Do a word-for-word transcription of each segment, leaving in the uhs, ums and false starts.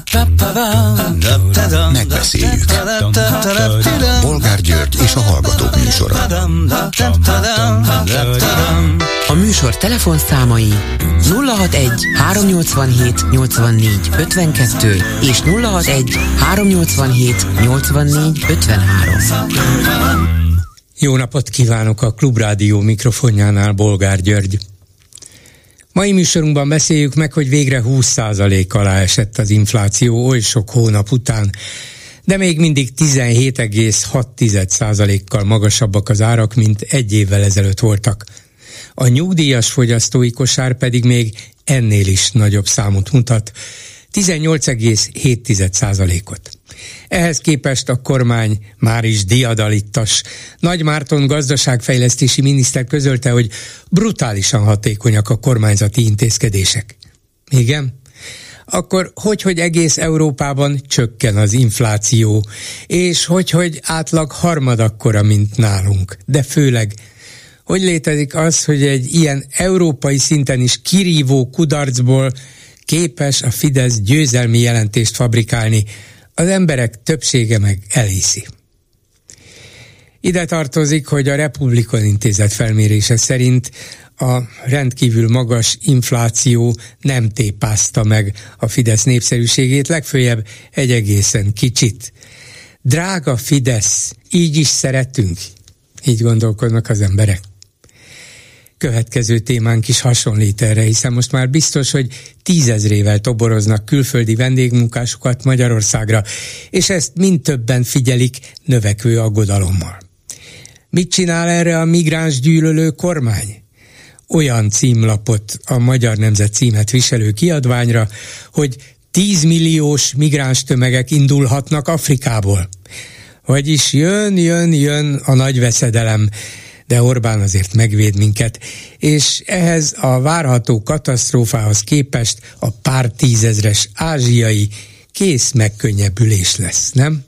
Megbeszéljük. Bolgár György és a Hallgatók műsora. A műsor telefonszámai nulla hatvanegy háromnyolcvanhét nyolcvannégy ötvenkettő és nulla hatvanegy háromnyolcvanhét nyolcvannégy ötvenhárom. Jó napot kívánok, a Klubrádió mikrofonjánál Bolgár György. Mai műsorunkban beszéljük meg, hogy végre húsz százalék alá esett az infláció oly sok hónap után, de még mindig tizenhét egész hat százalékkal magasabbak az árak, mint egy évvel ezelőtt voltak. A nyugdíjas fogyasztói kosár pedig még ennél is nagyobb számot mutat, tizennyolc egész hét százalékot. Ehhez képest a kormány már is diadalittas. Nagy Márton gazdaságfejlesztési miniszter közölte, hogy brutálisan hatékonyak a kormányzati intézkedések. Igen? Akkor hogy, hogy egész Európában csökken az infláció, és hogy, hogy átlag harmad akkora, mint nálunk, de főleg hogy létezik az, hogy egy ilyen európai szinten is kirívó kudarcból képes a Fidesz győzelmi jelentést fabrikálni, az emberek többsége meg elhiszi. Ide tartozik, hogy a Republikon Intézet felmérése szerint a rendkívül magas infláció nem tépázta meg a Fidesz népszerűségét, legföljebb egy egészen kicsit. Drága Fidesz, így is szeretünk? Így gondolkodnak az emberek. Következő témánk is hasonlít erre, hiszen most már biztos, hogy tízezrével toboroznak külföldi vendégmunkásokat Magyarországra, és ezt mind többen figyelik növekvő aggodalommal. Mit csinál erre a migráns gyűlölő kormány? Olyan címlapot, a Magyar Nemzet címet viselő kiadványra, hogy tízmilliós migráns tömegek indulhatnak Afrikából. Vagyis jön, jön, jön a nagy veszedelem, de Orbán azért megvéd minket, és ehhez a várható katasztrófához képest a pár tízezres ázsiai kész megkönnyebbülés lesz, nem?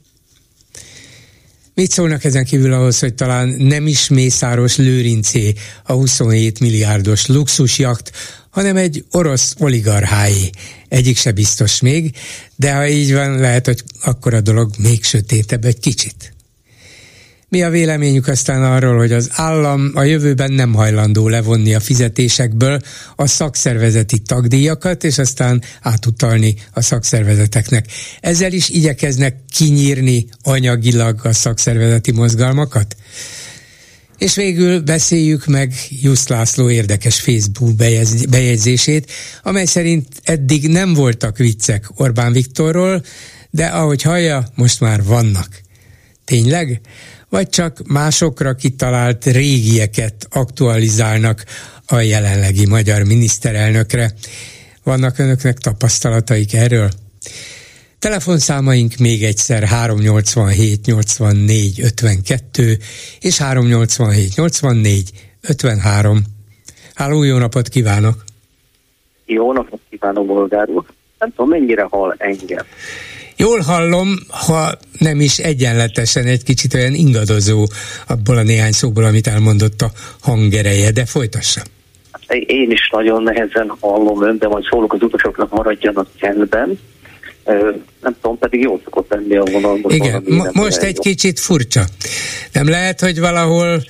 Mit szólnak ezen kívül ahhoz, hogy talán nem is Mészáros Lőrincé a huszonhét milliárdos luxusjakt, hanem egy orosz oligarcháé. Egyik se biztos még, de ha így van, lehet, hogy akkor a dolog még sötétebb egy kicsit. Mi a véleményük aztán arról, hogy az állam a jövőben nem hajlandó levonni a fizetésekből a szakszervezeti tagdíjakat, és aztán átutalni a szakszervezeteknek. Ezzel is igyekeznek kinyírni anyagilag a szakszervezeti mozgalmakat? És végül beszéljük meg Jusz László érdekes Facebook bejegyzését, amely szerint eddig nem voltak viccek Orbán Viktorról, de ahogy hallja, most már vannak. Tényleg? Vagy csak másokra kitalált régieket aktualizálnak a jelenlegi magyar miniszterelnökre? Vannak önöknek tapasztalataik erről? Telefonszámaink még egyszer háromnyolcvanhét nyolcvannégy ötvenkettő és háromnyolcvanhét nyolcvannégy ötvenhárom. Háló, jó napot kívánok! Jó napot kívánok, Bolgár úr! Nem tudom, mennyire hall engem. Jól hallom, ha nem is egyenletesen, egy kicsit olyan ingadozó abból a néhány szóból, amit elmondott a hangereje, de folytassa. Én is nagyon nehezen hallom ön, de majd szólok az utasoknak, maradjanak csendben. Nem tudom, pedig jól szokott lenni a vonalban. Igen, mo- most egy jó. Kicsit furcsa. Nem lehet, hogy valahol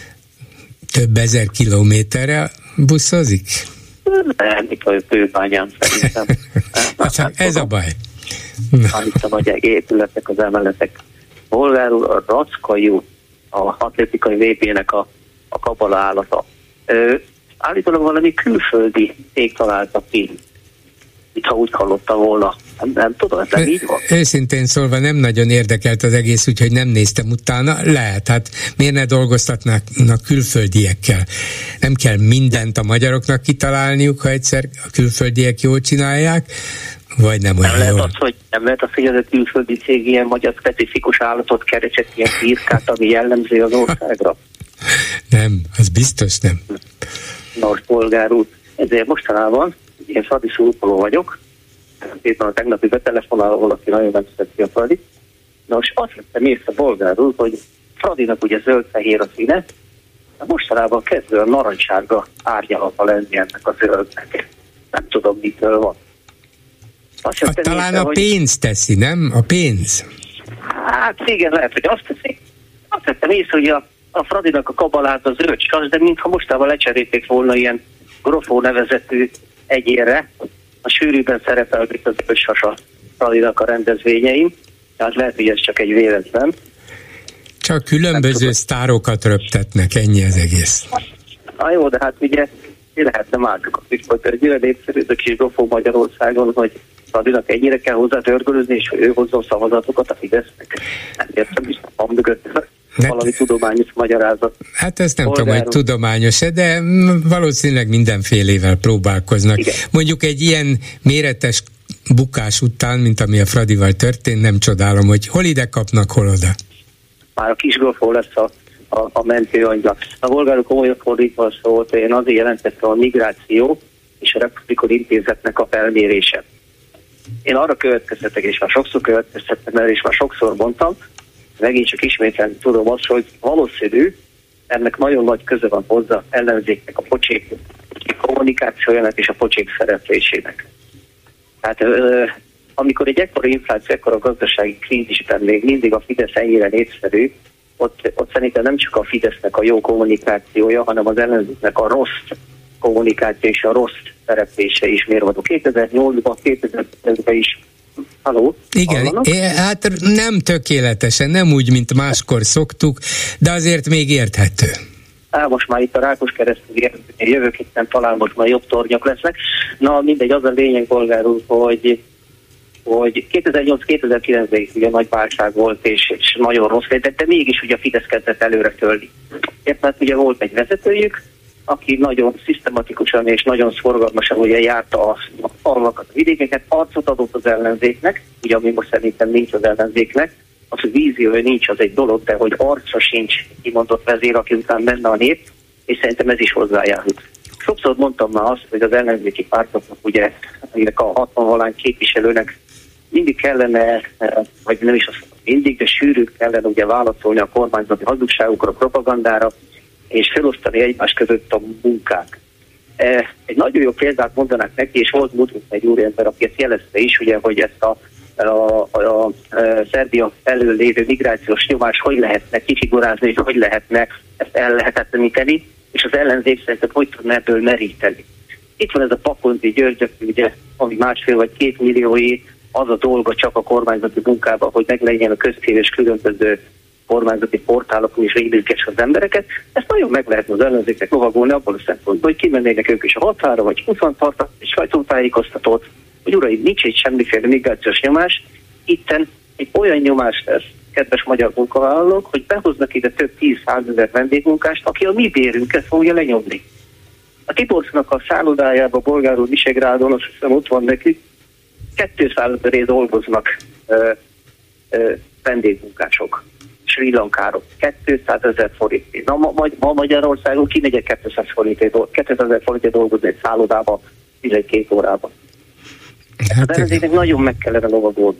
több ezer kilométerre buszozik? Lehetnék a Kőbányán szerintem. Hát, ez a baj. Amit a nagy épületek, az emeletek. Bolgár úr, a Rackai út, a atlétikai vé bé-nek a, a kabala állata. Ö, állítólag valami külföldi cég találta ki, mintha úgy hallotta volna. Nem, nem tudom, ez nem így van. Őszintén szólva nem nagyon érdekelt az egész, úgyhogy nem néztem utána. Lehet, hát miért ne dolgoztatnak külföldiekkel? Nem kell mindent a magyaroknak kitalálniuk, ha egyszer a külföldiek jól csinálják, vagy nem olyan nem lehet jól. Az, hogy nem lehet az, hogy ez a külföldi cég ilyen magyar specifikus állatot keresett, ilyen birkát, ami jellemző az országra? Nem, az biztos nem. Nos, Bolgár úr, ezért mostanában én Fradi szurkoló vagyok, éppen a tegnapi betelefonáló valaki nagyon nem szereti a Fradi. Nos, azt vettem észre, Bolgár úr, hogy Fradinak ugye zöld-fehér a színe, mostanában kezdve a narancsárga árnyalata lenni ennek a zöldnek. Nem tudom, mitől van. A, talán észre, a pénz hogy... teszi, nem? A pénz. Hát igen, lehet, hogy azt teszi. Azt tettem észre, hogy a, a Fradinak a kabalát az zöldcsas, de mintha mostában lecserélték volna ilyen Grofó nevezetű egyére. A sűrűben szerepelték az zöldcsas a Fradinak a rendezvényeim. Tehát lehet, hogy ez csak egy véletlen. Csak különböző nem sztárokat röptetnek, ennyi az egész. Na jó, de hát ugye mi lehetne mások a Püspök, egy olyan népszerű, a kis Grofó Magyarországon, hogy Fradinak ennyire kell hozzá törgölözni, és hogy ő hozzá a szavazatokat a Fidesznek. Nem értem, is van mögött valami tudományos magyarázat. Hát ezt nem Polgáron. Tudom, hogy tudományos-e, de valószínűleg mindenfélével próbálkoznak. Igen. Mondjuk egy ilyen méretes bukás után, mint ami a Fradival történt, nem csodálom, hogy hol ide kapnak, hol oda. Már a kis Grofó lesz a, a, a mentőangyal. A Bolgárok komolyan fordítva szólt, én azért jelentettem a migráció és a Republikon Intézetnek a felmérése. Én arra következtetek, és már sokszor következtettem el, és már sokszor mondtam, megint csak ismételni tudom azt, hogy valószínű, ennek nagyon nagy köze van hozzá ellenzéknek a pocsék kommunikációjának és a pocsék szereplésének. Tehát ö, amikor egy ekkora infláció, ekkora gazdasági krízisben még mindig a Fidesz ennyire népszerű, ott, ott szerintem nem csak a Fidesznek a jó kommunikációja, hanem az ellenzéknek a rossz kommunikáció és a rossz szereplése is mérvadó. kétezer-nyolcban, kétezer-tízben is. Halló? Igen, é, hát nem tökéletesen, nem úgy, mint máskor szoktuk, de azért még érthető. Á, most már itt a Rákos keresztül jövök, itt nem talán most már jobb tornyak lesznek. Na mindegy, az a lényeg, Bolgár úr, hogy, hogy kétezer-nyolc-kétezer-kilencben ugye nagy válság volt, és, és nagyon rossz, de, de mégis ugye a Fidesz kezdett előre törni. Mert ugye volt egy vezetőjük, aki nagyon szisztematikusan és nagyon szorgalmasan ugye járta a falvakat, a vidékeket, arcot adott az ellenzéknek, ugye ami most szerintem nincs az ellenzéknek, az, hogy víziója nincs, az egy dolog, de hogy arca sincs kimondott vezér, aki után menne a nép, és szerintem ez is hozzájárult. Sokszor mondtam már azt, hogy az ellenzéki pártoknak ugye, a hatvan-valány képviselőnek mindig kellene, vagy nem is azt mondom, mindig, de sűrűn kellene ugye válaszolni a kormányzati hazugságokra, a propagandára, és felosztani egymás között a munkák. Egy nagyon jó példát mondanák neki, és volt múltkor egy úriember, aki ezt jelezte is, ugye, hogy ezt a, a, a, a Szerbia felől lévő migrációs nyomás hogy lehetne kifigurázni, és hogy lehetne ezt el lehetetleníteni, és az ellenzék szerintem hogy tudna ebből meríteni. Itt van ez a Pakonti György, ugye, ami másfél vagy két milliói, az a dolga csak a kormányzati munkában, hogy meglegyen a köztévés különböző kormányzati portálokon is védőkes az embereket. Ezt nagyon meg lehetne az ellenzéknek lovagolni abból a szempontból, hogy kimennének ők is a határa, vagy huszon tartat, és sajtótájékoztatót, hogy uraim, nincs egy semmiféle migrációs nyomás, itten egy olyan nyomás lesz, kedves magyar munkavállalók, hogy behoznak ide több tíz-százezer vendégmunkást, aki a mi bérünket fogja lenyomni. A Tiborcnak a szállodájában, Bolgár úr, Visegrádon, azt hiszem ott van neki, kétszázezeré dolgoznak ö, ö, vendégmunkások. Sri Lankáról. kétszázezer forintért. Na, ma, ma Magyarországon ki megyek kétszáz forintért dolgozni egy szállodában tizenkét órában. Hát az ellenzéknek nagyon meg kellene lovagolni.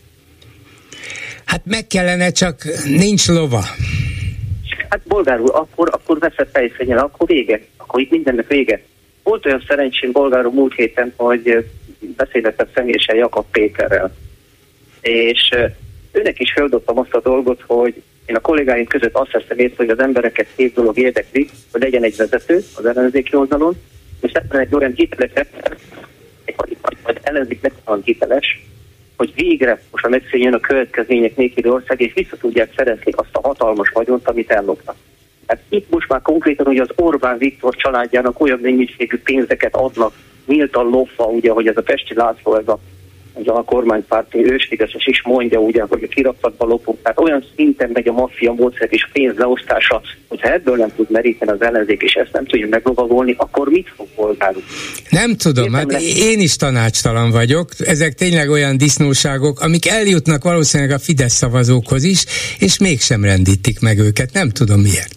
Hát meg kellene, csak nincs lova. Hát Bolgár úr, akkor, akkor veszett fejszényel, akkor vége. Akkor itt mindennek vége. Volt olyan szerencsém Bolgár úr múlt héten, hogy beszélgetett személyesen Jakab Péterrel. És őnek is feldobtam azt a dolgot, hogy én a kollégáim között azt veszem észre, hogy az embereket két dolog érdekli, hogy legyen egy vezető az ellenzéki oldalon, és ebben egy olyan hiteles, vagy, vagy ellenzéknek olyan hiteles, hogy végre most megszűnjön a következmények nélküli ország, és vissza tudják szerezni azt a hatalmas vagyont, amit ellopnak. Hát itt most már konkrétan ugye az Orbán Viktor családjának olyan mennyiségű pénzeket adnak, nyíltan lopva, ugye, hogy ez a Pesti László, ez a ugye a kormánypárti ősfideszes is mondja, ugye, hogy a kirakatba lopunk. Tehát olyan szinten megy a maffia módszer és pénzleosztása, hogyha ebből nem tud meríteni az ellenzék, és ezt nem tudja meglovagolni, akkor mit fog Bolgár úr? Nem tudom, hát én is tanácstalan vagyok. Ezek tényleg olyan disznóságok, amik eljutnak valószínűleg a Fidesz szavazókhoz is, és mégsem rendítik meg őket. Nem tudom miért.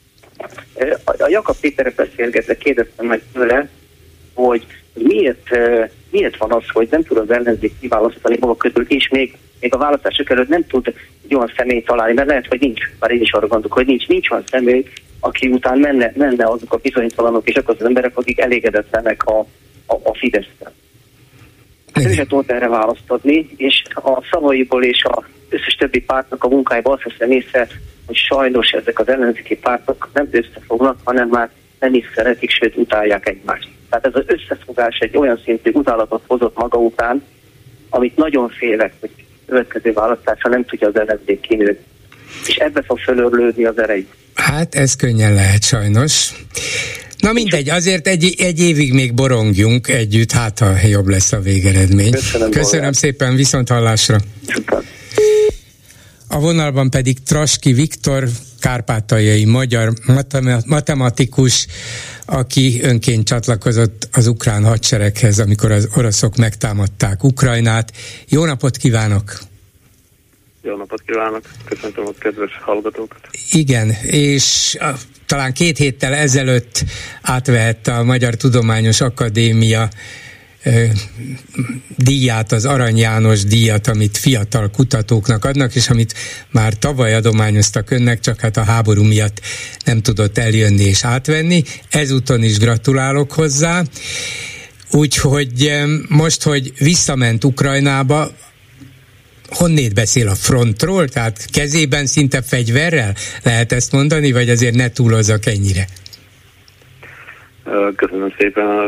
A, a Jakab Péterre beszélgetve kérdeztem meg tőle, hogy miért, miért van az, hogy nem tud az ellenzék kiválasztani maga közül, és még, még a választások előtt nem tud egy olyan személyt találni, mert lehet, hogy nincs, bár én is arra gondolok, hogy nincs, nincs olyan személy, aki után menne, menne azok a bizonytalanok, és akkor az emberek, akik elégedetlenek a, a, a Fidesztel. Hát ő se tudott erre választ adni, és a szavaiból és az összes többi pártnak a munkájából azt veszem észre, hogy sajnos ezek az ellenzéki pártok nem összefognak, hanem már nem is szeretik, sőt utálják egymást. Tehát ez az összefogás egy olyan szintű utálatot hozott maga után, amit nagyon félek, hogy következő választásra nem tudja az ellenzék kinőni. És ebbe fog fölörlődni az erejük. Hát ez könnyen lehet sajnos. Na mindegy, azért egy, egy évig még borongjunk együtt, hát ha jobb lesz a végeredmény. Köszönöm, Köszönöm szépen, viszont hallásra. A vonalban pedig Traski Viktor, kárpátaljai magyar matematikus, aki önként csatlakozott az ukrán hadsereghez, amikor az oroszok megtámadták Ukrajnát. Jó napot kívánok! Jó napot kívánok! Köszöntöm a kedves hallgatókat! Igen, és a, talán két héttel ezelőtt átvehette a Magyar Tudományos Akadémia ö, díját, az Arany János díjat, amit fiatal kutatóknak adnak, és amit már tavaly adományoztak önnek, csak hát a háború miatt nem tudott eljönni és átvenni. Ezúton is gratulálok hozzá. Úgyhogy most, hogy visszament Ukrajnába, honnét beszél, a frontról? Tehát kezében szinte fegyverrel? Lehet ezt mondani, vagy azért ne túlozzak ennyire? Köszönöm szépen a,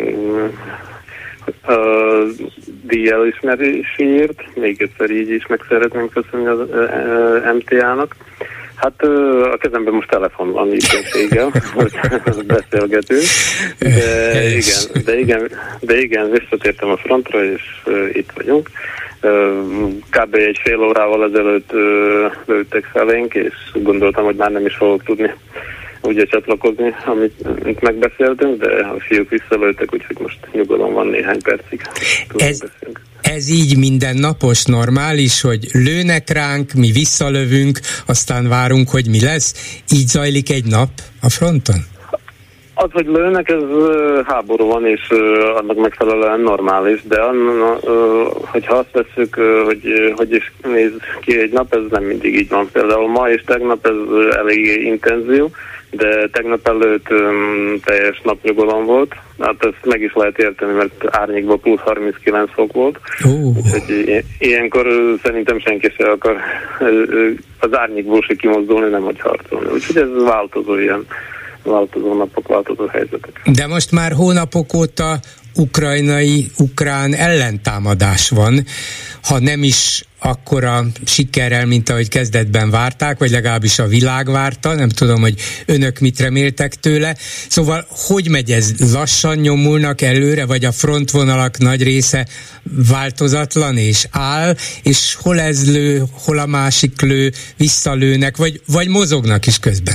a díj elismeréséért. Még egyszer így is meg szeretném köszönni az em té á-nak. Hát a kezemben most telefon van éppenséggel, hogy beszélgetünk, de igen, de igen, de igen, visszatértem a frontra, és itt vagyunk. Kb. Egy fél órával ezelőtt lőttek felénk, és gondoltam, hogy már nem is fogok tudni ugye csatlakozni, amit, amit megbeszéltünk, de a fiúk visszalőttek, úgyhogy most nyugodon van néhány percig. Ez, ez így mindennapos, normális, hogy lőnek ránk, mi visszalövünk, aztán várunk, hogy mi lesz? Így zajlik egy nap a fronton? Az, hogy lőnek, ez háború van, és annak megfelelően normális, de anna, hogyha azt veszük, hogy hogy is néz ki egy nap, ez nem mindig így van. Például ma és tegnap ez elég intenzív, de tegnap előtt um, teljes napnyugodalom volt. Hát ezt meg is lehet érteni, mert árnyékban plusz harminckilenc fok volt. Uh. Úgyhogy ilyenkor szerintem senki se akar az árnyékból se kimozdulni, nem hogy harcolni. Úgyhogy ez változó ilyen. Változó napok, változó helyzetek. De most már hónapok óta ukrajnai, ukrán ellentámadás van, ha nem is akkora sikerrel, mint ahogy kezdetben várták, vagy legalábbis a világ várta, nem tudom, hogy önök mit reméltek tőle. Szóval hogy megy ez? Lassan nyomulnak előre, vagy a frontvonalak nagy része változatlan és áll, és hol ez lő, hol a másik lő, visszalőnek, vagy, vagy mozognak is közben?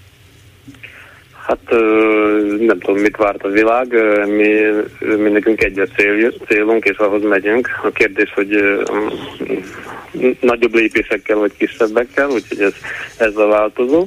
Hát nem tudom, mit várt a világ, mi, mi nekünk egyes cél, célunk, és ahhoz megyünk. A kérdés, hogy nagyobb lépésekkel, vagy kisebbekkel, úgyhogy ez, ez a változó.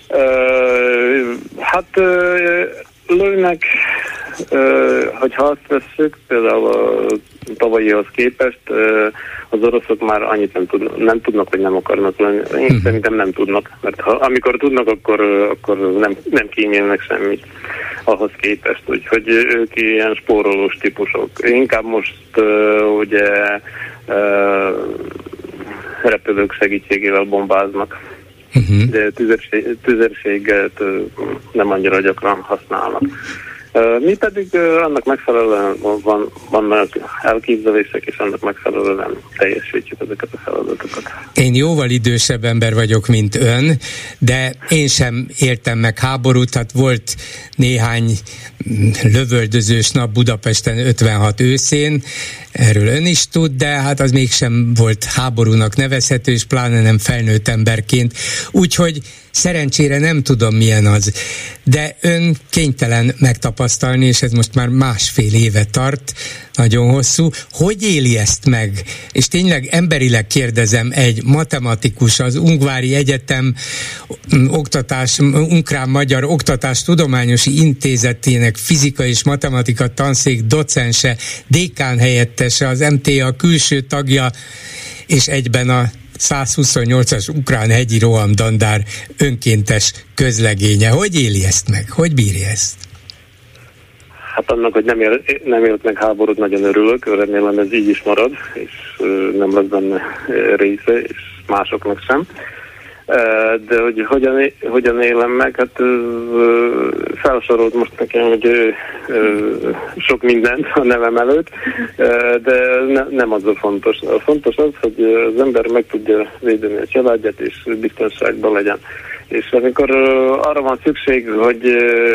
Hát lőnek, hogyha azt vesszük, például a tavalyihoz képest, az oroszok már annyit nem, tud, nem tudnak, hogy nem akarnak lenni. Én hmm. szerintem nem tudnak, mert ha, amikor tudnak, akkor, akkor nem, nem kímélnek semmit ahhoz képest. Úgyhogy ők ilyen spórolós típusok. Inkább most uh, ugye uh, repülők segítségével bombáznak. Uh-huh. De tüzérség, tüzérséget uh, nem annyira gyakran használnak. Uh, mi pedig uh, annak megfelelően van, vannak elképzelések, és annak megfelelően teljesítjük ezeket a feladatokat. Én jóval idősebb ember vagyok, mint ön, de én sem éltem meg háborút, hát volt néhány lövöldözős nap Budapesten ötvenhat őszén, erről ön is tud, de hát az mégsem volt háborúnak nevezhető, és pláne nem felnőtt emberként, úgyhogy szerencsére nem tudom, milyen az, de ön kénytelen megtapasztalni, és ez most már másfél éve tart, nagyon hosszú. Hogy éli ezt meg? És tényleg emberileg kérdezem, egy matematikus, az Ungvári Egyetem oktatás, Ukrán-Magyar Oktatás Tudományosi Intézetének fizika és matematika tanszék docense, dékán helyettese, az em té á külső tagja, és egyben a százhuszonnyolcas ukrán hegyi rohamdandár önkéntes közlegénye. Hogy éli ezt meg? Hogy bírja ezt? hát annak, hogy nem, él, nem élt meg háborút, nagyon örülök, remélem ez így is marad, és nem lesz benne része, és másoknak sem. De hogy hogyan, hogyan élem meg, hát felsorolt most nekem, hogy sok mindent a nevem előtt, de ne, nem az a fontos. A fontos az, hogy az ember meg tudja védeni a családját, és biztonságban legyen. És amikor arra van szükség, hogy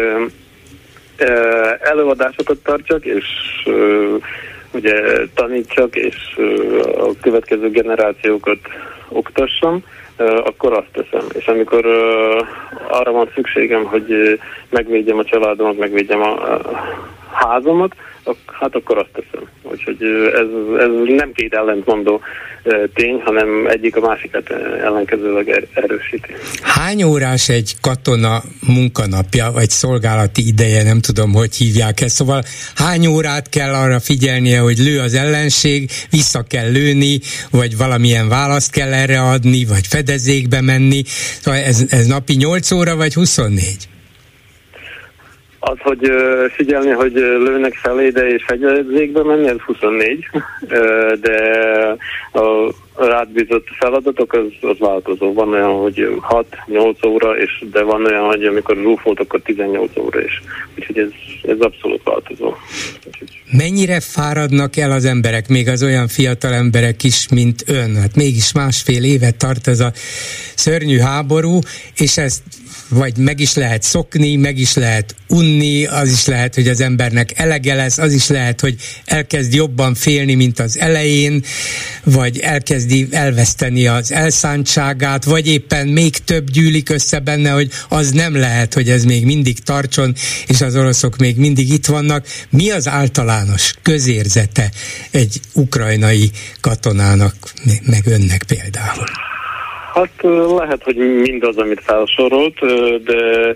előadásokat tartsak, és ugye tanítsak, és a következő generációkat oktassam, akkor azt teszem. És amikor arra van szükségem, hogy megvédjem a családomat, megvédjem a házamat, hát akkor azt teszem. Úgyhogy ez, ez nem két ellentmondó tény, hanem egyik a másikat ellenkezőleg erősíti. Hány órás egy katona munkanapja, vagy szolgálati ideje, nem tudom, hogy hívják ezt, szóval hány órát kell arra figyelnie, hogy lő az ellenség, vissza kell lőni, vagy valamilyen választ kell erre adni, vagy fedezékbe menni, szóval ez, ez napi nyolc óra, vagy huszonnégy? Az, hogy figyelni, hogy lőnek felé, de és fegyverzékbe menni, ez huszonnégy, de a rád bízott feladatok, az, az változó. Van olyan, hogy hat-nyolc óra, és de van olyan, hogy amikor zsúfolt, akkor tizennyolc óra is. Úgyhogy ez, ez abszolút változó. Úgyhogy... Mennyire fáradnak el az emberek, még az olyan fiatal emberek is, mint ön? Hát mégis másfél évet tart ez a szörnyű háború, és ezt vagy meg is lehet szokni, meg is lehet unni, az is lehet, hogy az embernek elege lesz, az is lehet, hogy elkezd jobban félni, mint az elején, vagy elkezdi elveszteni az elszántságát, vagy éppen még több gyűlik össze benne, hogy az nem lehet, hogy ez még mindig tartson, és az oroszok még mindig itt vannak. Mi az általános közérzete egy ukrajnai katonának, meg önnek például? Hát lehet, hogy mindaz, amit felsorolt, de,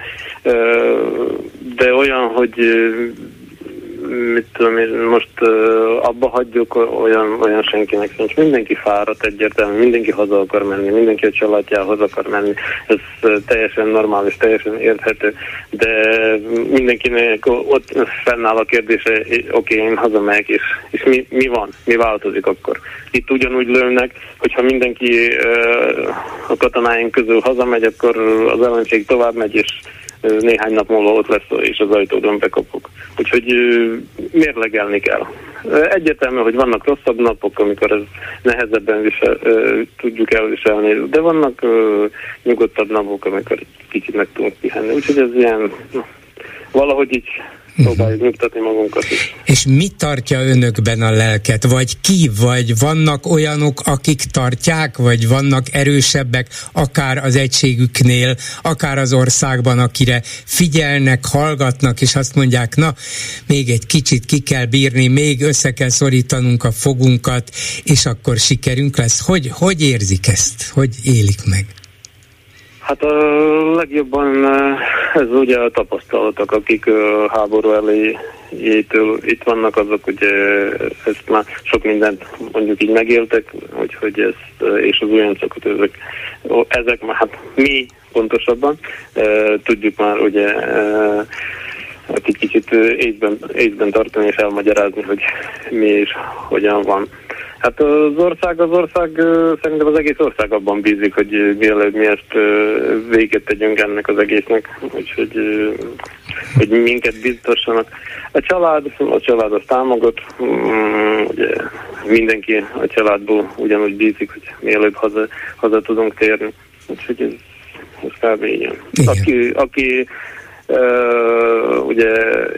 de olyan, hogy mit tudom én, most abba hagyjuk, olyan, olyan senkinek nincs. Mindenki fáradt egyértelműen, mindenki haza akar menni, mindenki a családjához akar menni. Ez teljesen normális, teljesen érthető, de mindenkinek ott fennáll a kérdése, oké, okay, én hazamegyek, és, és mi, mi van? Mi változik akkor? Itt ugyanúgy lőnek, hogyha mindenki a katonáink közül hazamegy, akkor az ellenség tovább megy, és néhány nap múlva ott lesz, és az ajtódon bekapok. Úgyhogy mérlegelni kell. Egyértelmű, hogy vannak rosszabb napok, amikor ez nehezebben visel, tudjuk elviselni, de vannak nyugodtabb napok, amikor kicsit meg tudunk pihenni. Úgyhogy ez ilyen, valahogy így próbáljuk nyugtatni magunkat is. És mi tartja önökben a lelket? Vagy ki? Vagy vannak olyanok, akik tartják? Vagy vannak erősebbek, akár az egységüknél, akár az országban, akire figyelnek, hallgatnak, és azt mondják, na, még egy kicsit ki kell bírni, még össze kell szorítanunk a fogunkat, és akkor sikerünk lesz. Hogy, hogy érzik ezt? Hogy élik meg? Hát a legjobban ez ugye a tapasztalatok, akik a háború elejétől itt vannak, azok ugye ezt már sok mindent mondjuk így megéltek, úgyhogy ezt, és az újoncokat, ezek, ezek már, hát mi pontosabban tudjuk már ugye egy kicsit észben, észben tartani és elmagyarázni, hogy mi és hogyan van. Hát az ország, az ország, szerintem az egész ország abban bízik, hogy mielőtt mi ezt véget tegyünk ennek az egésznek, úgyhogy hogy minket biztossanak. A család, a család azt támogat, ugye mindenki a családból ugyanúgy bízik, hogy mielőtt haza, haza tudunk térni, úgyhogy ez, ez kb. Így. Aki, aki uh, ugye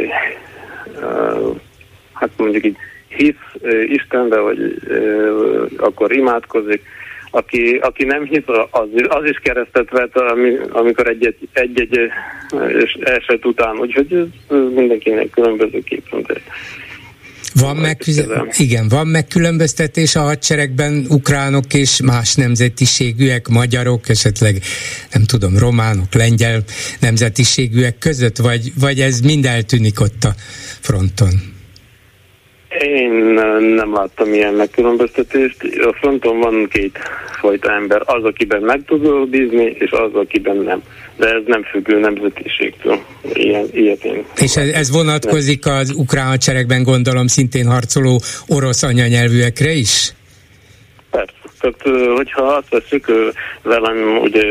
uh, hát mondjuk így hisz uh, Istenbe, vagy uh, akkor imádkozik. Aki, aki nem hisz, az, az is keresztet vett, ami, amikor egy-egy, egy-egy eset után. Úgyhogy ez mindenkinek különbözőképpen. Van, megküz- igen, van megkülönböztetés a hadseregben ukránok és más nemzetiségűek, magyarok, esetleg nem tudom, románok, lengyel nemzetiségűek között, vagy, vagy ez mind eltűnik ott a fronton? Én nem láttam ilyen megkülönböztetést. A fronton van két fajta ember. Az, akiben meg tudod bízni, és az, akiben nem. De ez nem függő nemzetiségtől. Ilyen, ilyet én. És ez, ez vonatkozik nem. Az ukrán hadseregben, gondolom, szintén harcoló orosz anyanyelvűekre is? Persze. Tehát, hogyha azt veszük, velem ugye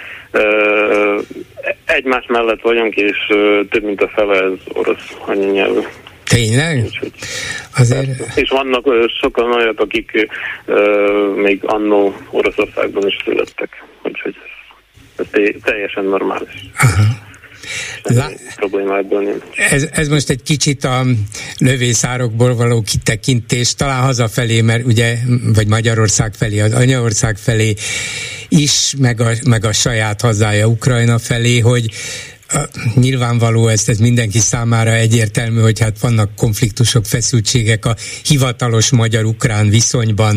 egymás mellett vagyunk, és több mint a fele ez orosz anyanyelvű. Tényleg? Azért... És vannak sokan olyanok, akik uh, még annó Oroszországban is születtek. Úgyhogy ez, ez teljesen normális. Aha. Lá... Probléma ebből nincs. Ez, ez most egy kicsit a lövészárokból való kitekintés, talán hazafelé, mert ugye, vagy Magyarország felé, az anyaország felé is, meg a, meg a saját hazája Ukrajna felé, hogy nyilvánvaló, ez, ez mindenki számára egyértelmű, hogy hát vannak konfliktusok, feszültségek a hivatalos magyar-ukrán viszonyban,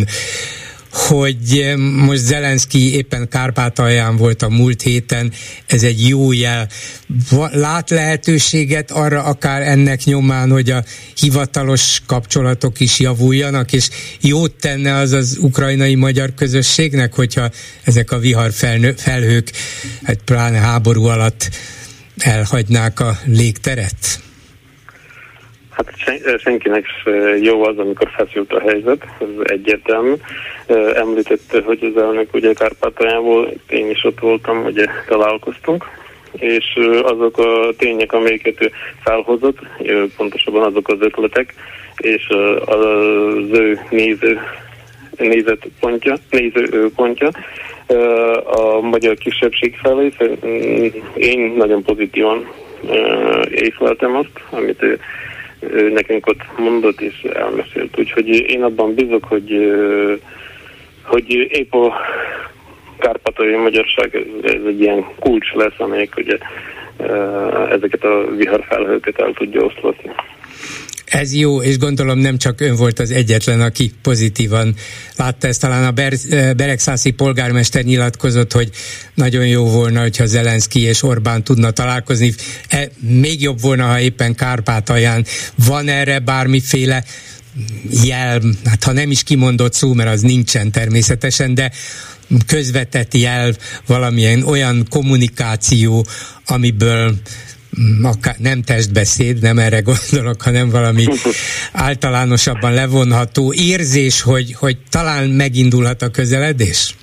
hogy most Zelenszky éppen Kárpátalján volt a múlt héten, ez egy jó jel. Lát lehetőséget arra akár ennek nyomán, hogy a hivatalos kapcsolatok is javuljanak, és jót tenne az az ukrajnai magyar közösségnek, hogyha ezek a vihar felhők, hát pláne háború alatt elhagynák a légteret? Hát sen, senkinek jó az, amikor feszült a helyzet, ez egyértelmű. Említette, hogy az elnök ugye Kárpátaljánból, én is ott voltam, ugye találkoztunk, és azok a tények, amelyeket ő felhozott, pontosabban azok az ötletek, és az ő néző, nézetpontja, nézőpontja a magyar kisebbség felé, én nagyon pozitívan észleltem azt, amit ő, ő nekünk ott mondott és elmesélt. Úgyhogy én abban bízok, hogy, hogy épp a kárpátaljai magyarság ez, ez egy ilyen kulcs lesz, amelyik ugye ezeket a viharfelhőket el tudja oszlatni. Ez jó, és gondolom nem csak ön volt az egyetlen, aki pozitívan látta ezt. Talán a Ber- beregszászi polgármester nyilatkozott, hogy nagyon jó volna, hogyha Zelenszky és Orbán tudna találkozni. E, még jobb volna, ha éppen Kárpátalján. Van erre bármiféle jel, hát ha nem is kimondott szó, mert az nincsen természetesen, de közvetett jel, valamilyen olyan kommunikáció, amiből akár nem testbeszéd, nem erre gondolok, hanem valami általánosabban levonható érzés, hogy, hogy talán megindulhat a közeledés?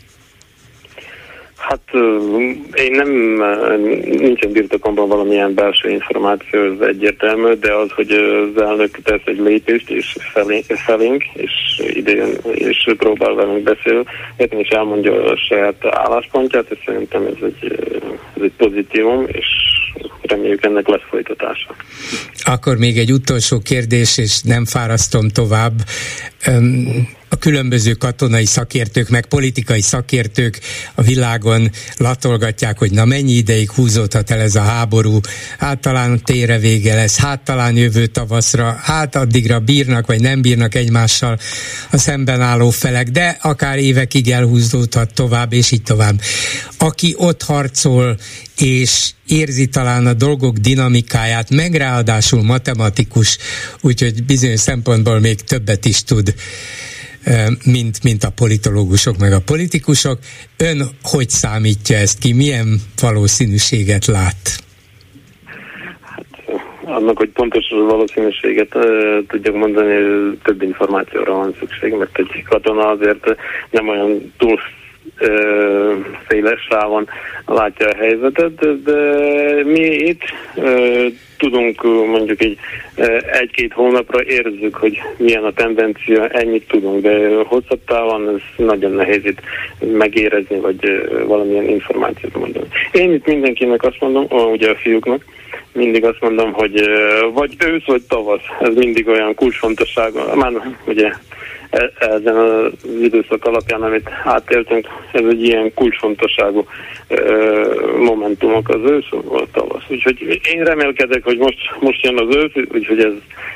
Hát én nem, nincsen birtokomban valamilyen belső információ, ez egyértelmű, de az, hogy az elnök tesz egy lépést, és felé, felénk, és idejön, és próbál velünk beszélni, és elmondja a saját álláspontját, és szerintem ez egy, ez egy pozitívum, és reméljük ennek lesz folytatása. Akkor még egy utolsó kérdés, és nem fárasztom tovább. A különböző katonai szakértők, meg politikai szakértők a világon latolgatják, hogy na mennyi ideig húzódhat el ez a háború, hát talán térre vége lesz, hát talán jövő tavaszra, hát addigra bírnak, vagy nem bírnak egymással a szemben álló felek, de akár évekig elhúzódhat tovább, és így tovább. Aki ott harcol, és érzi talán a dolgok dinamikáját, meg ráadásul matematikus, úgyhogy bizonyos szempontból még többet is tud, mint, mint a politológusok meg a politikusok. Ön hogy számítja ezt ki? Milyen valószínűséget lát? Hát, annak, hogy pontos valószínűséget uh, tudjak mondani, több információra van szükség, mert egy katona azért nem olyan túl uh, széles sávon látja a helyzetet, de, de mi itt uh, tudunk mondjuk egy egy-két hónapra érzük, hogy milyen a tendencia, ennyit tudunk, de hosszabb távon ez nagyon nehéz itt megérezni, vagy valamilyen információt mondani. Én itt mindenkinek azt mondom, ugye a fiúknak, mindig azt mondom, hogy vagy ősz, vagy tavasz, ez mindig olyan kulcsfontosság, már ugye ezen az időszak alapján, amit átéltünk, ez egy ilyen kulcsfontosságú momentumok az ősz, vagy tavasz. Úgyhogy én remélkedek, hogy most, most jön az ősz, úgyhogy ez,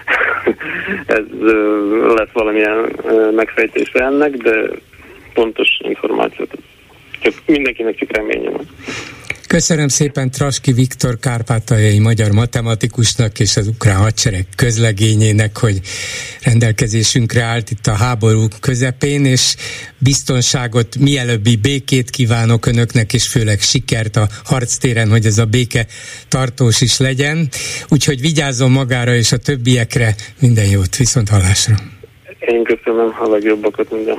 ez lesz valamilyen megfejtése ennek, de pontos információt. Csak mindenkinek csak reménye van. Köszönöm szépen Traski Viktor kárpátaljai magyar matematikusnak és az ukrán hadsereg közlegényének, hogy rendelkezésünkre állt itt a háború közepén, és biztonságot, mielőbbi békét kívánok önöknek, és főleg sikert a harctéren, hogy ez a béke tartós is legyen. Úgyhogy vigyázzon magára és a többiekre, minden jót, viszont hallásra. Én köszönöm a legjobbakat minden.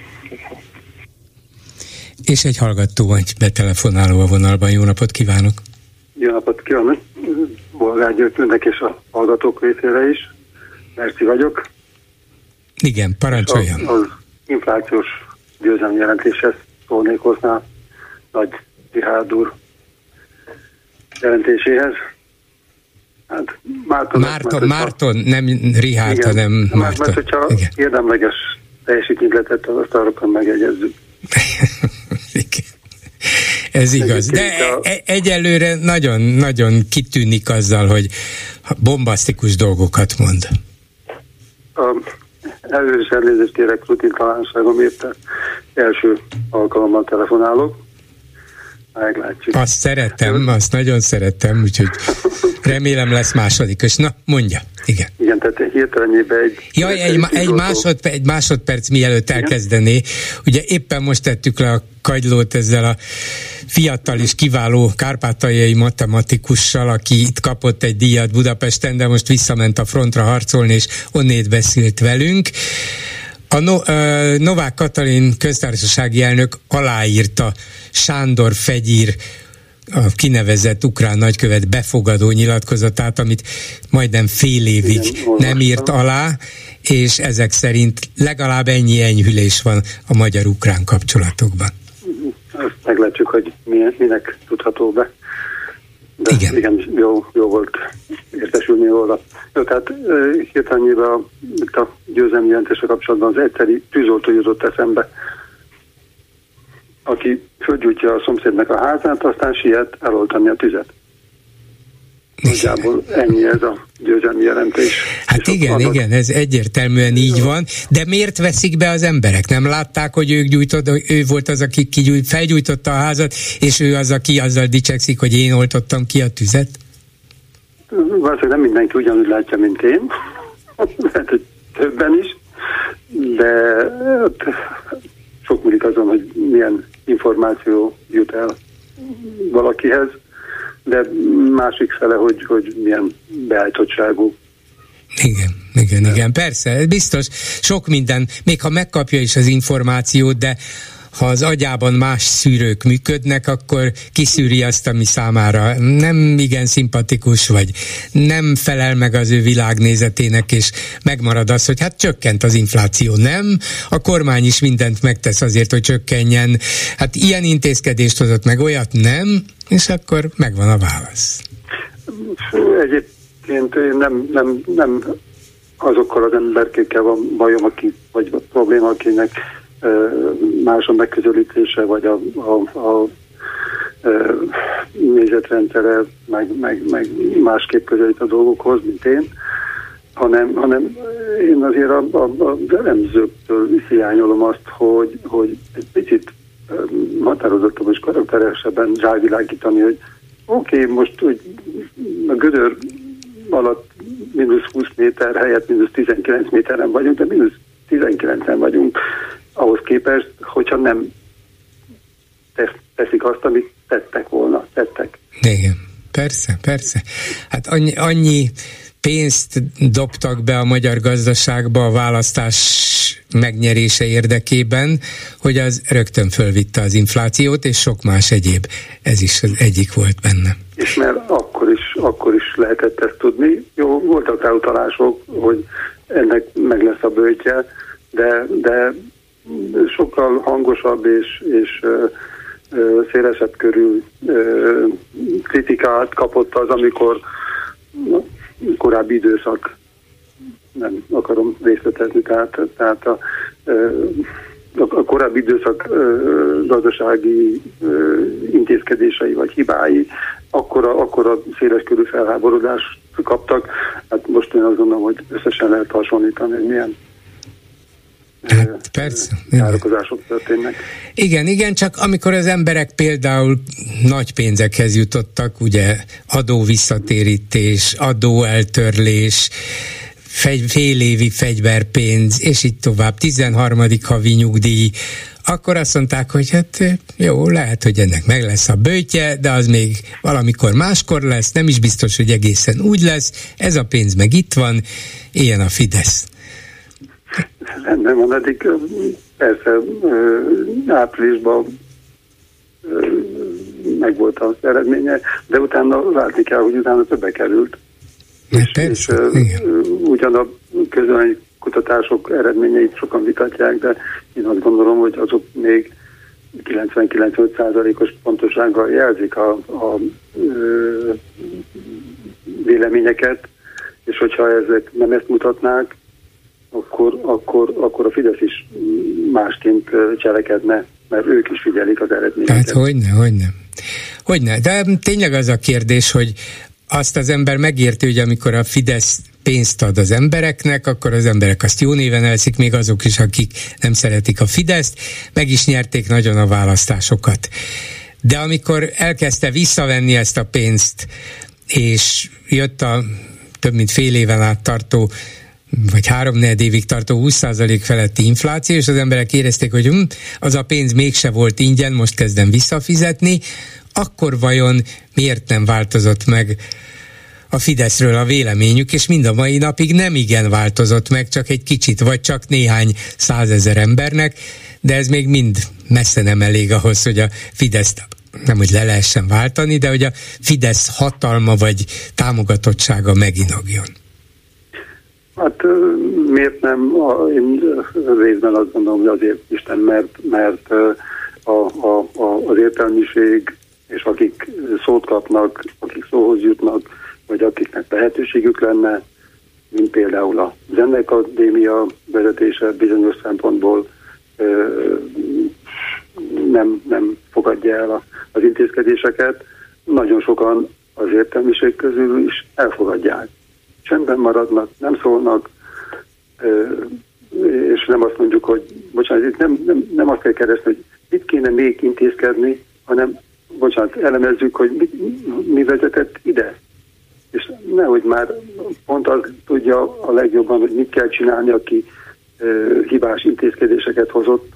És egy hallgató vagy betelefonáló a vonalban. Jó napot kívánok! Jó napot kívánok! Bolgár Györgynek és a hallgatók részére is. Merci vagyok. Igen, parancsoljon. Az, az inflációs győzelmi jelentéshez szólnék hozzá Nagy Richárd úr jelentéséhez. Hát Márton... Márton, mert, Márton nem Richárd, igen, hanem Márton. Mert hogyha igen. érdemleges teljesítményt letett, azt arra megegyezzük. Ez igaz, de e- egyelőre nagyon-nagyon kitűnik azzal, hogy bombasztikus dolgokat mond. Előre is elnézést kérek rutintalanságomért, első alkalommal telefonálok. Meglátjuk. Azt szeretem, azt nagyon szeretem, úgyhogy remélem lesz második. És na, mondja. Igen. Igen, tehát hirtelenjében egy... Jaj, egy, egy, egy, másodperc, egy másodperc mielőtt elkezdené. Ugye éppen most tettük le a kagylót ezzel a fiatal és kiváló kárpátaljai matematikussal, aki itt kapott egy díjat Budapesten, de most visszament a frontra harcolni, és onnét beszélt velünk. A no, uh, Novák Katalin köztársasági elnök aláírta Sándor Fegyír, a kinevezett ukrán nagykövet befogadó nyilatkozatát, amit majdnem fél évig igen, nem írt alá, és ezek szerint legalább ennyi enyhülés van a magyar-ukrán kapcsolatokban. Azt meglátjuk, hogy minek tudható be. De igen, igen jó, jó volt értesülni róla. Jó, tehát hirtelenjében a, a győzelmi jelentésre kapcsolatban az egyszeri tűzoltó jutott eszembe, aki fölgyújtja a szomszédnek a házát, aztán siet eloltani a tüzet. Nagyjából ennyi ez a győzelmi jelentés. Hát igen, adott... igen, ez egyértelműen így van, de miért veszik be az emberek? Nem látták, hogy ők gyújtott, ő volt az, aki kigyújt, felgyújtotta a házat, és ő az, aki azzal dicsekszik, hogy én oltottam ki a tüzet? Valószínűleg nem mindenki ugyanúgy látja, mint én. Lehet, hogy többen is, de sok múlik azon, hogy milyen információ jut el valakihez, de másik fele, hogy, hogy milyen beállítottságú. Igen, igen, igen, persze, biztos sok minden, még ha megkapja is az információt, de ha az agyában más szűrők működnek, akkor kiszűri azt, ami számára nem igen szimpatikus, vagy nem felel meg az ő világnézetének, és megmarad az, hogy hát csökkent az infláció, nem? A kormány is mindent megtesz azért, hogy csökkenjen. Hát ilyen intézkedést hozott meg, olyat nem, és akkor megvan a válasz. Egyébként én nem, nem, nem azokkal az emberkékkel van bajom, aki, vagy probléma, akinek más a megközelítése, vagy a, a, a, a nézetrendszere, meg, meg, meg másképp közelít a dolgokhoz, mint én, hanem, hanem én azért a, a, az elemzőktől hiányolom azt, hogy, hogy egy picit határozottabb és karakteresebben rávilágítani, hogy oké, okay, most hogy a gödör alatt mínusz húsz méter helyett mínusz tizenkilenc méteren vagyunk, de mínusz tizenkilencen vagyunk ahhoz képest, hogyha nem teszik azt, amit tettek volna, tettek. Igen, persze, persze. Hát annyi, annyi pénzt dobtak be a magyar gazdaságba a választás megnyerése érdekében, hogy az rögtön fölvitte az inflációt, és sok más egyéb. Ez is az egyik volt benne. És mert akkor is, akkor is lehetett ezt tudni. Jó, voltak rá utalások, hogy ennek meg lesz a bőtje, de, de sokkal hangosabb és, és ö, ö, szélesebb körül ö, kritikát kapott az, amikor na, korábbi időszak, nem akarom részletezni, tehát, tehát a, a korábbi időszak gazdasági intézkedései vagy hibái akkora, akkora széles körű felháborodást kaptak. Hát most én azt gondolom, hogy összesen lehet hasonlítani, hogy milyen. hát, persze, károkozások történnek. Igen, igen, csak amikor az emberek például nagy pénzekhez jutottak, ugye adóvisszatérítés, adóeltörlés, fegy, félévi fegyverpénz, és így tovább, tizenharmadik havi nyugdíj, akkor azt mondták, hogy hát jó, lehet, hogy ennek meg lesz a böjtje, de az még valamikor máskor lesz, nem is biztos, hogy egészen úgy lesz, ez a pénz meg itt van, ilyen a Fidesz. Rendben van, eddig persze áprilisban meg volt az eredménye, de utána látni kell, hogy utána többe került. És, persze, és ugyan a közöny kutatások eredményeit sokan vitatják, de én azt gondolom, hogy azok még kilencven-kilencvenöt százalékos pontosággal jelzik a, a ö, véleményeket, és hogyha ezek nem ezt mutatnák, akkor, akkor, akkor a Fidesz is másként cselekedne, mert ők is figyelik az eredményeket. Hát hogyne, hogyne. Hogyne, de tényleg az a kérdés, hogy azt az ember megérti, hogy amikor a Fidesz pénzt ad az embereknek, akkor az emberek azt jó néven elszik, még azok is, akik nem szeretik a Fideszt, meg is nyerték nagyon a választásokat. De amikor elkezdte visszavenni ezt a pénzt, és jött a több mint fél éven át tartó, vagy három-négy évig tartó húsz százalék feletti infláció, és az emberek érezték, hogy hm, az a pénz mégse volt ingyen, most kezdem visszafizetni, akkor vajon miért nem változott meg a Fideszről a véleményük, és mind a mai napig nem igen változott meg, csak egy kicsit, vagy csak néhány százezer embernek, de ez még mind messze nem elég ahhoz, hogy a Fideszt nem, hogy le lehessen váltani, de hogy a Fidesz hatalma vagy támogatottsága meginagjon. Hát miért nem? Én részben azt gondolom, hogy azért Isten, mert, mert a, a, a, az értelmiség, és akik szót kapnak, akik szóhoz jutnak, vagy akiknek lehetőségük lenne, mint például a Zenekadémia vezetése bizonyos szempontból nem, nem fogadja el az intézkedéseket. Nagyon sokan az értelmiség közül is elfogadják. Csendben maradnak, nem szólnak, és nem azt mondjuk, hogy bocsánat, itt nem, nem, nem azt kell keresni, hogy mit kéne még intézkedni, hanem bocsánat, elemezzük, hogy mi, mi vezetett ide. És nehogy már pont az tudja a legjobban, hogy mit kell csinálni, aki uh, hibás intézkedéseket hozott.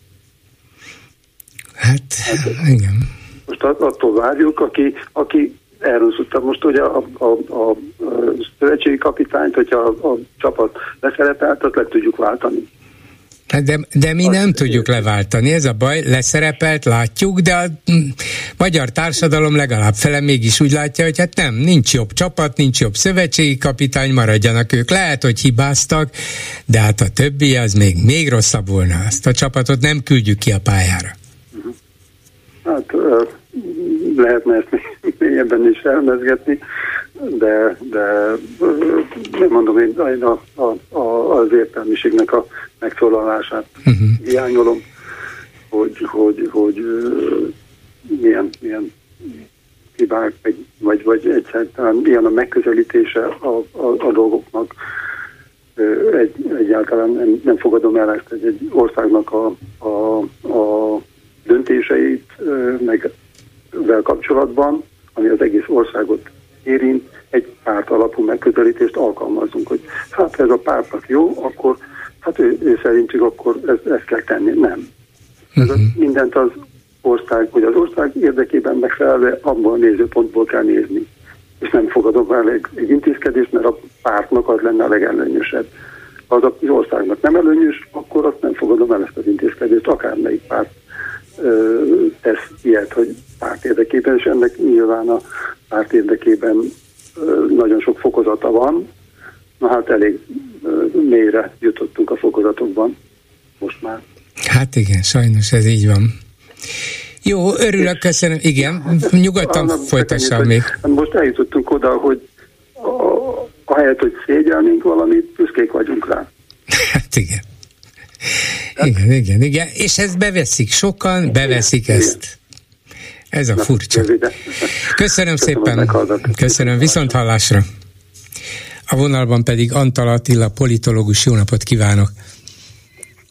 Hát, hát igen. Most attól várjuk, aki, aki erről szóltam. Most ugye a, a, a, a szövetségi kapitányt, hogyha a, a csapat leszerepelt, azt le tudjuk váltani. De, de mi nem tudjuk leváltani, ez a baj, leszerepelt, látjuk, de a magyar társadalom legalább fele mégis úgy látja, hogy hát nem, nincs jobb csapat, nincs jobb szövetségi kapitány, maradjanak ők. Lehet, hogy hibáztak, de hát a többi az még, még rosszabb volna. Azt a csapatot nem küldjük ki a pályára. Hát lehetne ezt mélyebben is elmezgetni, de, de nem mondom, én a, a, a, az értelmiségnek a megszólalását uh-huh. hiányolom, hogy, hogy, hogy milyen, milyen hibák, vagy, vagy egyáltalán milyen a megközelítése a, a, a dolgoknak. Egy, egyáltalán nem, nem fogadom el ezt, hogy egy országnak a, a, a döntéseit meg vel kapcsolatban, ami az egész országot érint, egy párt alapú megközelítést alkalmazunk, hogy hát ez a pártnak jó, akkor hát ő, ő szerintük akkor ezt, ezt kell tenni. Nem. Ez uh-huh. mindent az ország, hogy az ország érdekében megfelelve abban a nézőpontból kell nézni. És nem fogadom el egy, egy intézkedést, mert a pártnak az lenne a legelőnyösebb. Ha az az országnak nem előnyös, akkor azt nem fogadom el ezt az intézkedést, akármelyik párt ö, tesz ilyet, hogy párt érdekében, és ennek nyilván a párt érdekében ö, nagyon sok fokozata van. Na hát elég ö, mélyre jutottunk a fokozatokban most már. Hát igen, sajnos ez így van. Jó, örülök, köszönöm. Igen, nyugodtan folytassam még. Most eljutottunk oda, hogy ahelyett, hogy szégyelnénk valamit, büszkék vagyunk rá. Hát igen. Igen, igen, igen. És ezt beveszik sokan, beveszik ezt. Ez a furcsa. Köszönöm szépen. Köszönöm, viszont hallásra. A vonalban pedig Antal Attila, politológus. Jó napot kívánok!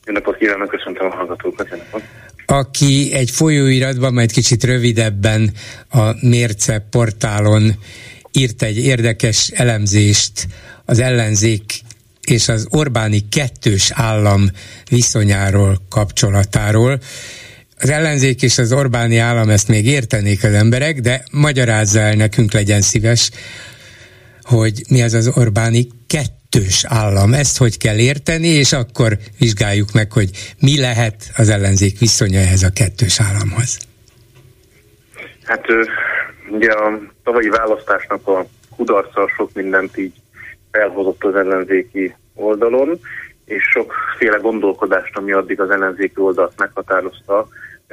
Jó napot kívánok, köszöntöm a hallgatókat. Aki egy folyóiratban, majd kicsit rövidebben a Mérce portálon írt egy érdekes elemzést az ellenzék és az Orbáni kettős állam viszonyáról, kapcsolatáról. Az ellenzék és az Orbáni állam, ezt még értenék az emberek, de magyarázza el nekünk, legyen szíves, hogy mi az az Orbáni kettős állam. Ezt hogy kell érteni, és akkor vizsgáljuk meg, hogy mi lehet az ellenzék viszonya ehhez a kettős államhoz. Hát ugye a tavalyi választásnak a kudarca sok mindent így felhozott az ellenzéki oldalon, és sokféle gondolkodást, ami addig az ellenzéki oldalt meghatározta,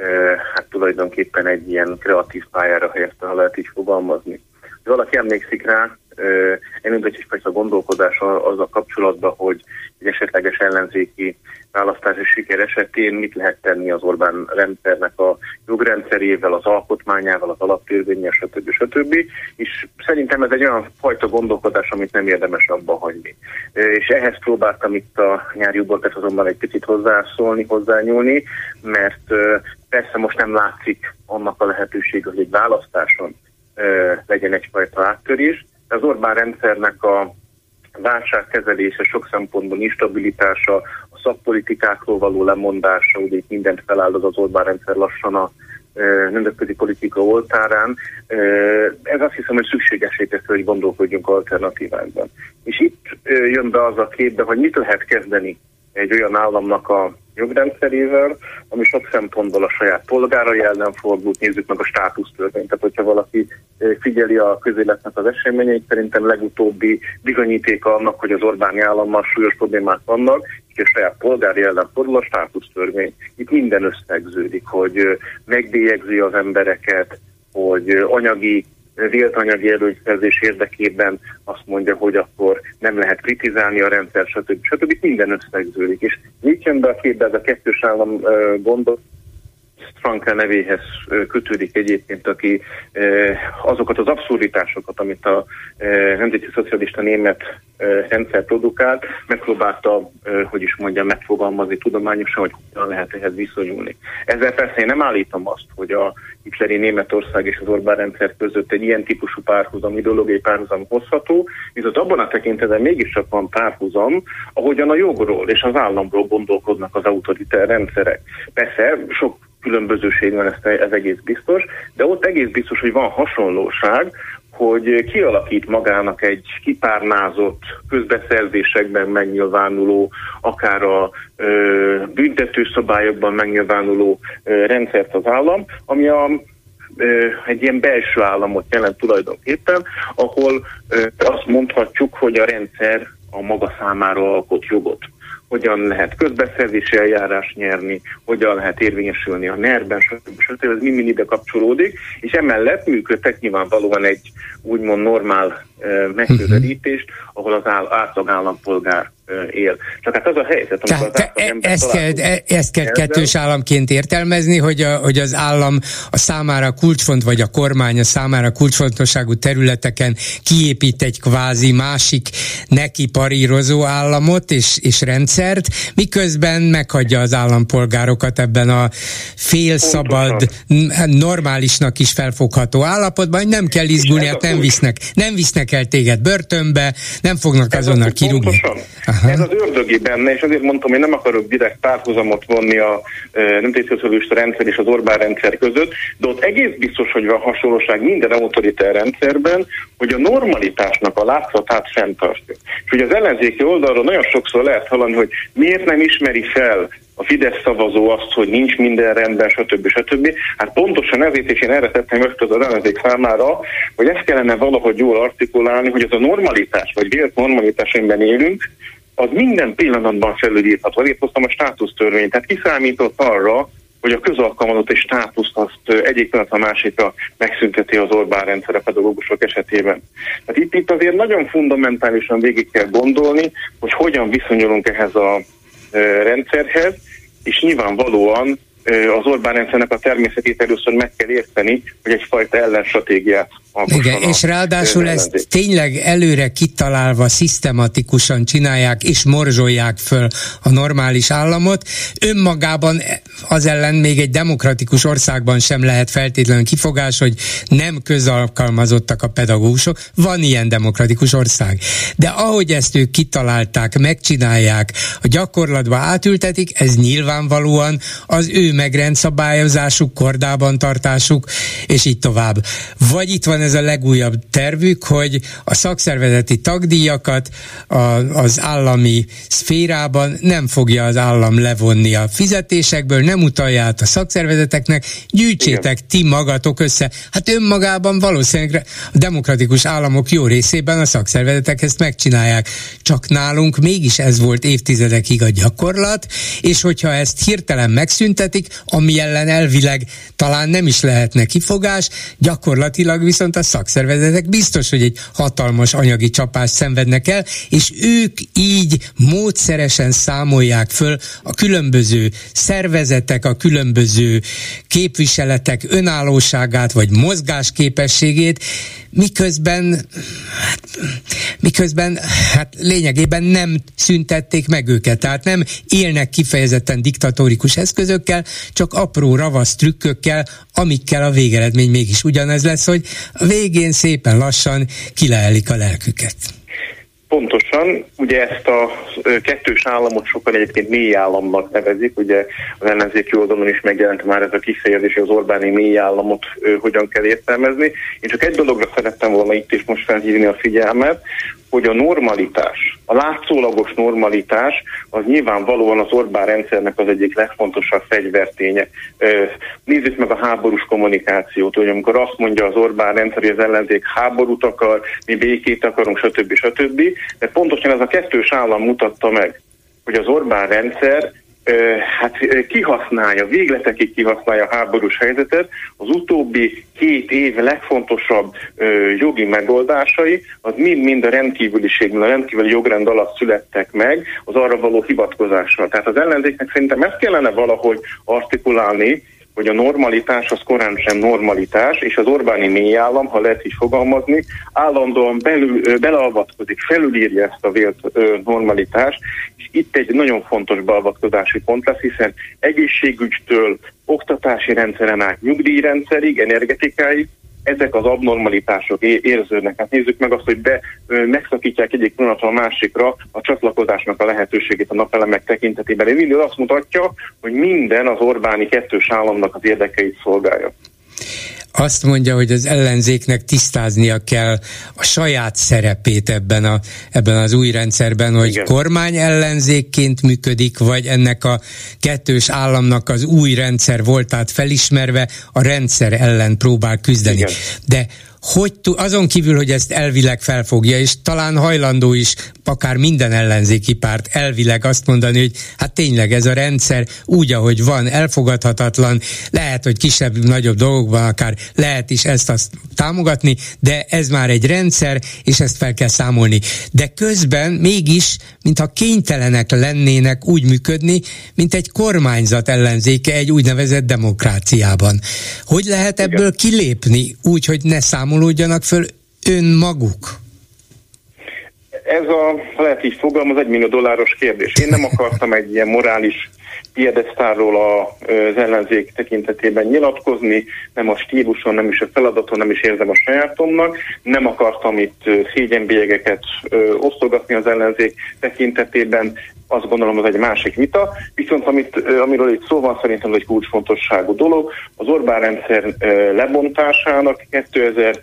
hát tulajdonképpen egy ilyen kreatív pályára helyezte, ha lehet így fogalmazni. Ha valaki emlékszik rá, elindult egyfajta gondolkodás azzal kapcsolatban, hogy egy esetleges ellenzéki választási siker esetén mit lehet tenni az Orbán rendszernek a jogrendszerével, az alkotmányával, az alaptörvénnyel, stb. stb. És szerintem ez egy olyan fajta gondolkodás, amit nem érdemes abba hagyni. És ehhez próbáltam itt a nyári uborkát azonban egy picit hozzászólni, hozzányúlni, mert persze most nem látszik annak a lehetőség, hogy egy választáson legyen egyfajta áttörés, de az Orbán rendszernek a válságkezelése, sok szempontból instabilitása, a szakpolitikákról való lemondása, ugye itt mindent feláldoz az Orbán rendszer lassan a e, nemzetközi politika oltárán. E, ez azt hiszem, hogy szükségesé teszi, hogy gondolkodjunk alternatívákban. És itt e, jön be az a képbe, hogy mit lehet kezdeni egy olyan államnak a jogrendszerével, ami sok szempontból a saját polgárai ellen fordult. Nézzük meg a státusztörvényt. Tehát, hogyha valaki figyeli a közéletnek az eseményeit, szerintem legutóbbi bizonyítéka annak, hogy az Orbáni állammal súlyos problémák vannak, és a saját polgári ellen fordul a státusztörvény. Itt minden összegződik, hogy megbélyegzi az embereket, hogy anyagi vélt anyagi előnyszerzés érdekében azt mondja, hogy akkor nem lehet kritizálni a rendszer, stb. stb. Minden összegződik. És így jön be a képbe ez a kettős állam gondot, Frankel nevéhez kötődik egyébként, aki azokat az abszurditásokat, amit a nemzeti szocialista német rendszer produkált, megpróbálta, hogy is mondjam, megfogalmazni tudományosan, hogy hogyan lehet ehhez viszonyulni. Ezzel persze én nem állítom azt, hogy a hitleri Németország és az Orbán rendszer között egy ilyen típusú párhuzam, ideológiai párhuzam hozható, viszont abban a tekintetben mégiscsak van párhuzam, ahogyan a jogról és az államról gondolkodnak az autoritár rendszerek. Persze sok különbözőség van, ez, ez egész biztos, de ott egész biztos, hogy van hasonlóság, hogy kialakít magának egy kipárnázott, közbeszerzésekben megnyilvánuló, akár a ö, büntetőszabályokban megnyilvánuló ö, rendszert az állam, ami a, ö, egy ilyen belső államot jelent tulajdonképpen, ahol ö, azt mondhatjuk, hogy a rendszer a maga számára alkot jogot. Hogyan lehet közbeszerzési eljárást nyerni, hogyan lehet érvényesülni a nerben, stb. stb. Ez mind ide kapcsolódik, és emellett működtek nyilvánvalóan egy úgymond normál uh, megközelítést, ahol az áll, átlag állampolgár uh, él. Csak hát az a helyzet, amikor az átlag ember ezt kell, ezt kell ezzel kettős államként értelmezni, hogy, a, hogy az állam a számára kulcsfont, vagy a kormány a számára kulcsfontosságú területeken kiépít egy kvázi másik neki parírozó államot és, és rendszert, miközben meghagyja az állampolgárokat ebben a félszabad, normálisnak is felfogható állapotban, hogy nem kell izgulni, hát nem visznek, nem visznek el téged börtönbe, nem fognak ez azonnal kirúgni. Ez az ördögi benne, és azért mondtam, hogy nem akarok direkt párhuzamot vonni a e, nemzeti-szocialista rendszer és az Orbán rendszer között, de ott egész biztos, hogy van hasonlóság minden autoritár rendszerben, hogy a normalitásnak a látszatát fenntartja. És ugye az ellenzéki oldalról nagyon sokszor lehet hallani, hogy miért nem ismeri fel a Fidesz szavazó azt, hogy nincs minden rendben, stb. stb. Hát pontosan ezért, és én erre tettem most az ellenzék számára, hogy ezt kellene valahogy jól artikulálni, hogy ez a normalitás, vagy vélt normalitás, amiben élünk, az minden pillanatban felülírható. Azért hoztam a státusztörvényt, tehát kiszámított arra, hogy a közalkalmazotti státuszt azt egyik pillanat a másikra megszünteti az Orbán rendszer a pedagógusok esetében. Tehát itt, itt azért nagyon fundamentálisan végig kell gondolni, hogy hogyan viszonyulunk ehhez a rendszerhez, és nyilvánvalóan az Orbán rendszernek a természetét először meg kell érteni, hogy egyfajta ellenstratégiát alkosson. Igen, és ráadásul ezt tényleg előre kitalálva, szisztematikusan csinálják, és morzsolják föl a normális államot. Önmagában az ellen még egy demokratikus országban sem lehet feltétlenül kifogás, hogy nem közalkalmazottak a pedagógusok. Van ilyen demokratikus ország. De ahogy ezt ők kitalálták, megcsinálják, a gyakorlatba átültetik, ez nyilvánvalóan az ő megrendszabályozásuk, kordában tartásuk, és így tovább. Vagy itt van ez a legújabb tervük, hogy a szakszervezeti tagdíjakat a, az állami szférában nem fogja az állam levonni a fizetésekből, nem utalja át a szakszervezeteknek, gyűjtsétek Igen. ti magatok össze. Hát önmagában valószínűleg a demokratikus államok jó részében a szakszervezetek ezt megcsinálják. Csak nálunk mégis ez volt évtizedekig a gyakorlat, és hogyha ezt hirtelen megszüntetik, ami ellen elvileg talán nem is lehetne kifogás, gyakorlatilag viszont a szakszervezetek biztos, hogy egy hatalmas anyagi csapást szenvednek el, és ők így módszeresen számolják föl a különböző szervezetek, a különböző képviseletek önállóságát, vagy mozgásképességét, miközben miközben hát lényegében nem szüntették meg őket, tehát nem élnek kifejezetten diktatórikus eszközökkel, csak apró ravasz trükkökkel, amikkel a végeredmény mégis ugyanez lesz, hogy a végén szépen lassan kilehelik a lelküket. Pontosan, ugye ezt a kettős államot sokan egyébként mély államnak nevezik, ugye az ellenzéki oldalon is megjelent már ez a kifejezés, hogy az Orbáni mély államot ö, hogyan kell értelmezni. Én csak egy dologra szerettem volna itt és most felhívni a figyelmet, hogy a normalitás, a látszólagos normalitás az nyilvánvalóan az Orbán rendszernek az egyik legfontosabb fegyverténye. Nézzük meg a háborús kommunikációt, hogy amikor azt mondja az Orbán rendszer, hogy az ellenzék háborút akar, mi békét akarunk, stb. stb. De pontosan ez a kettős állam mutatta meg, hogy az Orbán rendszer hát kihasználja, végletekig kihasználja a háborús helyzetet. Az utóbbi két év legfontosabb ö, jogi megoldásai, az mind-mind a rendkívüliség, a rendkívüli jogrend alatt születtek meg az arra való hivatkozással. Tehát az ellenzéknek szerintem ezt kellene valahogy artikulálni, hogy a normalitás az korán sem normalitás, és az Orbáni mély állam, ha lehet így fogalmazni, állandóan belül, beleavatkozik, felülírja ezt a vélt ö, normalitást, és itt egy nagyon fontos beavatkozási pont lesz, hiszen egészségügytől, oktatási rendszeren át, nyugdíjrendszerig, energetikáig, ezek az abnormalitások érződnek. Hát nézzük meg azt, hogy be, ö, megszakítják egyik pillanatra a másikra a csatlakozásnak a lehetőségét a napelemek tekintetében. Ez mindig azt mutatja, hogy minden az Orbáni kettős államnak az érdekeit szolgálja. Azt mondja, hogy az ellenzéknek tisztáznia kell a saját szerepét ebben, a, ebben az új rendszerben, hogy Igen. kormány ellenzékként működik, vagy ennek a kettős államnak az új rendszer voltát felismerve a rendszer ellen próbál küzdeni. Igen. De hogy azon kívül, hogy ezt elvileg felfogja, és talán hajlandó is akár minden ellenzéki párt elvileg azt mondani, hogy hát tényleg ez a rendszer úgy, ahogy van, elfogadhatatlan, lehet, hogy kisebb-nagyobb dolgokban akár lehet is ezt-azt támogatni, de ez már egy rendszer, és ezt fel kell számolni. De közben mégis, mintha kénytelenek lennének úgy működni, mint egy kormányzat ellenzéke egy úgynevezett demokráciában. Hogy lehet ebből Igen. kilépni úgy, hogy ne számolódjanak föl önmaguk? Ez a, lehet így fogalmaz, egy millió dolláros kérdés. Én nem akartam egy ilyen morális piedesztálról az ellenzék tekintetében nyilatkozni, nem a stíluson, nem is a feladaton, nem is érzem a sajátomnak, nem akartam itt szégyenbélyegeket osztogatni az ellenzék tekintetében, azt gondolom, az egy másik vita, viszont amit, amiről itt szó van, szerintem ez egy kulcsfontosságú dolog. Az Orbán rendszer lebontásának kétezer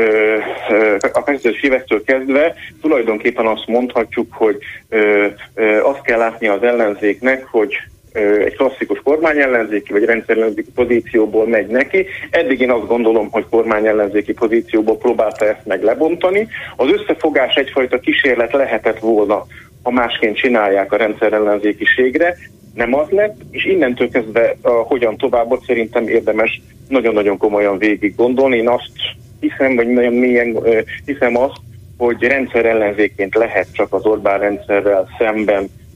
a kétezres évektől kezdve tulajdonképpen azt mondhatjuk, hogy azt kell látni az ellenzéknek, hogy egy klasszikus kormányellenzéki vagy rendszerellenzéki pozícióból megy neki. Eddig én azt gondolom, hogy kormányellenzéki pozícióból próbálta ezt meg lebontani. Az összefogás egyfajta kísérlet lehetett volna, ha másként csinálják a rendszerellenzékiségre, nem az lett, és innentől kezdve a hogyan továbbot szerintem érdemes nagyon-nagyon komolyan végig gondolni. Én azt hiszem, vagy nagyon mélyen hiszem azt, hogy rendszerellenzékként lehet csak az Orbán rendszerrel szemben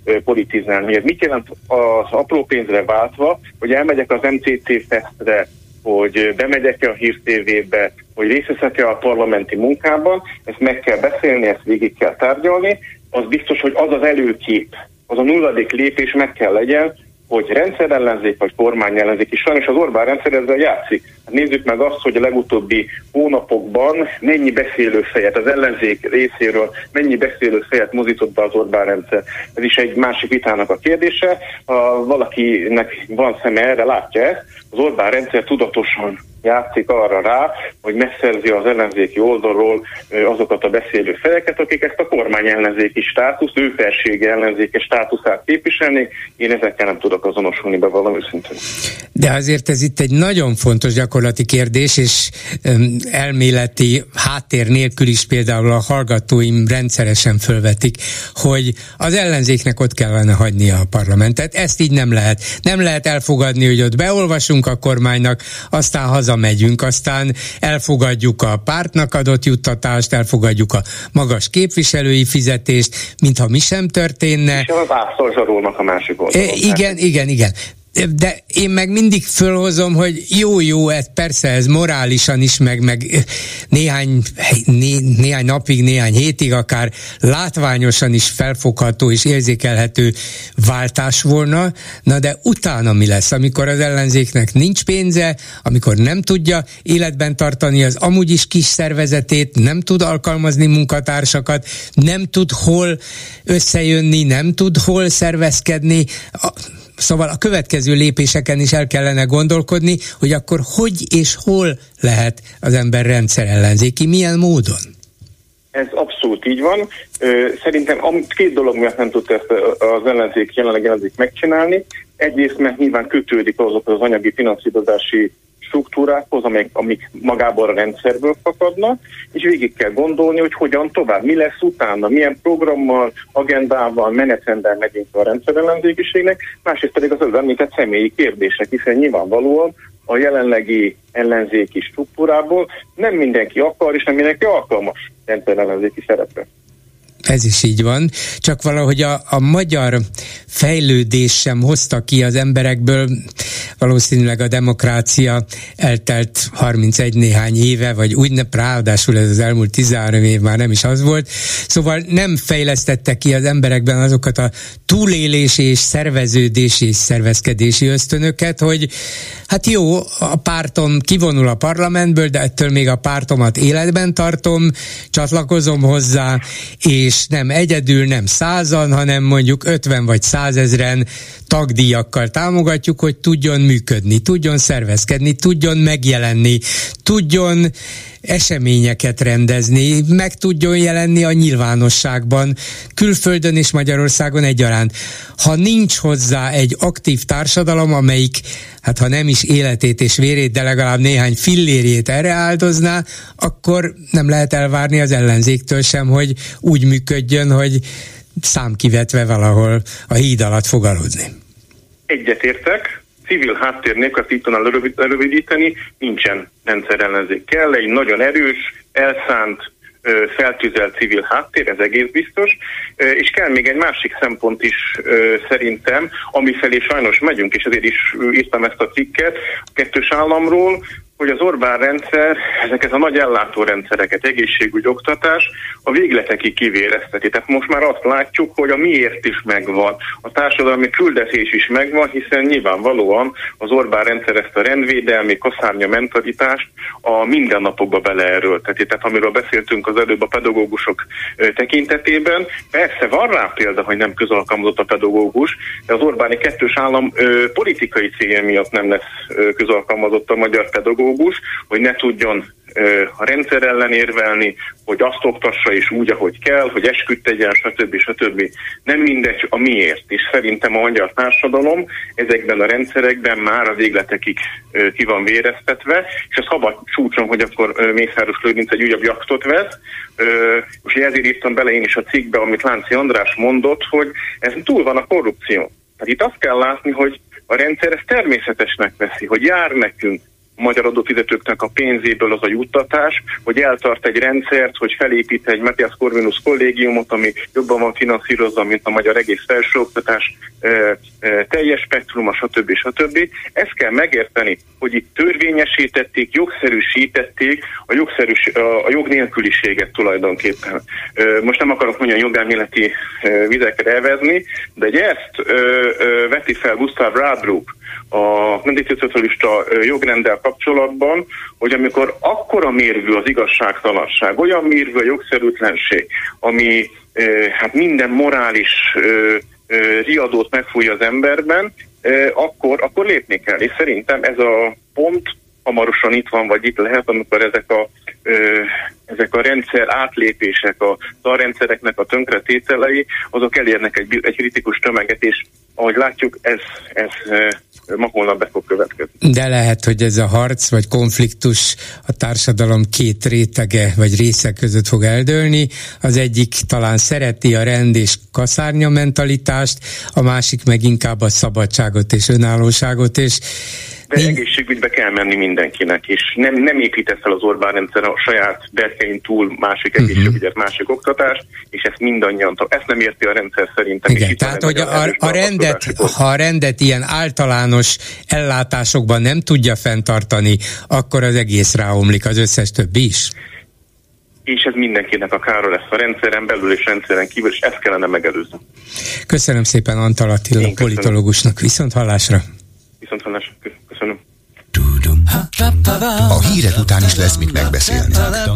politizálni. Ez mit jelent az apró pénzre váltva, hogy elmegyek az em cé cé Festre, hogy bemegyek-e a Hír té vébe, hogy részt veszek-e a parlamenti munkában, ezt meg kell beszélni, ezt végig kell tárgyalni, az biztos, hogy az az előkép, az a nulladik lépés meg kell legyen, hogy rendszerellenzék vagy kormányellenzék is. Sajnos az Orbán rendszer ezzel játszik. Hát nézzük meg azt, hogy a legutóbbi hónapokban mennyi beszélőfejet az ellenzék részéről, mennyi beszélőfejet mozított be az Orbán rendszer. Ez is egy másik vitának a kérdése. Ha valakinek van szeme erre, látja ezt, az Orbán rendszer tudatosan játszik arra rá, hogy megszerzi az ellenzéki oldalról azokat a beszélő feleket, akik ezt a kormány ellenzéki státusz, őpersége ellenzéki státuszát képviselnék. Én ezekkel nem tudok azonosulni, be valami őszintén. De azért ez itt egy nagyon fontos gyakorlati kérdés, és um, elméleti háttér nélkül is például a hallgatóim rendszeresen fölvetik, hogy az ellenzéknek ott kellene hagynia a parlamentet. Ezt így nem lehet. Nem lehet elfogadni, hogy ott beolvasunk a kormánynak, aztán hazamegyünk, aztán elfogadjuk a pártnak adott juttatást, elfogadjuk a magas képviselői fizetést, mintha mi sem történne. És az ászolzsarolnak a másik oldalon. E, igen, igen, igen. De én meg mindig fölhozom, hogy jó-jó, ez persze ez morálisan is, meg, meg néhány, né, néhány napig, néhány hétig akár látványosan is felfogható és érzékelhető váltás volna, na de utána mi lesz, amikor az ellenzéknek nincs pénze, amikor nem tudja életben tartani az amúgy is kis szervezetét, nem tud alkalmazni munkatársakat, nem tud hol összejönni, nem tud hol szervezkedni. Szóval a következő lépéseken is el kellene gondolkodni, hogy akkor hogy és hol lehet az ember rendszerellenzéki, milyen módon? Ez abszolút így van. Szerintem két dolog miatt nem tudta ezt az ellenzék, jelenleg ellenzék megcsinálni. Egyrészt, mert nyilván kötődik azok az anyagi finanszírozási struktúrákhoz, amik, amik magából a rendszerből fakadnak, és végig kell gondolni, hogy hogyan tovább, mi lesz utána, milyen programmal, agendával, menetrenddel megyünk a rendszerellenzékiségnek, másrészt pedig az az említett személyi kérdések, hiszen nyilvánvalóan a jelenlegi ellenzéki struktúrából nem mindenki akar, és nem mindenki alkalmas rendszerellenzéki szerepre. Ez is így van, csak valahogy a, a magyar fejlődés sem hozta ki az emberekből, valószínűleg a demokrácia eltelt harmincegy néhány éve, vagy úgy ne, ráadásul ez az elmúlt tizenhárom év már nem is az volt, szóval nem fejlesztette ki az emberekben azokat a túlélési és szerveződési és szervezkedési ösztönöket, hogy hát jó, a pártom kivonul a parlamentből, de ettől még a pártomat életben tartom, csatlakozom hozzá, és nem egyedül, nem százan, hanem mondjuk ötven vagy százezren tagdíjakkal támogatjuk, hogy tudjon működni, tudjon szervezkedni, tudjon megjelenni, tudjon eseményeket rendezni, meg tudjon jelenni a nyilvánosságban, külföldön és Magyarországon egyaránt. Ha nincs hozzá egy aktív társadalom, amelyik, hát ha nem is életét és vérét, de legalább néhány fillérjét erre áldozná, akkor nem lehet elvárni az ellenzéktől sem, hogy úgy működjön, hogy számkivetve valahol a híd alatt fog aludni. Egyetértek. Civil háttér nélkül, ezt így tudnám lerövidíteni, nincsen rendszerellenzék. Kell egy nagyon erős, elszánt, feltűzelt civil háttér, ez egész biztos, és kell még egy másik szempont is szerintem, amifelé sajnos megyünk, és ezért is írtam ezt a cikket a kettős államról, hogy az Orbán rendszer, ezeket a nagy ellátórendszereket, egészségügy, oktatás a végletekig kivérezteti. Tehát most már azt látjuk, hogy a miért is megvan, a társadalmi küldetés is megvan, hiszen nyilvánvalóan az Orbán rendszer ezt a rendvédelmi, kaszárnya mentalitást a mindennapokba beleerőlteti. Tehát amiről beszéltünk az előbb a pedagógusok tekintetében, persze van rá példa, hogy nem közalkalmazott a pedagógus, de az Orbáni kettős állam ö, politikai célja miatt nem lesz ö, közalkalmazott a magyar pedagógus, hogy ne tudjon ö, a rendszer ellen érvelni, hogy azt oktassa is úgy, ahogy kell, hogy esküdt tegyen, stb. stb. Nem mindegy a miért, és szerintem a magyar társadalom ezekben a rendszerekben már a végletekig ö, ki van véreztetve, és ez szabad csúcson, hogy akkor ö, Mészáros Lőrinc egy újabb jaktot vesz, ö, és ezért írtam bele én is a cikkbe, amit Lánci András mondott, hogy ez túl van a korrupció. Tehát itt azt kell látni, hogy a rendszer ezt természetesnek veszi, hogy jár nekünk, magyar adófizetőknek a pénzéből az a juttatás, hogy eltart egy rendszert, hogy felépít egy Matthias Corvinus kollégiumot, ami jobban van finanszírozva, mint a magyar egész felsőoktatás, e, e, teljes spektruma, stb. stb. Ezt kell megérteni, hogy itt törvényesítették, jogszerűsítették a, jogszerűs, a, a jog nélküliséget tulajdonképpen. E, most nem akarok mondani jogelméleti e, vizekre elvezni, de egy ezt e, e, veti fel Gustav Radbruch a mendiszocialista jogrenddel kapcsolatban, hogy amikor akkora mérvű az igazságtalanság, olyan mérvű a jogszerűtlenség, ami eh, hát minden morális eh, eh, riadót megfújja az emberben, eh, akkor, akkor lépni kell. És szerintem ez a pont hamarosan itt van, vagy itt lehet, amikor ezek a, eh, ezek a rendszer átlépések, a tanrendszereknek a tönkretételei, azok elérnek egy, egy kritikus tömeget, és ahogy látjuk, ez, ez eh, ma holnap be fog következni. De lehet, hogy ez a harc vagy konfliktus a társadalom két rétege vagy része között fog eldőlni. Az egyik talán szereti a rend és kaszárnya mentalitást, a másik meg inkább a szabadságot és önállóságot, és de egészségügybe kell menni mindenkinek, és nem, nem épített fel az Orbán rendszer a saját berkein túl másik egészségügyet, uh-huh. másik oktatást, és ezt mindannyian, ezt nem érti a rendszer szerintem. Igen, tehát hogy a, a, a rendet, ha a rendet ilyen általános ellátásokban nem tudja fenntartani, akkor az egész ráomlik, az összes többi is. És ez mindenkinek a kára lesz a rendszeren belül és rendszeren kívül, és ezt kellene megelőzni. Köszönöm szépen Antal Attila politológusnak, viszont hallásra. Viszont hallásra. Köszönöm. A hírek után is lesz mit megbeszélni.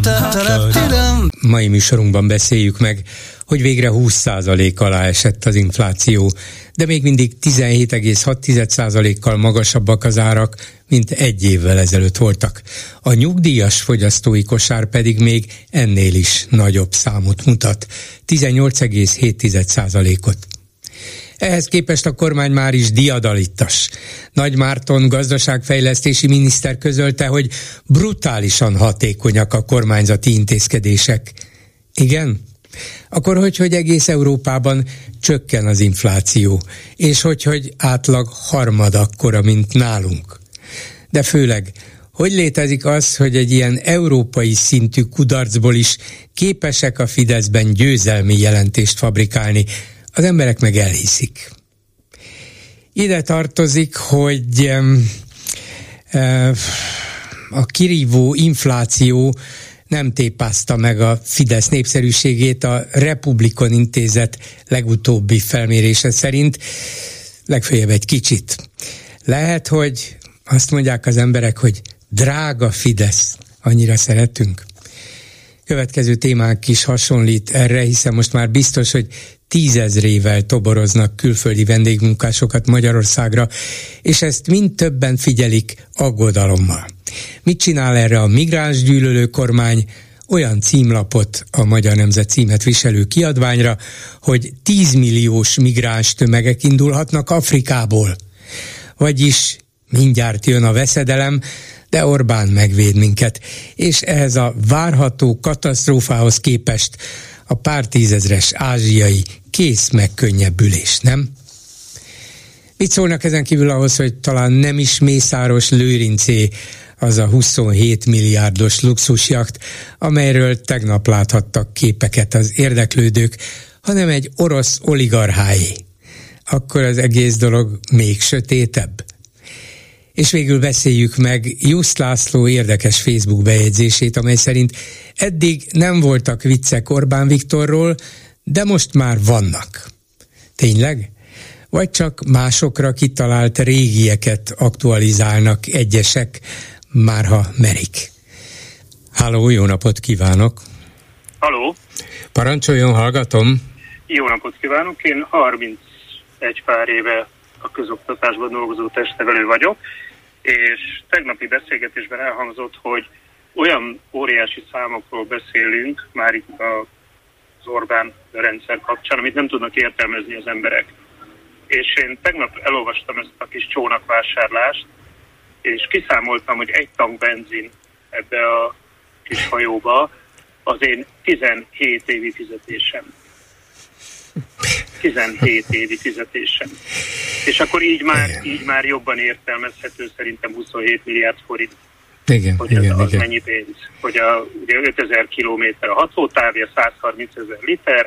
Mai műsorunkban beszéljük meg, hogy végre húsz százalék alá esett az infláció, de még mindig tizenhét egész hat százalékkal magasabbak az árak, mint egy évvel ezelőtt voltak. A nyugdíjas fogyasztói kosár pedig még ennél is nagyobb számot mutat, tizennyolc egész hét százalékot. Ehhez képest a kormány már is diadalittas. Nagy Márton gazdaságfejlesztési miniszter közölte, hogy brutálisan hatékonyak a kormányzati intézkedések. Igen? Akkor hogy, hogy egész Európában csökken az infláció, és hogy, hogy átlag harmad akkora, mint nálunk. De főleg, hogy létezik az, hogy egy ilyen európai szintű kudarcból is képesek a Fideszben győzelmi jelentést fabrikálni, az emberek meg elhiszik. Ide tartozik, hogy a kirívó infláció nem tépázta meg a Fidesz népszerűségét a Republikon Intézet legutóbbi felmérése szerint, legfeljebb egy kicsit. Lehet, hogy azt mondják az emberek, hogy drága Fidesz, annyira szeretünk. Következő témánk is hasonlít erre, hiszen most már biztos, hogy tízezrével toboroznak külföldi vendégmunkásokat Magyarországra, és ezt mind többen figyelik aggodalommal. Mit csinál erre a migránsgyűlölő kormány? Olyan címlapot, a Magyar Nemzet címet viselő kiadványra, hogy tízmilliós migráns tömegek indulhatnak Afrikából. Vagyis mindjárt jön a veszedelem, de Orbán megvéd minket, és ehhez a várható katasztrófához képest a pár tízezres ázsiai kész megkönnyebbülés, nem? Mit szólnak ezen kívül ahhoz, hogy talán nem is Mészáros Lőrincé az a huszonhét milliárdos luxusjacht, amelyről tegnap láthattak képeket az érdeklődők, hanem egy orosz oligarcháé. Akkor az egész dolog még sötétebb. És végül beszéljük meg Jusz László érdekes Facebook bejegyzését, amely szerint eddig nem voltak viccek Orbán Viktorról, de most már vannak. Tényleg? Vagy csak másokra kitalált régieket aktualizálnak egyesek, márha merik. Halló, jó napot kívánok! Halló! Parancsoljon, hallgatom! Jó napot kívánok! Én harmincegy pár éve a közoktatásban dolgozó testnevelő vagyok, és tegnapi beszélgetésben elhangzott, hogy olyan óriási számokról beszélünk, már itt az Orbán rendszer kapcsán, amit nem tudnak értelmezni az emberek. És én tegnap elolvastam ezt a kis csónakvásárlást, és kiszámoltam, hogy egy tank benzin ebbe a kis hajóba az én tizenhét évi fizetésem. tizenhét évi fizetésem. És akkor így már, így már jobban értelmezhető szerintem huszonhét milliárd forint. Igen, hogy igen, az, az igen. mennyi pénz. Hogy a, ugye ötezer kilométer a hatótávja, százharmincezer liter,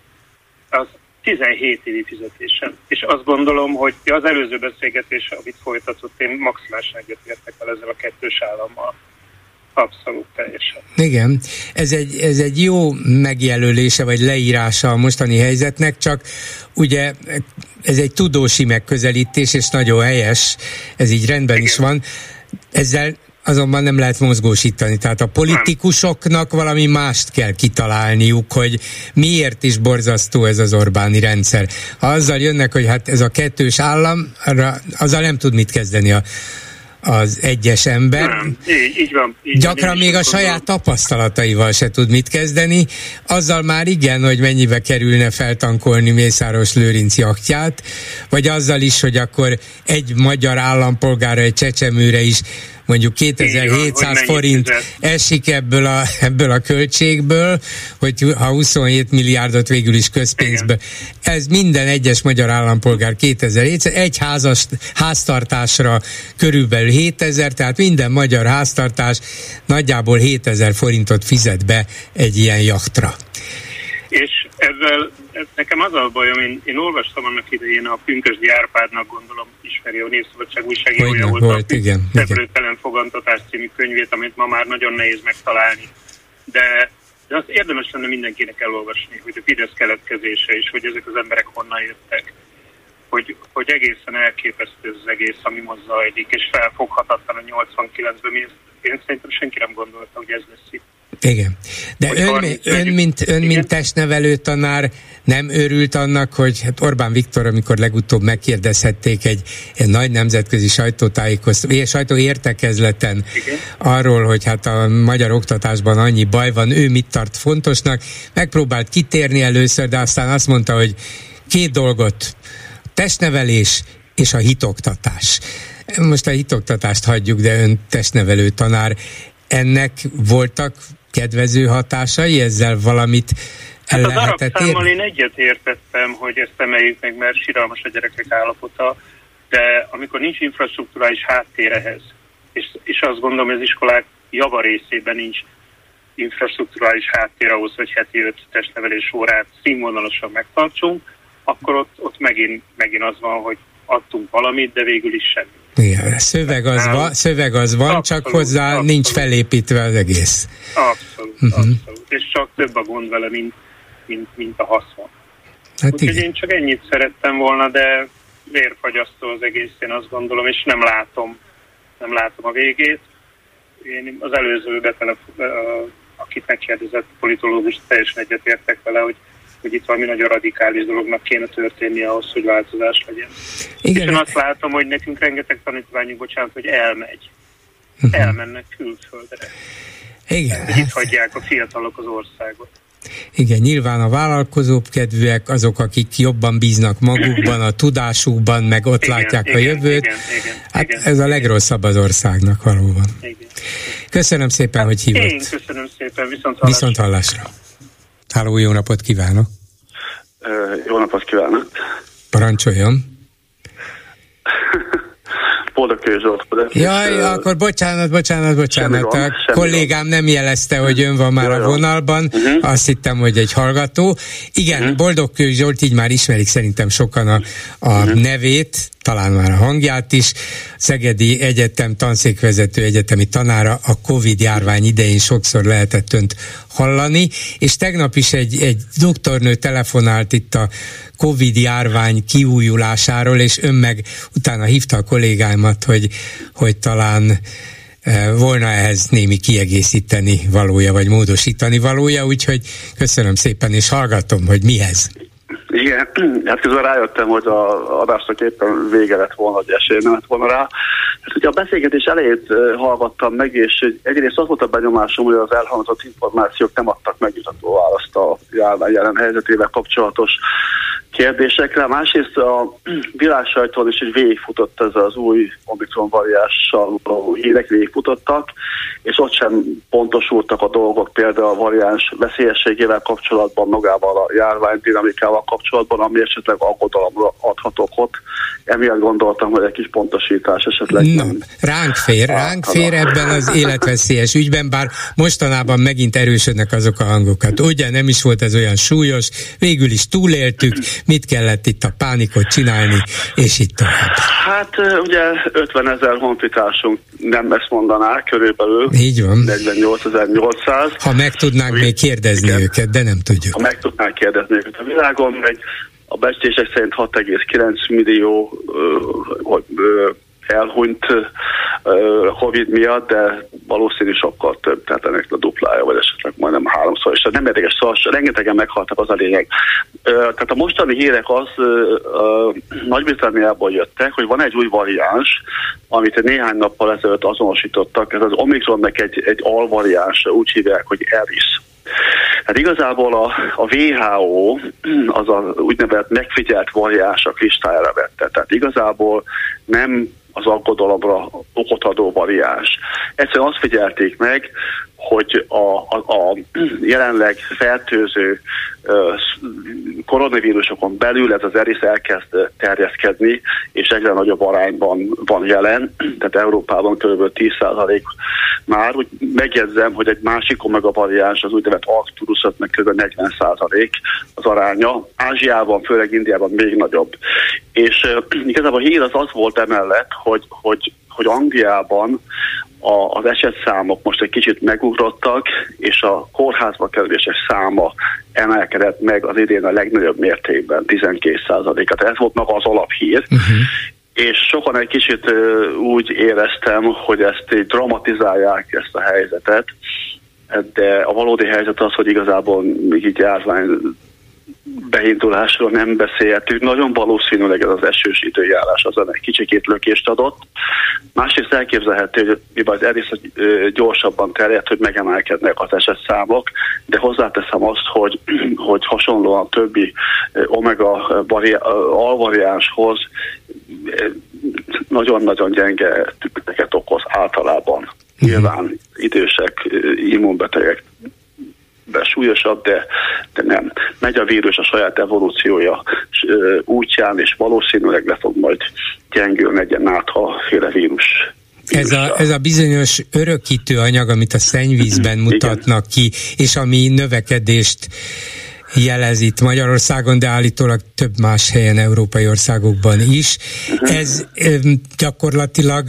az tizenhét évi fizetésen. És azt gondolom, hogy az előző beszélgetés, amit folytatott, én maximálisan egyetértek el ezzel a kettős állammal. Abszolút teljesen. Igen, ez egy, ez egy jó megjelölése, vagy leírása a mostani helyzetnek, csak ugye ez egy tudósi megközelítés, és nagyon helyes, ez így rendben Igen. is van. Ezzel azonban nem lehet mozgósítani. Tehát a politikusoknak valami mást kell kitalálniuk, hogy miért is borzasztó ez az Orbáni rendszer. Ha azzal jönnek, hogy hát ez a kettős állam, arra, azzal nem tud mit kezdeni a, az egyes ember. Nem, így, így van. Így Gyakran van, még a saját tapasztalataival se tud mit kezdeni. Azzal már igen, hogy mennyibe kerülne feltankolni Mészáros Lőrinc jachtját, vagy azzal is, hogy akkor egy magyar állampolgára, egy csecsemőre is mondjuk kétezer-hétszáz forint esik ebből a, ebből a költségből, hogy ha huszonhét milliárdot végül is közpénzbe. Igen. Ez minden egyes magyar állampolgár kétezer-hétszáz, egy házas, háztartásra körülbelül hétezer, tehát minden magyar háztartás nagyjából hétezer forintot fizet be egy ilyen jachtra. És ezzel, ez nekem az a bajom, én, én olvastam annak idején a Pünkösdi Árpádnak, gondolom ismeri, a Népszabadság újságírója volt, volt, a Szeplőtelen fogantatás című könyvét, amit ma már nagyon nehéz megtalálni. De, de azt érdemes lenne mindenkinek elolvasni, hogy a Fidesz keletkezése is, hogy ezek az emberek honnan jöttek. Hogy, hogy egészen elképesztő az egész, ami most zajlik, és felfoghatatlan a nyolcvankilencben. Én, én szerintem senki nem gondolta, hogy ez lesz itt. Igen. De ön, ön, mint, ön mint testnevelő tanár nem örült annak, hogy hát Orbán Viktor, amikor legutóbb megkérdezhették egy, egy nagy nemzetközi sajtótájékoztató, sajtóértekezleten arról, hogy hát a magyar oktatásban annyi baj van, ő mit tart fontosnak, megpróbált kitérni először, de aztán azt mondta, hogy két dolgot, testnevelés és a hitoktatás. Most a hitoktatást hagyjuk, de ön testnevelő tanár. Ennek voltak kedvező hatásai, ezzel valamit el hát lehetett érni? Az arab számmal én egyet értettem, hogy ezt emeljük meg, mert siralmas a gyerekek állapota, de amikor nincs infrastrukturális háttér ehhez, és, és azt gondolom, hogy az iskolák javarészében nincs infrastrukturális háttér ahhoz, hogy heti öt testnevelés órát színvonalasan megtartsunk, akkor ott, ott megint, megint az van, hogy adtunk valamit, de végül is semmi. Igen, szöveg az, va, szöveg az van, abszolút, csak hozzá abszolút. Nincs felépítve az egész. Abszolút, uh-huh. abszolút. És csak több a gond vele, mint, mint, mint a haszon. Hát úgyhogy én csak ennyit szerettem volna, de vérfagyasztó az egész, én azt gondolom, és nem látom, nem látom a végét. Én az előző betelefon, akit megkérdezett politológus, teljesen egyetértek vele, hogy hogy itt valami nagyon radikális dolognak kéne történni ahhoz, hogy változás legyen. Igen. És én azt látom, hogy nekünk rengeteg tanítványunk, bocsánat, hogy elmegy. Uh-huh. Elmennek külföldre. Igen. Itt hagyják a fiatalok az országot. Igen, nyilván a vállalkozóbb kedvűek, azok, akik jobban bíznak magukban, a tudásukban, meg ott igen, látják igen, a jövőt. Igen, igen, hát igen, ez a legrosszabb az országnak valóban. Igen. Köszönöm szépen, hát hogy hívott. Én köszönöm szépen, viszont hallásra. Viszont hallásra. Háló, jó napot kívánok! Uh, jó napot kívánok! Parancsoljon! Boldogkő Zsolt. Jaj, és, akkor bocsánat, bocsánat, bocsánat. Gond, a kollégám van. Nem jelezte, hogy ön van már jó, a vonalban. Uh-huh. Azt hittem, hogy egy hallgató. Igen, uh-huh. Boldogkő Zsolt, így már ismerik szerintem sokan a, a uh-huh. nevét, talán már a hangját is. Szegedi Egyetem tanszékvezető egyetemi tanára, a Covid járvány idején sokszor lehetett önt hallani, és tegnap is egy, egy doktornő telefonált itt a Covid járvány kiújulásáról, és ön meg utána hívta a kollégáimat, hogy, hogy talán e, volna ehhez némi kiegészíteni valója, vagy módosítani valója, úgyhogy köszönöm szépen, és hallgatom, hogy mihez. Igen, hát közben rájöttem, hogy a adásnak éppen vége lett volna, hogy esély nem lett volna rá. Hát ugye a beszélgetés elejét hallgattam meg, és egyrészt az volt a benyomásom, hogy az elhangzott információk nem adtak megjutató választ a járvány jelen helyzetével kapcsolatos kérdésekre. Másrészt a világsajton is egy végigfutott ez az új Omikron variánssal való hírek, végigfutottak, és ott sem pontosultak a dolgok, például a variáns veszélyességével kapcsolatban, magával a járvány dinamikával kapcsolatban, ami esetleg aggodalomra adhatok ott. Emiatt gondoltam, hogy egy kis pontosítás esetleg no, nem. Ránk fér, ránk fér ebben az életveszélyes ügyben, bár mostanában megint erősödnek azok a hangokat. Ugye nem is volt ez olyan súlyos, végül is túléltük, mit kellett itt a pánikot csinálni, és itt tovább. Hát ugye ötvenezer honfitársunk nem ezt mondaná körülbelül. Így van. negyvennyolcezer-nyolcszáz. Ha meg tudnánk még kérdezni igen. őket, de nem tudjuk. Ha meg tudnánk kérdezni őket a világon, meg a becslések szerint hat egész kilenc millió uh, uh, elhunyt uh, Covid miatt, de valószínű sokkal több, tehát ennek a duplája, vagy esetleg majdnem háromszor, és nem érdekes, szóval rengetegen meghaltak, az a lényeg. Uh, tehát a mostani hírek az uh, uh, Nagy-Britanniából jöttek, hogy van egy új variáns, amit néhány nappal ezelőtt azonosítottak, ez az Omikronnak egy, egy alvariáns, úgy hívják, hogy Eris. Hát igazából a, a dupla vé há ó az a úgynevezett megfigyelt variáns a listájára vette. Tehát igazából nem az aggodalomra okot adó variáns. Egyszerűen azt figyelték meg, hogy a, a, a jelenleg fertőző koronavírusokon belül ez az Eris elkezd terjeszkedni, és egyre nagyobb arányban van jelen, tehát Európában kb. tíz százalék már. Úgy megjegyzem, hogy egy másik omega variáns, az úgynevezett Arcturusnak kb. negyven százalék az aránya. Ázsiában, főleg Indiában még nagyobb. És uh, igazából a hír az az volt emellett, hogy, hogy, hogy Angliában a, az esetszámok most egy kicsit megugrottak, és a kórházba kerülések száma emelkedett meg az idén a legnagyobb mértékben, tizenkét százalékat. Ez volt maga az alaphír. Uh-huh. És sokan egy kicsit uh, úgy éreztem, hogy ezt dramatizálják, ezt a helyzetet, de a valódi helyzet az, hogy igazából még így járvány beindulásról nem beszéltünk. Nagyon valószínűleg ez az esős időjárás azon egy kicsikét lökést adott. Másrészt elképzelhető, hogy mivel az Eris gyorsabban terjedt, hogy megemelkednek az esetszámok, de hozzáteszem azt, hogy, hogy hasonlóan a többi omega alvariánshoz nagyon-nagyon gyenge tüneteket okoz általában. Nyilván idősek, immunbetegek de súlyosabb, de, de nem. Megy a vírus a saját evolúciója útján, és valószínűleg le fog majd gyengülni egy nátha-féle vírus. Ez a, ez a bizonyos örökítő anyag, amit a szennyvízben mutatnak ki, és ami növekedést jelez itt Magyarországon, de állítólag több más helyen, európai országokban is. Uh-huh. Ez gyakorlatilag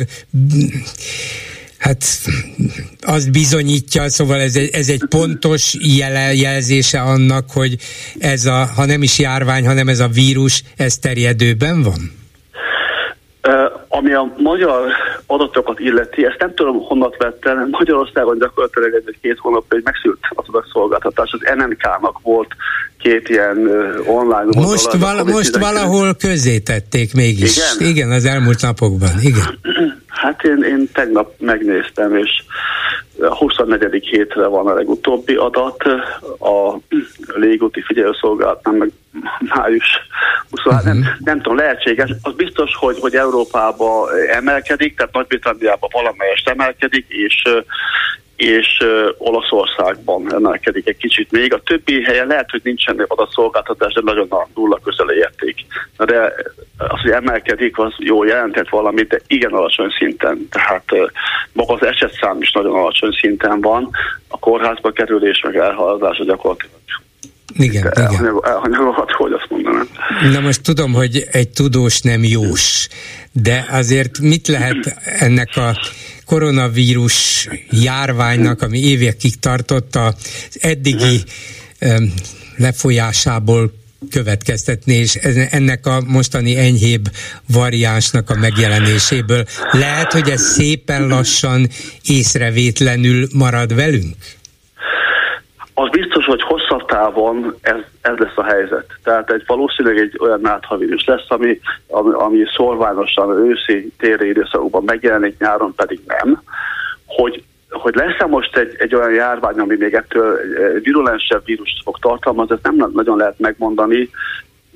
hát azt bizonyítja, szóval ez egy, ez egy pontos jele, jelzése annak, hogy ez a, ha nem is járvány, hanem ez a vírus, ez terjedőben van? Uh, ami a magyar adatokat illeti, ezt nem tudom honnan vettem, Magyarországon gyakorlatilag egy két hónapja egy megszűnt az adatszolgáltatás, az en en ká-nak volt két ilyen uh, online most, val- most valahol közzétették mégis. Igen? Igen, az elmúlt napokban. Igen. Hát én, én tegnap megnéztem, és a huszonnegyedik hétre van a legutóbbi adat, a légúti figyelőszolgálatnál meg május huszonhárom, uh-huh. nem, nem tudom, lehetséges. Az biztos, hogy, hogy Európában emelkedik, tehát Nagy-Britanniában valamelyest emelkedik, és és uh, Olaszországban emelkedik egy kicsit még. A többi helyen lehet, hogy nincsen adatszolgáltatás, de nagyon a nulla közel érték. De az, hogy emelkedik, az jó jelentett valamit, de igen alacsony szinten. Tehát uh, maga az esetszám is nagyon alacsony szinten van. A kórházba kerülés, meg elhaladása gyakorlatilag igen, elhanyagolhat, elhanyagolhat, hogy azt mondanám. Na most tudom, hogy egy tudós nem jós, de azért mit lehet ennek a koronavírus járványnak, ami évekig tartott, az eddigi um, lefolyásából következtetni, és ennek a mostani enyhébb variánsnak a megjelenéséből. Lehet, hogy ez szépen lassan, észrevétlenül marad velünk? Az biztos, hogy hosszabb távon ez, ez lesz a helyzet. Tehát egy valószínűleg egy olyan náthavírus lesz, ami, ami, ami szorványosan őszi téli időszakokban megjelenik, nyáron pedig nem. Hogy, hogy lesz-e most egy, egy olyan járvány, ami még ettől virulensebb vírust fog tartalmazni, ezt nem nagyon lehet megmondani.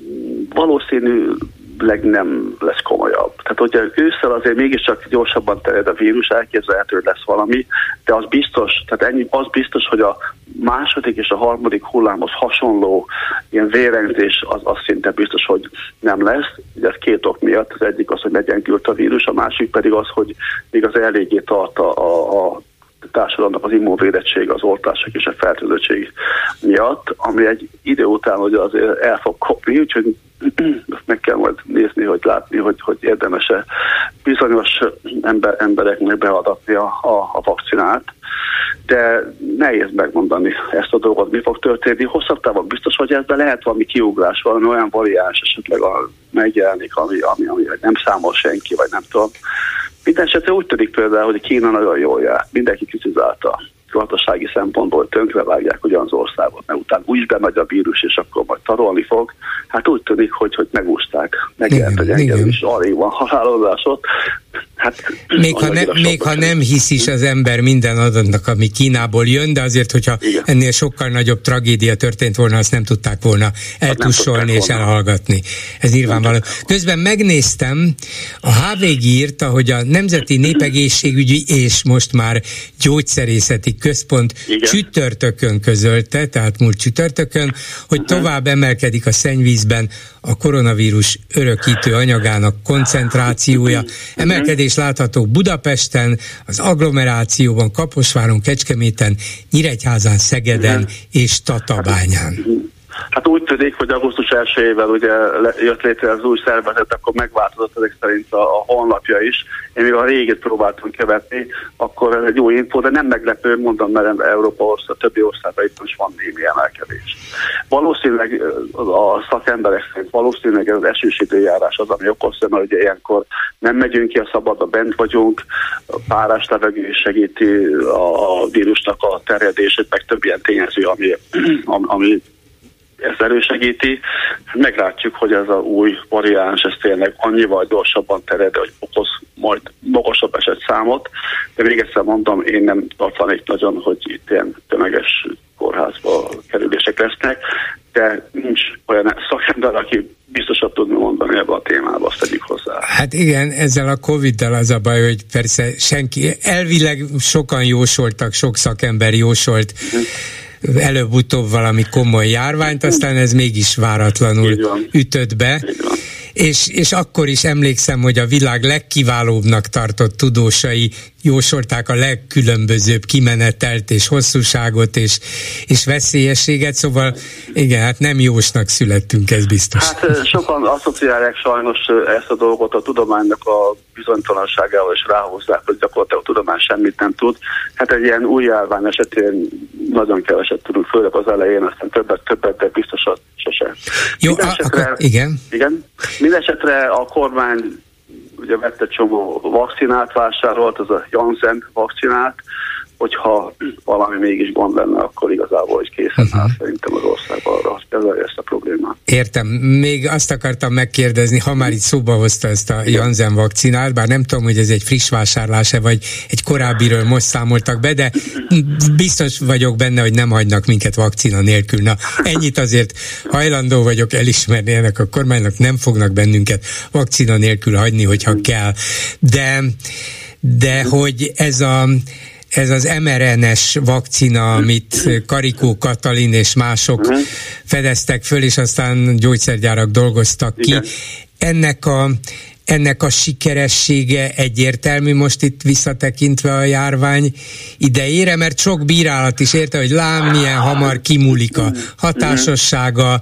valószínűleg nem lesz komolyabb. Tehát, hogyha ősszel azért mégiscsak gyorsabban terjed a vírus, elképzelhető, hogy lesz valami, de az biztos, tehát ennyi, az biztos, hogy a második és a harmadik hullámhoz hasonló ilyen vérengzés, az, az szinte biztos, hogy nem lesz. Ugye ez két ok miatt. Az egyik az, hogy legyengült a vírus, a másik pedig az, hogy még az eléggé tart a, a, a társadalomnak az immunvédettség, az oltások és a fertőzöttség miatt, ami egy idő után hogy azért el fog kopni, úgyhogy meg kell majd nézni, hogy látni, hogy, hogy érdemes-e bizonyos ember, embereknek beadatni a, a, a vakcinát. De nehéz megmondani ezt a dolgot, mi fog történni. Hosszabb távon biztos, hogy ezben lehet valami kiugrás, valami olyan variáns esetleg a, megjelenik, ami, ami, ami nem számol senki, vagy nem tudom. Mindenesetre úgy tűnik például, hogy Kína nagyon jól jár. Mindenki kritizálta. Gazdasági szempontból tönkrevágják ugyan az országot, mert utána úgy bemegy a vírus, és akkor majd tarolni fog. Hát úgy tűnik, hogy, hogy megúszták. Megjelent, hogy engem is alig van halálozás ott. Hát, még ha, ne, még ha nem hisz is az ember minden adatnak, ami Kínából jön, de azért, hogyha igen. ennél sokkal nagyobb tragédia történt volna, azt nem tudták volna eltussolni és volna. elhallgatni. Ez nyilvánvaló. Közben megnéztem, a há vé gé írta, hogy a Nemzeti Népegészségügyi és most már Gyógyszerészeti Központ igen. csütörtökön közölte, tehát múlt csütörtökön, hogy uh-huh. tovább emelkedik a szennyvízben a koronavírus örökítő anyagának koncentrációja. Emelkedés látható Budapesten, az agglomerációban, Kaposváron, Kecskeméten, Nyíregyházán, Szegeden uh-huh. és Tatabányán. Hát úgy tűnik, hogy augusztus elsejével ugye jött létre az új szervezet, akkor megváltozott ezek szerint a, a honlapja is. Én még a régit próbáltam követni, akkor ez egy jó info, de nem meglepő, mondom, mert Európa ország, többi országban itt is van némi emelkedés. Valószínűleg a szakemberek szerint valószínűleg ez az esős időjárás az, ami okozza, mert ugye ilyenkor nem megyünk ki a szabadba, bent vagyunk, a párás levegő segíti a, a vírusnak a terjedését, meg több ilyen tényező, ami, ami ezt elősegíti. Meglátjuk, hogy ez a új variáns, ez tényleg annyival gyorsabban terjed, hogy okoz majd magasabb esetszámot, de még egyszer mondom, én nem tartanék nagyon, hogy itt ilyen tömeges kórházba kerülések lesznek, de nincs olyan szakember, aki biztosabb tudna mondani ebben a témában, azt tegyük hozzá. Hát igen, ezzel a Covid-dal az a baj, hogy persze senki, elvileg sokan jósoltak, sok szakember jósolt, hm. előbb-utóbb valami komoly járványt, aztán ez mégis váratlanul ütött be. És, és akkor is emlékszem, hogy a világ legkiválóbbnak tartott tudósai jósolták a legkülönbözőbb kimenetelt és hosszúságot és, és veszélyességet, szóval igen, hát nem jósnak születtünk, ez biztos. Hát sokan asszociálják sajnos ezt a dolgot a tudománynak a bizonytalanságával, és ráhozzák, hogy gyakorlatilag a tudomány semmit nem tud. Hát egy ilyen új járvány esetén nagyon keveset tudunk, főleg az elején, aztán többet, többet, de biztosan sose. Jó, a, akkor, igen. Igen. Mindenesetre a kormány ugye vett egy csomó vakcinát, vásárolt, az a Janssen vakcinát, hogyha valami mégis gond lenne, akkor igazából is készen áll uh-huh. szerintem az országban arra, hogy kezelje ezt a problémát. Értem. Még azt akartam megkérdezni, ha már itt szóba hozta ezt a Janssen vakcinát, bár nem tudom, hogy ez egy friss vásárlás-e, vagy egy korábbiről most számoltak be, de biztos vagyok benne, hogy nem hagynak minket vakcina nélkül. Na, ennyit azért hajlandó vagyok elismerni ennek a kormánynak, nem fognak bennünket vakcina nélkül hagyni, hogyha kell. De, de hogy ez a Ez az em er en es vakcina, amit Karikó Katalin és mások uh-huh. fedeztek föl, és aztán gyógyszergyárak dolgoztak ki. Igen. Ennek a, ennek a sikeressége egyértelmű most itt visszatekintve a járvány idejére, mert sok bírálat is érte, hogy lám, milyen hamar kimúlik a hatásossága,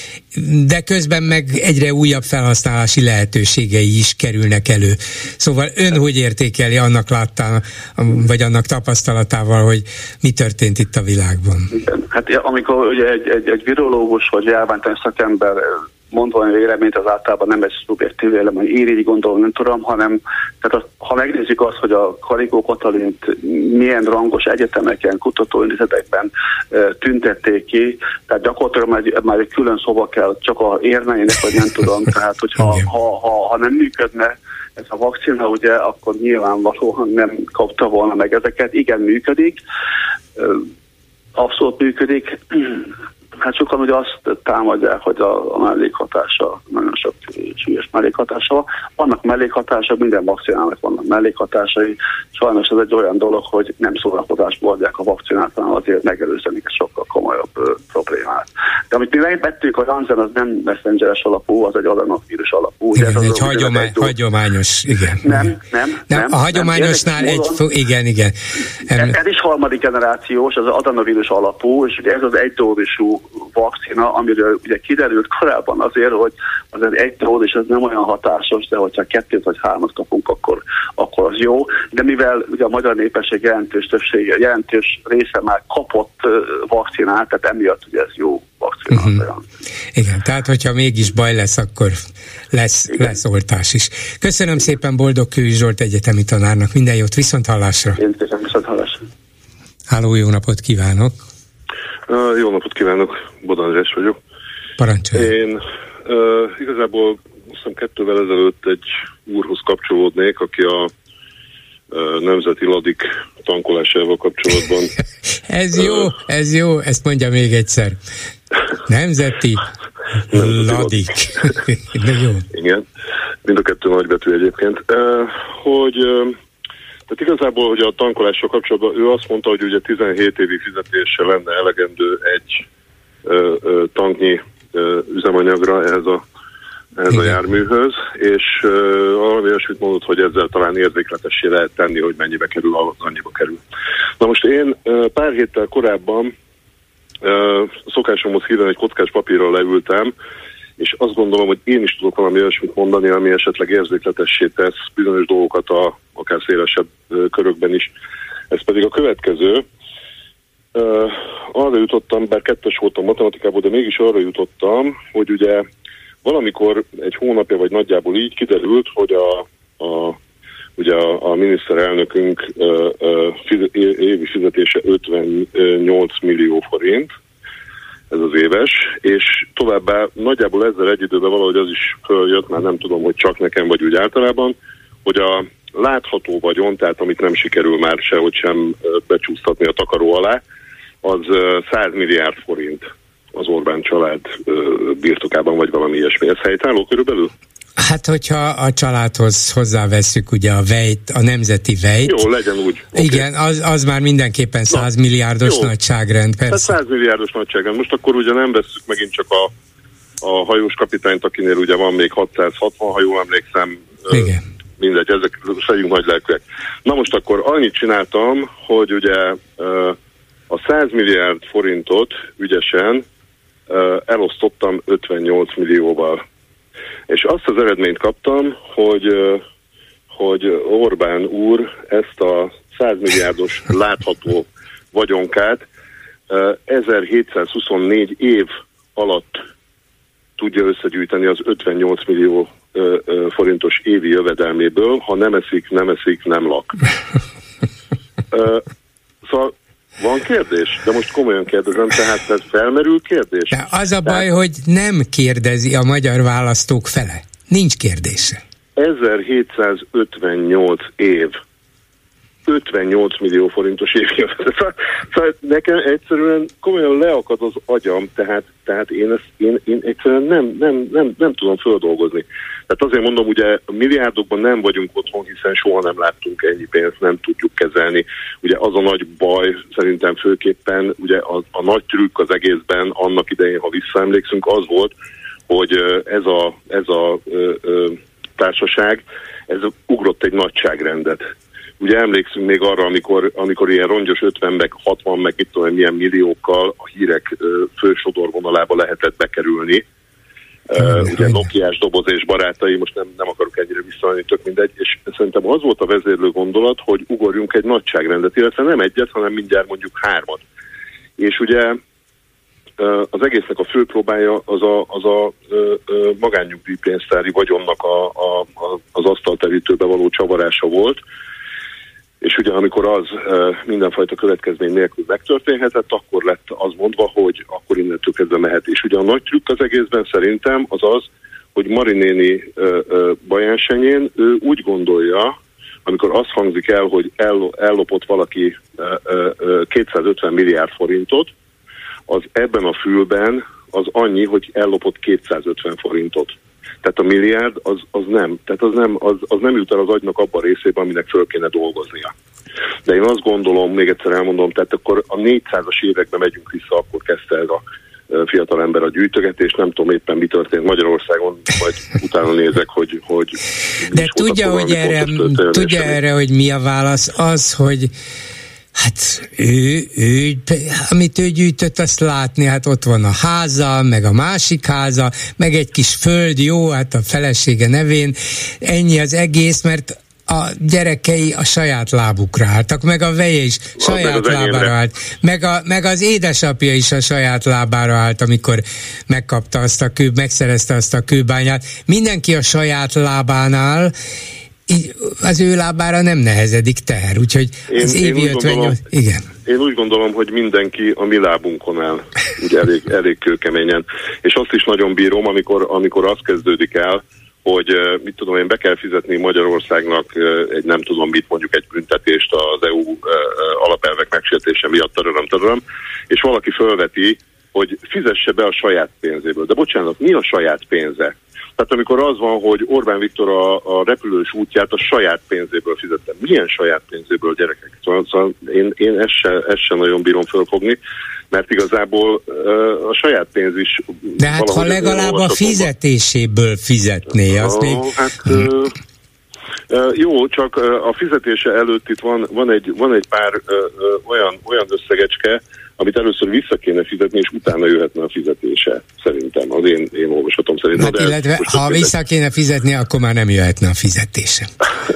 de közben meg egyre újabb felhasználási lehetőségei is kerülnek elő. Szóval ön hogy értékeli annak láttán, vagy annak tapasztalatával, hogy mi történt itt a világban? Igen. Hát amikor ugye egy, egy, egy virológus vagy járványtani szakember mond valami véleményt, az általában nem egy szubjektív vélemény, én így gondolom, nem tudom, hanem tehát az, ha megnézzük azt, hogy a Karikó Katalint milyen rangos egyetemeken, kutatóintézetekben e, tüntették ki, tehát gyakorlatilag már, már egy külön szóba kell csak a érmeinek, vagy nem tudom, tehát hogyha ha, ha, ha nem működne ez a vakcina, ugye, akkor nyilvánvalóan nem kapta volna meg ezeket. Igen, működik, abszolút működik. Hát sokan ugye azt támadják, hogy a, a mellékhatása nagyon sok súlyos mellékhatása van. Vannak mellékhatások, minden vakcinának vannak mellékhatásai. Sajnos ez egy olyan dolog, hogy nem szórakozásból adják a vakcinát, hanem azért megelőzeni egy sokkal komolyabb ö, problémát. De amit mi megvettünk, a Janssen az nem messengeres alapú, az egy adenavírus alapú. Igen, ez egy hagyomány, egy hagyományos, igen. Nem, nem, nem. nem a hagyományosnál egy, módon, igen, igen. Ez, ez is harmadik generációs, az adenavírus alapú, és ugye ez az egydózisú vakcina, amiről ugye kiderült korábban azért, hogy az egy dózis az nem olyan hatásos, de hogyha kettőt vagy hármat kapunk, akkor, akkor az jó. De mivel ugye a magyar népesség jelentős többsége, jelentős része már kapott uh, vakcinát, tehát emiatt ugye ez jó vakcina. Uh-huh. Igen, tehát hogyha mégis baj lesz, akkor lesz, lesz oltás is. Köszönöm szépen Boldog Kői Zsolt egyetemi tanárnak, minden jót, viszont hallásra. Én köszönöm, viszont hallásra. Háló, jó napot kívánok! Uh, jó napot kívánok, Boda András vagyok. Parancsolj! Én uh, igazából azt hiszem kettővel ezelőtt egy úrhoz kapcsolódnék, aki a uh, Nemzeti Ladik tankolásával kapcsolatban. ez uh, jó, ez jó, ezt mondja még egyszer. Nemzeti, Nemzeti Ladik. De jó. Igen, mind a kettő nagybetű egyébként. Uh, hogy... Uh, Tehát igazából, hogy a tankolással kapcsolatban ő azt mondta, hogy ugye tizenhét évi fizetéssel lenne elegendő egy ö, ö, tanknyi ö, üzemanyagra ehhez a, ehhez a járműhöz, és valami olyasmit mondott, hogy ezzel talán érzékletessé lehet tenni, hogy mennyibe kerül, annyiba kerül. Na most én ö, pár héttel korábban ö, szokásomhoz híven egy kockás papírral leültem, és azt gondolom, hogy én is tudok valami olyasmit mondani, ami esetleg érzékletessé tesz bizonyos dolgokat a, akár szélesebb uh, körökben is. Ez pedig a következő. Uh, arra jutottam, bár kettes voltam matematikából, de mégis arra jutottam, hogy ugye valamikor egy hónapja, vagy nagyjából így kiderült, hogy a, a, ugye a, a miniszterelnökünk uh, uh, fiz, évi fizetése ötvennyolc millió forint, ez az éves, és továbbá nagyjából ezzel egy időben valahogy az is följött, már nem tudom, hogy csak nekem vagy úgy általában, hogy a látható vagyon, tehát amit nem sikerül már sehogy sem becsúsztatni a takaró alá, az száz milliárd forint az Orbán család birtokában, vagy valami ilyesmi. Ez helytálló körülbelül? Hát, hogyha a családhoz hozzávesszük ugye a vejt, a nemzeti vejt. Jó, legyen úgy. Okay. Igen, az, az már mindenképpen száz milliárdos jó. Nagyságrend, persze. Tehát száz milliárdos nagyságrend. Most akkor ugye nem vesszük megint csak a, a hajós kapitányt, akinél ugye van még hatszázhatvan, ha jól emlékszem. Igen. Mindegy, ezek legyünk nagy lelkűek. Na most akkor annyit csináltam, hogy ugye a száz milliárd forintot ügyesen elosztottam ötvennyolc millióval. És azt az eredményt kaptam, hogy, hogy Orbán úr ezt a száz milliárdos látható vagyonkát ezerhétszázhuszonnégy év alatt tudja összegyűjteni az ötvennyolc millió forintos évi jövedelméből, ha nem eszik, nem eszik, nem lak. Szóval van kérdés? De most komolyan kérdezem, tehát ez felmerül kérdés? De az a baj, tehát, hogy nem kérdezi a magyar választók fele. Nincs kérdése. ezerhétszázötvennyolc év. ötvennyolc millió forintos évi. Szóval, szóval nekem egyszerűen komolyan leakad az agyam, tehát, tehát én, ezt, én, én egyszerűen nem, nem, nem, nem tudom földolgozni. Tehát azért mondom, ugye milliárdokban nem vagyunk otthon, hiszen soha nem láttunk ennyi pénzt, nem tudjuk kezelni. Ugye az a nagy baj szerintem főképpen, ugye a, a nagy trükk az egészben annak idején, ha visszaemlékszünk, az volt, hogy ez a, ez a ö, ö, társaság, ez ugrott egy nagyságrendet. Ugye emlékszünk még arra, amikor, amikor ilyen rongyos ötven, meg hatvan, meg mit tudom, milyen milliókkal a hírek ö, fősodorvonalába lehetett bekerülni. Uh, ugye Nokiás doboz és barátai, most nem, nem akarok ennyire visszamenni, tök mindegy, és szerintem az volt a vezérlő gondolat, hogy ugorjunk egy nagyságrendet, illetve nem egyet, hanem mindjárt mondjuk hármat. És ugye uh, az egésznek a fő próbája az a, az a uh, uh, magánnyugdíjpénztári vagyonnak a, a, a, az asztalterítőbe való csavarása volt, és ugye amikor az uh, mindenfajta következmény nélkül megtörténhetett, akkor lett az mondva, hogy akkor innentől kezdve mehet. És ugye a nagy trükk az egészben szerintem az az, hogy Mari néni uh, uh, Bajánsenyén ő úgy gondolja, amikor azt hangzik el, hogy el, ellopott valaki uh, uh, kétszázötven milliárd forintot, az ebben a fülben az annyi, hogy ellopott kétszázötven forintot. Tehát a milliárd az, az nem, tehát az nem, az, az nem jut el az agynak abban a részében, aminek föl kéne dolgoznia. De én azt gondolom, még egyszer elmondom, tehát akkor a négyszázas években megyünk vissza, akkor kezdte ez a fiatal ember a gyűjtögetés, nem tudom éppen mi történt Magyarországon, majd utána nézek, hogy... hogy De tudja, hogy erre, tudja erre, hogy mi a válasz? Az, hogy hát ő, ő, amit ő gyűjtött, azt látni, hát ott van a háza, meg a másik háza, meg egy kis föld, jó, hát a felesége nevén, ennyi az egész, mert a gyerekei a saját lábukra álltak, meg a veje is saját lábára állt, meg, a, meg az édesapja is a saját lábára állt, amikor megkapta azt a kő, megszerezte azt a kőbányát. Mindenki a saját lábán áll, az ő lábára nem nehezedik teher, úgyhogy az én, évi én ötvennyolc, igen. Én úgy gondolom, hogy mindenki a mi lábunkon áll, ugye elég, elég kőkeményen. És azt is nagyon bírom, amikor, amikor az kezdődik el, hogy mit tudom én, be kell fizetni Magyarországnak egy nem tudom mit, mondjuk egy büntetést az é u alapelvek megsértése miatt, tararam, tararam, és valaki fölveti, hogy fizesse be a saját pénzéből. De bocsánat, mi a saját pénze? Tehát amikor az van, hogy Orbán Viktor a, a repülős útját a saját pénzéből fizette. Milyen saját pénzéből, gyerekek? Szóval, szóval én, én ezt se, ezt se nagyon bírom fölfogni, mert igazából uh, a saját pénz is... De hát ha legalább a fizetéséből fizetné, azt még... Hát, uh, uh, jó, csak uh, a fizetése előtt itt van, van, egy, van egy pár uh, uh, olyan, olyan összegecske, amit először vissza kéne fizetni, és utána jöhetne a fizetése, szerintem, az én, én olvasatom szerint. Hát illetve, ha vissza kéne fizetni, akkor már nem jöhetne a fizetése.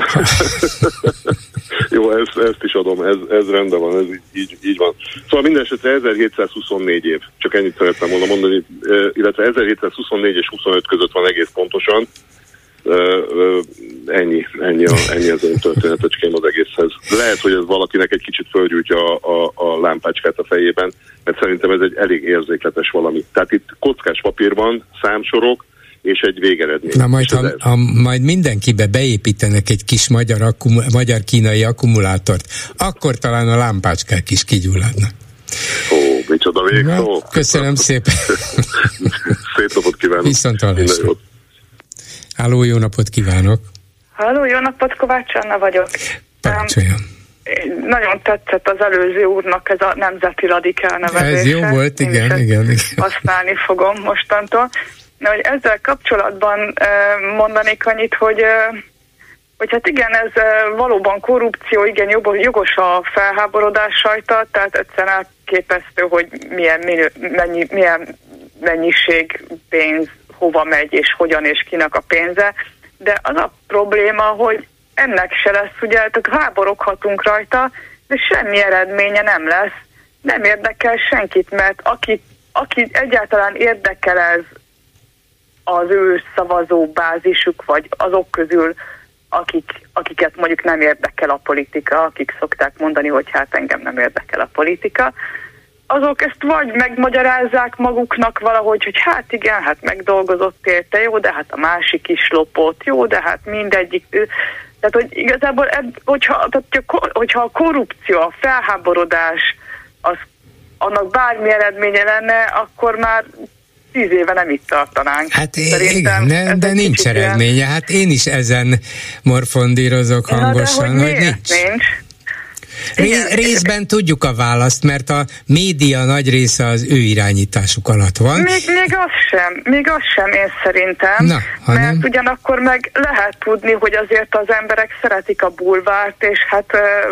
Jó, ezt, ezt is adom, ez, ez rendben van, ez így, így, így van. Szóval minden esetre ezerhétszázhuszonnégy év, csak ennyit szerettem volna mondani, illetve ezerhétszázhuszonnégy és huszonöt között van egész pontosan. Uh, uh, ennyi, ennyi, a, ennyi az én történetecském az egészhez. Lehet, hogy ez valakinek egy kicsit fölgyújtja a, a, a lámpácskát a fejében, mert szerintem ez egy elég érzékletes valami. Tehát itt kockás papír van, számsorok, és egy végeredmény. Na majd, ha, ha majd mindenkibe beépítenek egy kis magyar akkum, magyar-kínai akkumulátort, akkor talán a lámpácskák is kigyulladnak. Ó, micsoda végszó. Köszönöm szépen. Szép napot kívánok. Viszontlátásra. Háló, jó napot kívánok! Háló, jó napot, Kovács Anna vagyok. Parancsoljon. Um, nagyon tetszett az előző úrnak ez a nemzeti radikál nevezése. Ez jó volt, igen, igen, igen. Használni fogom mostantól. Na, hogy ezzel kapcsolatban uh, mondanék annyit, hogy, uh, hogy hát igen, ez uh, valóban korrupció, igen, jogos a felháborodás rajta, tehát egyszerűen elképesztő, hogy milyen, minő, mennyi, milyen mennyiség pénz hova megy, és hogyan, és kinek a pénze, de az a probléma, hogy ennek se lesz, ugye, tehát háboroghatunk rajta, de semmi eredménye nem lesz, nem érdekel senkit, mert aki, aki egyáltalán érdekel ez az ő szavazóbázisuk, vagy azok közül, akik, akiket mondjuk nem érdekel a politika, akik szokták mondani, hogy hát engem nem érdekel a politika, azok ezt vagy megmagyarázzák maguknak valahogy, hogy hát igen, hát megdolgozott érte, jó, de hát a másik is lopott, jó, de hát mindegyik. Tehát, hogy igazából, ebb, hogyha, tehát, hogyha a korrupció, a felháborodás, az, annak bármi eredménye lenne, akkor már tíz éve nem itt tartanánk. Hát igen, de, de nincs eredménye. Ilyen... Hát én is ezen morfondírozok hangosan. Na, de hogy miért nincs? nincs? Rész, részben tudjuk a választ, mert a média nagy része az ő irányításuk alatt van. Még, még az sem, még az sem én szerintem, Na, mert nem... ugyanakkor meg lehet tudni, hogy azért az emberek szeretik a bulvárt, és hát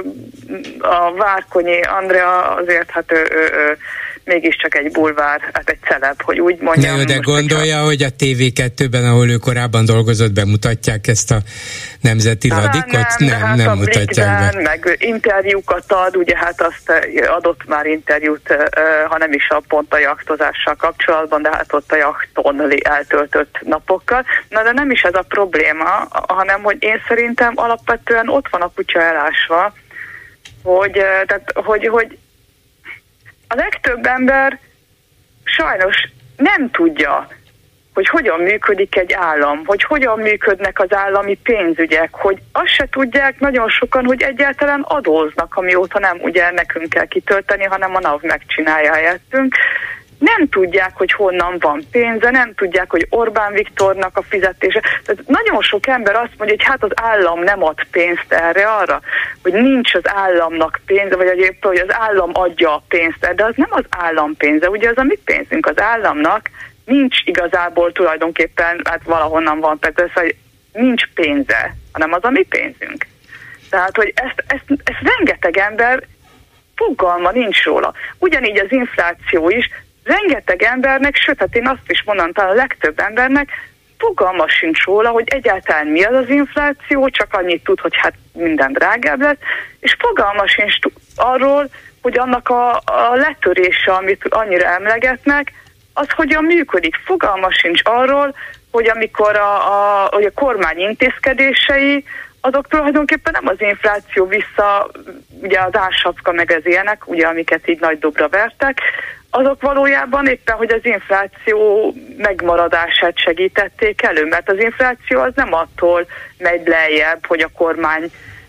a Várkonyi Andrea azért hát ő, ő, ő, mégiscsak egy bulvár, hát egy celeb, hogy úgy mondjam. De, de gondolja, hogy a té vé kettőben, ahol ő korábban dolgozott, bemutatják ezt a nemzeti Talán radikot? Nem, nem, hát nem a mutatják be. Meg interjúkat ad, ugye hát azt adott már interjút, ha nem is a pont a jachtozással kapcsolatban, de hát ott a jachton eltöltött napokkal. Na de nem is ez a probléma, hanem hogy én szerintem alapvetően ott van a kutya elásva, hogy, tehát, hogy, hogy a legtöbb ember sajnos nem tudja, hogy hogyan működik egy állam, hogy hogyan működnek az állami pénzügyek, hogy azt se tudják nagyon sokan, hogy egyáltalán adóznak, amióta nem ugye nekünk kell kitölteni, hanem a NAV megcsinálja helyettünk. Nem tudják, hogy honnan van pénze, nem tudják, hogy Orbán Viktornak a fizetése. Tehát nagyon sok ember azt mondja, hogy hát az állam nem ad pénzt erre-arra, hogy nincs az államnak pénze, vagy éppen, hogy az állam adja a pénzt, de az nem az állam pénze, ugye az a mi pénzünk, az államnak nincs igazából tulajdonképpen, hát valahonnan van, persze, hogy nincs pénze, hanem az a mi pénzünk. Tehát, hogy ezt, ezt, ezt rengeteg ember fogalma nincs róla. Ugyanígy az infláció is, rengeteg embernek, sőt, hát én azt is mondom, talán a legtöbb embernek fogalma sincs róla, hogy egyáltalán mi az az infláció, csak annyit tud, hogy hát minden drágább lesz, és fogalma sincs arról, hogy annak a, a letörése, amit annyira emlegetnek, az hogyan működik. Fogalma sincs arról, hogy amikor a, a, hogy a kormány intézkedései, azok tulajdonképpen nem az infláció vissza, ugye az ársapka meg az ilyenek, ugye amiket így nagy dobra vertek, azok valójában éppen, hogy az infláció megmaradását segítették elő, mert az infláció az nem attól megy lejjebb, hogy a kormány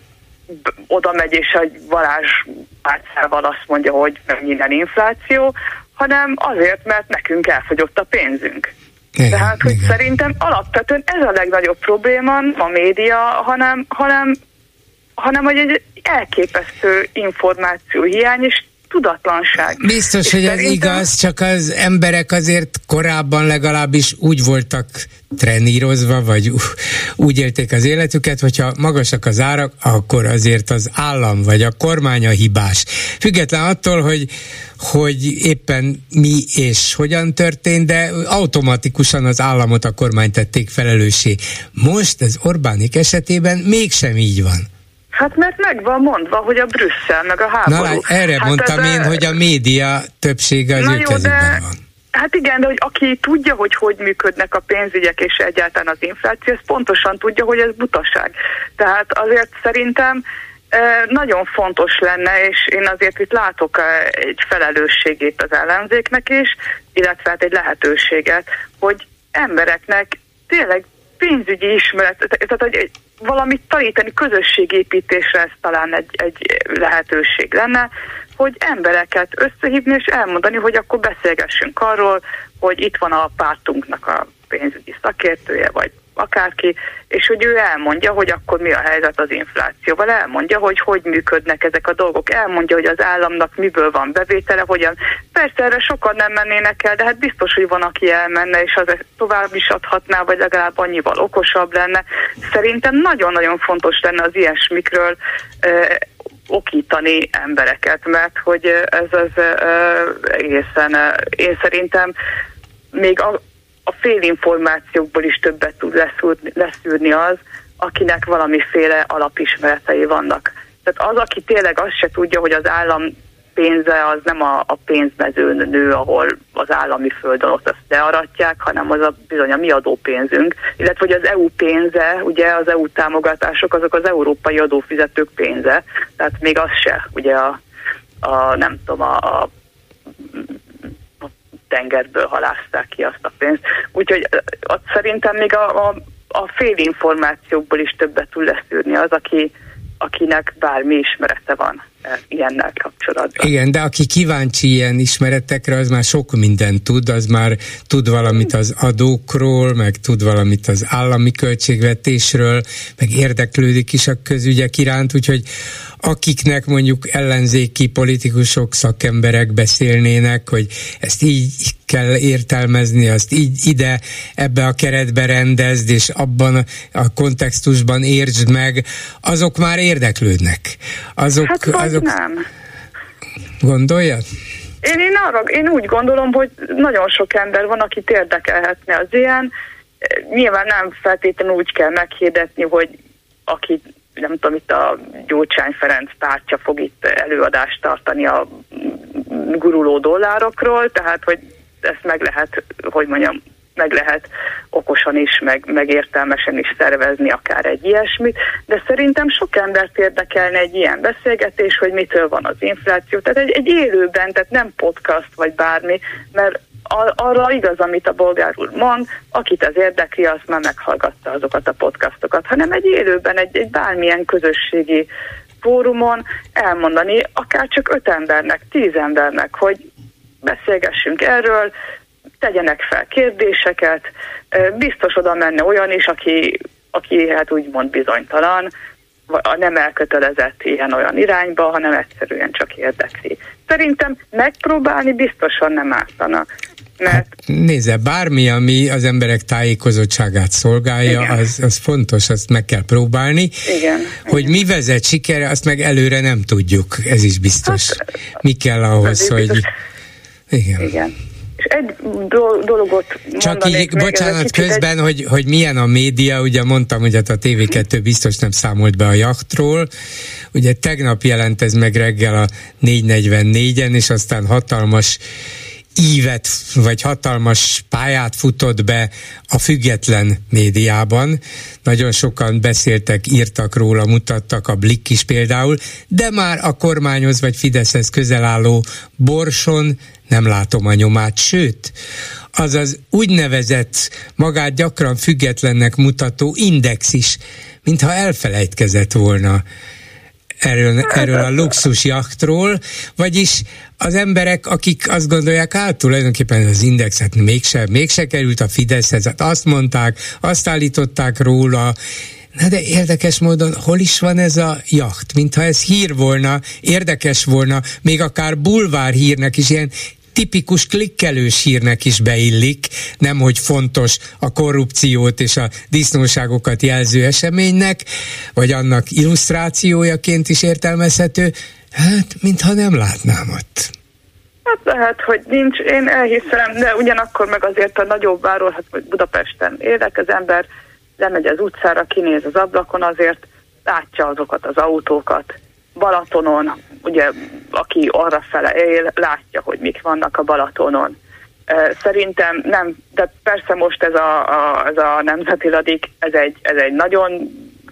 oda megy és egy varázspálcával azt mondja, hogy minden infláció, hanem azért, mert nekünk elfogyott a pénzünk. Igen, Tehát, hogy igen. Szerintem alapvetően ez a legnagyobb probléma, a média, hanem, hanem, hanem hogy egy elképesztő információhiány és tudatlanság. Biztos, és hogy szerintem... az igaz, csak az emberek azért korábban legalábbis úgy voltak trenírozva, vagy úgy élték az életüket, hogyha magasak az árak, akkor azért az állam, vagy a kormány a hibás. Független attól, hogy, hogy éppen mi és hogyan történt, de automatikusan az államot, a kormányt tették felelőssé. Most az Orbánik esetében mégsem így van. Hát mert meg van mondva, hogy a Brüsszel, meg a háború. Na, erre hát mondtam ez én, a... hogy a média többsége az ő kezükben van. Hát igen, de hogy aki tudja, hogy hogy működnek a pénzügyek és egyáltalán az infláció, az pontosan tudja, hogy ez butaság. Tehát azért szerintem nagyon fontos lenne, és én azért itt látok egy felelősségét az ellenzéknek is, illetve hát egy lehetőséget, hogy embereknek tényleg pénzügyi ismeret, tehát hogy valamit tanítani, közösségépítésre ez talán egy, egy lehetőség lenne, hogy embereket összehívni és elmondani, hogy akkor beszélgessünk arról, hogy itt van a pártunknak a pénzügyi szakértője, vagy akárki, és hogy ő elmondja, hogy akkor mi a helyzet az inflációval, elmondja, hogy hogy működnek ezek a dolgok, elmondja, hogy az államnak miből van bevétele, hogyan. Persze erre sokan nem mennének el, de hát biztos, hogy van, aki elmenne, és az tovább is adhatná, vagy legalább annyival okosabb lenne. Szerintem nagyon-nagyon fontos lenne az ilyesmikről eh, okítani embereket, mert hogy ez az eh, egészen, eh, én szerintem még a a félinformációkból is többet tud leszűrni, leszűrni az, akinek valamiféle alapismeretei vannak. Tehát az, aki tényleg azt se tudja, hogy az állam pénze az nem a, a pénzmezőn nő, ahol az állami földön ott azt learatják, hanem az a bizony a mi adópénzünk, illetve hogy az é u pénze, ugye az é u támogatások, azok az európai adófizetők pénze, tehát még az se, ugye a, a nem tudom, a, a tengerből halászták ki azt a pénzt. Úgyhogy ott szerintem még a, a, a félinformációkból is többet tud leszűrni az, aki, akinek bármi ismerete van ilyennel kapcsolatban. Igen, de aki kíváncsi ilyen ismeretekre, az már sok mindent tud, az már tud valamit az adókról, meg tud valamit az állami költségvetésről, meg érdeklődik is a közügyek iránt, úgyhogy akiknek mondjuk ellenzéki politikusok, szakemberek beszélnének, hogy ezt így kell értelmezni, azt így ide, ebbe a keretbe rendezd, és abban a kontextusban értsd meg, azok már érdeklődnek. Azok, hát azok... nem. Gondolja? Én, én, arra, én úgy gondolom, hogy nagyon sok ember van, akit érdekelhetne az ilyen. Nyilván nem feltétlenül úgy kell meghirdetni, hogy aki nem tudom, itt a Gyurcsány Ferenc pártja fog itt előadást tartani a guruló dollárokról, tehát, hogy ezt meg lehet, hogy mondjam, meg lehet okosan is, meg, meg értelmesen is szervezni akár egy ilyesmit, de szerintem sok embert érdekelne egy ilyen beszélgetés, hogy mitől van az infláció. Tehát egy, egy élőben, tehát nem podcast vagy bármi, mert arra igaz, amit a bolgár úr mond, akit az érdekli, az már meghallgatta azokat a podcastokat, hanem egy élőben, egy, egy bármilyen közösségi fórumon elmondani, akár csak öt embernek, tíz embernek, hogy beszélgessünk erről, tegyenek fel kérdéseket, biztos oda menne olyan is, aki, aki hát úgymond bizonytalan, nem elkötelezett ilyen-olyan irányba, hanem egyszerűen csak érdekli. Szerintem megpróbálni biztosan nem ártana. Mert... Hát, nézze, bármi, ami az emberek tájékozottságát szolgálja, az, az fontos, azt meg kell próbálni. Igen. Hogy igen. mi vezet sikerre, azt meg előre nem tudjuk, ez is biztos. Hát, mi kell ahhoz, hogy... Biztos. Igen. Igen. És egy do- dologot Csak így, bocsánat, közben, egy... hogy, hogy milyen a média, ugye mondtam, hogy hát a té vé kettő biztos nem számolt be a jachtról, ugye tegnap jelent ez meg reggel a négy negyvennégyen, és aztán hatalmas ívet, vagy hatalmas pályát futott be a független médiában. Nagyon sokan beszéltek, írtak róla, mutattak, a Blick is például, de már a kormányhoz vagy Fideszhez közel álló Borson nem látom a nyomát, sőt, az az úgynevezett, magát gyakran függetlennek mutató Index is, mintha elfelejtkezett volna erről, erről a luxus jachtról, vagyis az emberek, akik azt gondolják, hát tulajdonképpen az Indexet mégse, mégse került a Fideszhez, hát azt mondták, azt állították róla, na de érdekes módon, hol is van ez a jacht? Mintha ez hír volna, érdekes volna, még akár bulvár hírnek is, ilyen tipikus klikkelős hírnek is beillik, nemhogy fontos a korrupciót és a disznóságokat jelző eseménynek, vagy annak illusztrációjaként is értelmezhető, hát mintha nem látnám ott. Hát lehet, hogy nincs, én elhiszem, de ugyanakkor meg azért a nagyobb váról, hát Budapesten élek, az ember lemegy az utcára, kinéz az ablakon, azért látja azokat az autókat. Balatonon, ugye, aki arra fele él, látja, hogy mik vannak a Balatonon. Szerintem nem, de persze most ez a, a, ez a nemzeti radik, ez egy, ez egy nagyon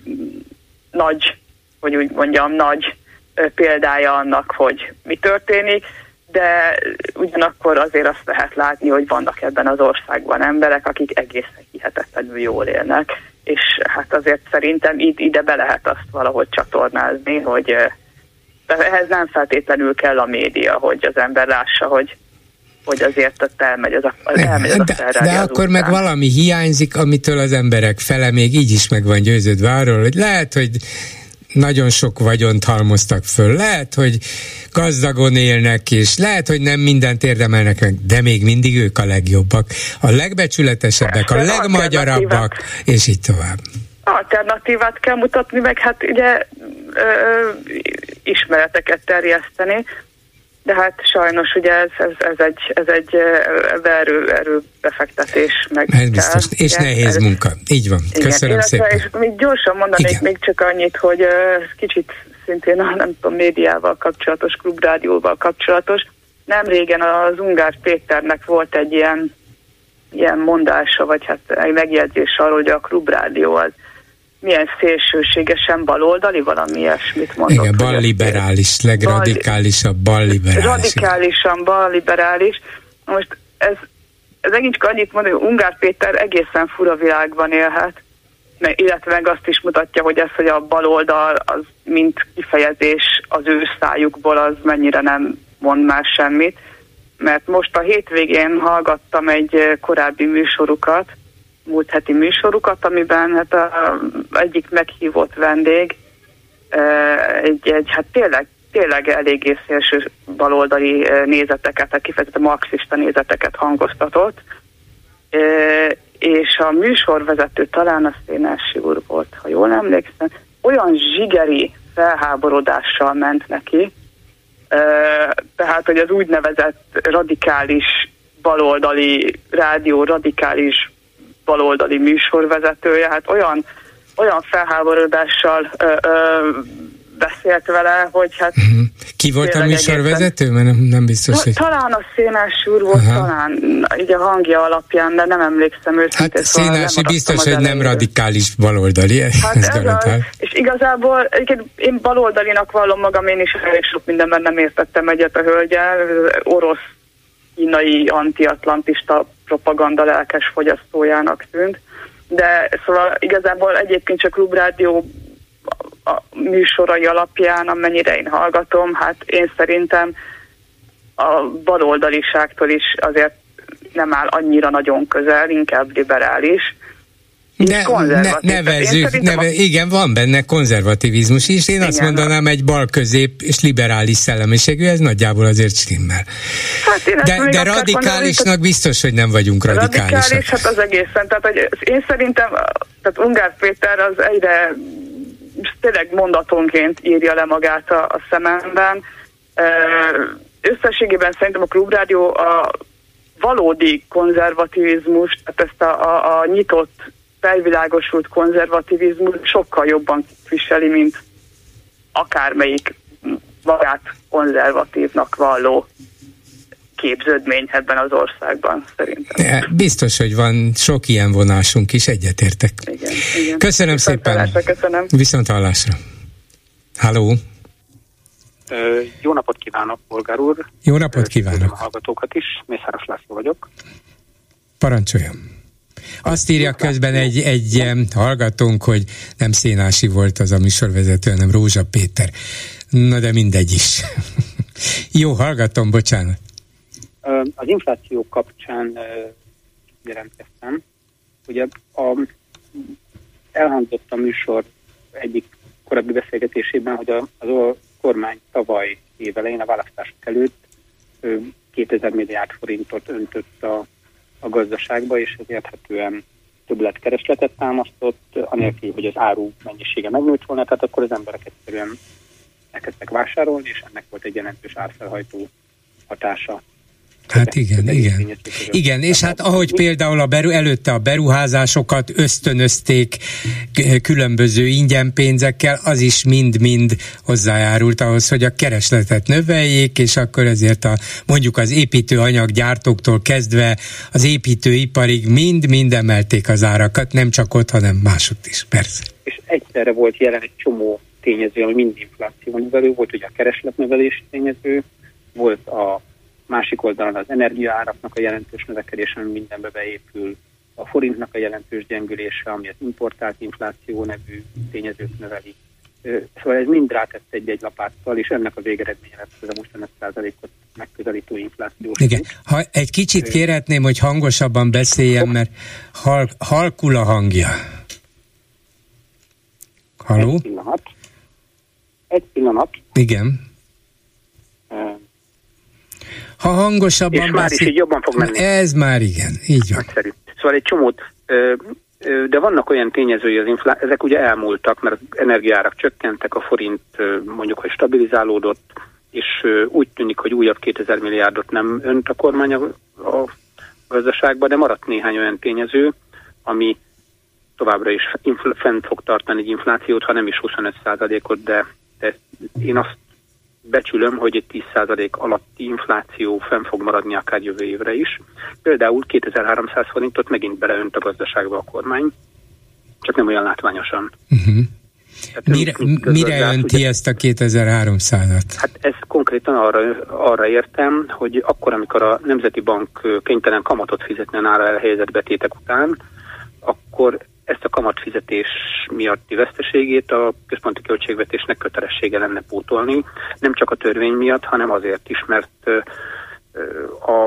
nagy, hogy úgy mondjam, nagy példája annak, hogy mi történik, de ugyanakkor azért azt lehet látni, hogy vannak ebben az országban emberek, akik egészen hihetetlenül jól élnek, és hát azért szerintem ide, ide be lehet azt valahogy csatornázni, hogy ehhez nem feltétlenül kell a média, hogy az ember lássa, hogy, hogy azért ott elmegy az a, az elmegy az de, a de akkor meg valami hiányzik, amitől az emberek fele még így is meg van győződve arról, hogy lehet, hogy nagyon sok vagyont halmoztak föl, lehet, hogy gazdagon élnek, és lehet, hogy nem mindent érdemelnek meg, de még mindig ők a legjobbak, a legbecsületesebbek, a legmagyarabbak, és így tovább. Alternatívát kell mutatni, meg hát ugye ö, ö, ismereteket terjeszteni, de hát sajnos ugye ez, ez, ez egy, ez egy erő, erőbefektetés. Meg ez biztos, és igen, nehéz ez, munka. Így van. Igen. Köszönöm Illetve, szépen. És még gyorsan mondanék igen. még csak annyit, hogy uh, kicsit szintén a nem tudom, médiával kapcsolatos, klubrádióval kapcsolatos. Nem régen az Ungár Péternek volt egy ilyen, ilyen mondása, vagy hát egy megjegyzés arról, hogy a klubrádió az milyen szélsőségesen baloldali, valami ilyesmit mondott. Igen, balliberális, legradikálisabb balliberális. Radikálisan balliberális. Most ez, ez megint csak annyit mond, hogy Ungár Péter egészen fura világban élhet, illetve meg azt is mutatja, hogy ez, hogy a baloldal az mint kifejezés az ő szájukból, az mennyire nem mond már semmit. Mert most a hétvégén hallgattam egy korábbi műsorukat, múlt heti műsorukat, amiben hát a, egyik meghívott vendég egy, egy hát tényleg, tényleg eléggé szélső baloldali nézeteket, kifejezetten marxista nézeteket hangoztatott, és a műsorvezető, talán a Szénási úr volt, ha jól emlékszem, olyan zsigeri felháborodással ment neki, tehát, hogy az úgynevezett radikális baloldali rádió, radikális baloldali műsorvezetője, hát olyan, olyan felháborodással ö, ö, beszélt vele, hogy hát... Uh-huh. Ki volt a műsorvezető? Mert nem, nem biztos, hogy... Talán a Szénási úr volt, aha, talán így a hangja alapján, de nem emlékszem őszintén. Hát Szénási biztos, hogy nem radikális baloldali. Hát ez ez az, és igazából én baloldalinak vallom magam, én is elég sok mindenben nem értettem egyet a hölgyel, orosz, kínai, anti-atlantista propaganda lelkes fogyasztójának tűnt. De szóval igazából egyébként csak Klubrádió a műsorai alapján, amennyire én hallgatom, hát én szerintem a baloldaliságtól is azért nem áll annyira nagyon közel, inkább liberális. Ne, ne, nevezzük, neve, a... igen, van benne konzervativizmus is. Én igen, azt mondanám, egy bal-közép és liberális szellemiségű, ez nagyjából azért stimmel. Hát de de radikálisnak mondani, biztos, hogy nem vagyunk radikálisak. Radikális, hát az egészen. Tehát, hogy én szerintem, tehát Ungár Péter az egyre tényleg mondatonként írja le magát a, a szememben. Összességében szerintem a Klubrádió a valódi konzervativizmus, tehát ezt a, a, a nyitott, felvilágosult konzervativizmus sokkal jobban viseli, mint akármelyik magát konzervatívnak valló képződmény ebben az országban, szerintem. Ja, biztos, hogy van sok ilyen vonásunk is, egyetértek. Igen, igen. Köszönöm Viszont szépen. Hallásra, köszönöm. Viszont hallásra. Halló. Ö, jó napot kívánok, polgár úr. Jó napot kívánok. A hallgatókat is. Mészáros László vagyok. Parancsoljon. Azt írja közben egy, egy hallgatónk, hogy nem Szénási volt az a műsorvezető, hanem Rózsa Péter. Na de mindegy is. Jó, hallgatom, bocsánat. Az infláció kapcsán jelentkeztem. Ugye a, elhangzott a műsor egyik korábbi beszélgetésében, hogy a, az a kormány tavaly évelején a választások előtt kétezer milliárd forintot öntött a a gazdaságba, és ez érthetően többletkeresletet támasztott, anélkül, hogy az áru mennyisége megnőtt volna, tehát akkor az emberek egyszerűen elkezdtek vásárolni, és ennek volt egy jelentős árfelhajtó hatása. Hát igen, igen. Igen, és hát ahogy például a beru, előtte a beruházásokat ösztönözték különböző ingyenpénzekkel, az is mind-mind hozzájárult ahhoz, hogy a keresletet növeljék, és akkor ezért a, mondjuk az építőanyaggyártóktól kezdve az építőiparig mind-mind emelték az árakat, nem csak ott, hanem másutt is, persze. És egyszerre volt jelen egy csomó tényező, ami mind inflációnövelő, volt ugye a keresletnövelési tényező, volt a másik oldalon az energiaáraknak a jelentős növekedése, ami mindenbe beépül, a forintnak a jelentős gyengülése, ami az importált infláció nevű tényezőt növeli. Szóval ez mind rátett egy-egy lapáttal, és ennek a végeredménye lesz ez a most öt százalékot megközelítő inflációs. Igen. Ha egy kicsit kérhetném, hogy hangosabban beszéljen, mert hal, halkul a hangja. Halló? Egy pillanat. Egy pillanat. Igen. Ha hangosabban és már is így jobban fog menni. Ez már igen, így van. Nagyszerű. Szóval egy csomót, de vannak olyan tényezői az infláció, ezek ugye elmúltak, mert az energiaárak csökkentek, a forint mondjuk, hogy stabilizálódott, és úgy tűnik, hogy újabb kétezer milliárdot nem önt a kormány a, a gazdaságba, de maradt néhány olyan tényező, ami továbbra is infl- fent fog tartani egy inflációt, ha nem is huszonöt százalékot, de, de én azt becsülöm, hogy egy tíz százalék alatti infláció fenn fog maradni akár jövő évre is. Például kétezer-háromszáz forintot megint beleönt a gazdaságba a kormány, csak nem olyan látványosan. Uh-huh. Mire, mire önti ugye, ezt a kétezer-háromszázat? Hát ez konkrétan arra, arra értem, hogy akkor, amikor a Nemzeti Bank kénytelen kamatot fizetni a nála elhelyezett betétek után, akkor ezt a kamatfizetés miatti veszteségét a központi költségvetésnek kötelessége lenne pótolni, nem csak a törvény miatt, hanem azért is, mert a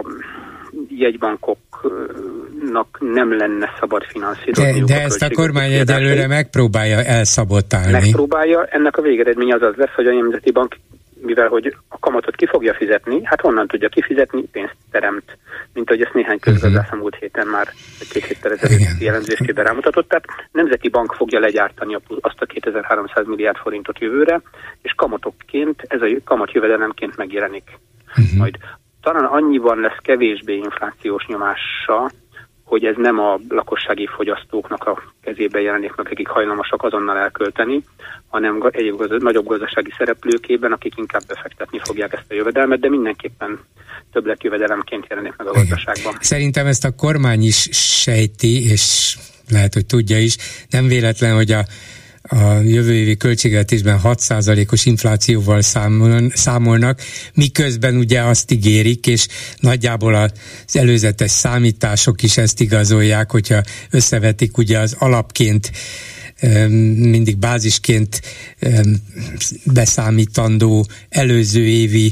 jegybankoknak nem lenne szabad finanszírozni. De, de a ezt a kormány egyelőre megpróbálja elszabotálni. Megpróbálja, ennek a végeredmény az az lesz, hogy a Nemzeti Bank, mivel hogy a kamatot ki fogja fizetni, hát honnan tudja kifizetni, pénzt teremt, mint ahogy ezt néhány közgazdász a múlt héten már két héttel ezelőtt jelentésében rámutatott. Tehát Nemzeti Bank fogja legyártani azt a kétezer-háromszáz milliárd forintot jövőre, és kamatokként, ez a kamat jövedelemként megjelenik. Uh-huh. Majd talán annyiban lesz kevésbé inflációs nyomása, hogy ez nem a lakossági fogyasztóknak a kezébe jelenik meg, akik hajlamosak azonnal elkölteni, hanem egyéb gaz- nagyobb gazdasági szereplőkében, akik inkább befektetni fogják ezt a jövedelmet, de mindenképpen többletjövedelemként jelenik meg a gazdaságban. Szerintem ezt a kormány is sejti, és lehet, hogy tudja is. Nem véletlen, hogy a a jövő évi költségvetésben hat százalékos inflációval számol, számolnak, miközben ugye azt ígérik, és nagyjából az előzetes számítások is ezt igazolják, hogyha összevetik ugye az alapként mindig bázisként beszámítandó előző évi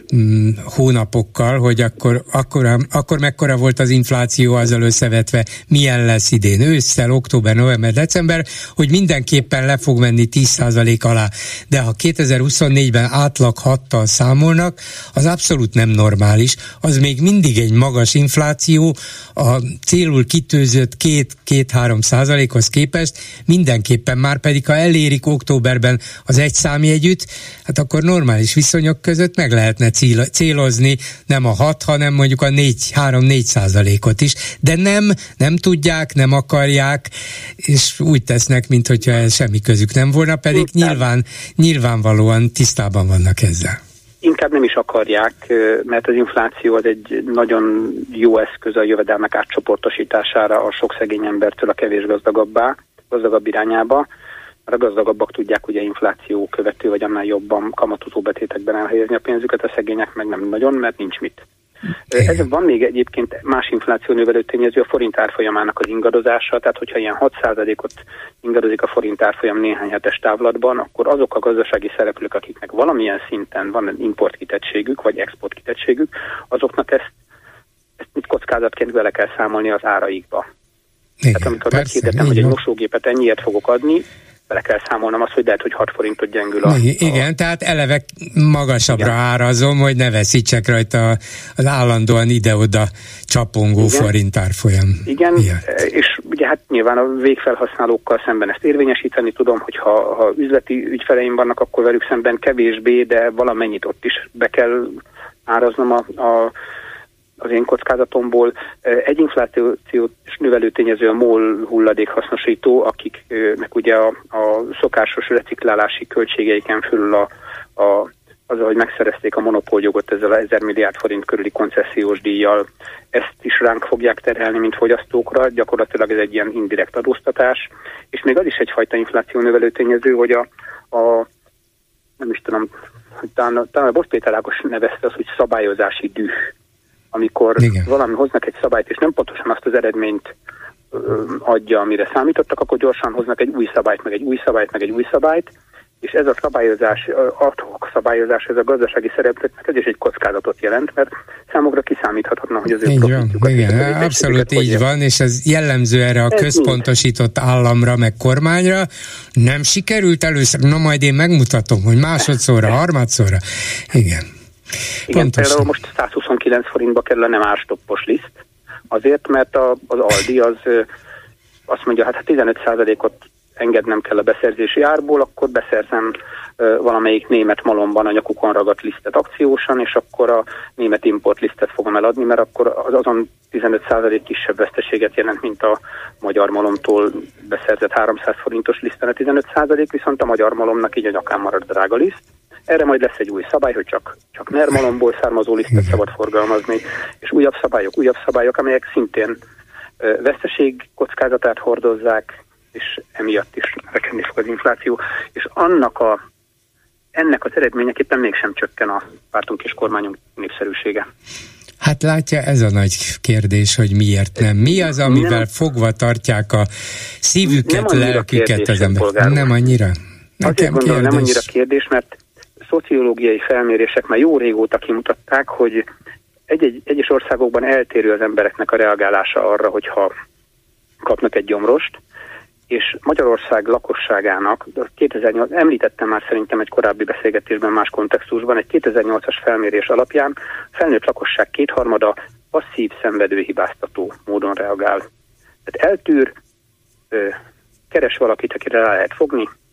hónapokkal, hogy akkor, akkor, akkor mekkora volt az infláció azzal összevetve, milyen lesz idén ősszel, október, november, december, hogy mindenképpen le fog menni tíz százalék alá. De ha kétezer-huszonnégyben átlag hattal számolnak, az abszolút nem normális, az még mindig egy magas infláció, a célul kitűzött két-három százalékhoz képest mindenképpen, már pedig ha elérik októberben az egy számjegyüt, hát akkor normális viszonyok között meg lehetne célozni nem a hat, hanem mondjuk a három-négy százalékot is, de nem, nem tudják, nem akarják, és úgy tesznek, minthogyha ez semmi közük nem volna, pedig nyilván, nyilvánvalóan tisztában vannak ezzel. Inkább nem is akarják, mert az infláció az egy nagyon jó eszköz a jövedelmek átcsoportosítására a sok szegény embertől a kevés gazdagabbá, gazdagabb irányába. Mert a gazdagabbak tudják ugye infláció követő, vagy annál jobban kamatozó betétekben elhelyezni a pénzüket, a szegények meg nem nagyon, mert nincs mit. Ez van még egyébként más inflációnövelő tényező, a forint árfolyamának az ingadozása, tehát hogyha ilyen hat százalékot ingadozik a forint árfolyam néhány hetes távlatban, akkor azok a gazdasági szereplők, akiknek valamilyen szinten van importkitettségük, vagy exportkitettségük, azoknak ezt, ezt mit kockázatként vele kell számolni az áraikba. Igen, tehát amikor meghirdetem, hogy egy mosógépet ennyiért fogok adni, bele kell számolnom azt, hogy lehet, hogy hat forintot gyengül a... Igen, a... tehát eleve magasabbra igen. árazom, hogy ne veszítsek rajta az állandóan ide-oda csapongó igen. forint árfolyam. Igen, miatt. És ugye hát nyilván a végfelhasználókkal szemben ezt érvényesíteni tudom, hogy ha, ha üzleti ügyfeleim vannak, akkor velük szemben kevésbé, de valamennyit ott is be kell áraznom a, a az én kockázatomból. Egy inflációs növelő tényező a MOL hulladékhasznosító, akiknek ugye a, a szokásos reciklálási költségeiken fölül a, a, azzal, hogy megszerezték a monopóljogot ezzel a ezer milliárd forint körüli koncesziós díjjal, ezt is ránk fogják terhelni, mint fogyasztókra, gyakorlatilag ez egy ilyen indirekt adóztatás, és még az is egyfajta infláció növelő tényező, hogy a, a nem is tudom, talán, talán a Bos Péter Ákos nevezte az, hogy szabályozási düh, amikor igen. valami hoznak egy szabályt, és nem pontosan azt az eredményt ö, adja, amire számítottak, akkor gyorsan hoznak egy új szabályt, meg egy új szabályt, meg egy új szabályt, és ez a szabályozás, ad hoc szabályozás, ez a gazdasági szereplőknek ez is egy kockázatot jelent, mert számukra kiszámíthatatlan, hogy az ő profitjukat... Igen, abszolút így van, van, és ez jellemző erre a ez központosított nincs. Államra, meg kormányra. Nem sikerült először, na majd én megmutatom, hogy másodszorra, harmadszorra. Igen. Igen, pontosan. Például most százhuszonkilenc forintba kerül a nem árstoppos liszt, azért, mert a, az Aldi az azt mondja, hát ha tizenöt százalékot engednem kell a beszerzési árból, akkor beszerzem uh, valamelyik német malomban a nyakukon ragadt lisztet akciósan, és akkor a német import lisztet fogom eladni, mert akkor az azon tizenöt százalék kisebb veszteséget jelent, mint a magyar malomtól beszerzett háromszáz forintos liszten a tizenöt százalék, viszont a magyar malomnak így a nyakán marad drága liszt. Erre majd lesz egy új szabály, hogy csak, csak NER malomból származó lisztet szabad forgalmazni, és újabb szabályok, újabb szabályok, amelyek szintén uh, veszteség kockázatát hordozzák, és emiatt is rekedni fog az infláció, és annak a, ennek az eredményeképpen mégsem csökken a pártunk és kormányunk népszerűsége. Hát látja, ez a nagy kérdés, hogy miért nem. Mi az, amivel nem, fogva tartják a szívüket, lelküket az ember? Nem annyira? Azért gondolom, nem annyira kérdés, mert szociológiai felmérések már jó régóta kimutatták, hogy egy-egy, egyes országokban eltérő az embereknek a reagálása arra, hogyha kapnak egy gyomrost, és Magyarország lakosságának, kétezer-nyolc, említettem már szerintem egy korábbi beszélgetésben más kontextusban, egy kétezer-nyolcas felmérés alapján felnőtt lakosság kétharmada passzív, szenvedő, hibáztató módon reagál. Tehát eltűr, keres valakit, akire rá lehet fogni,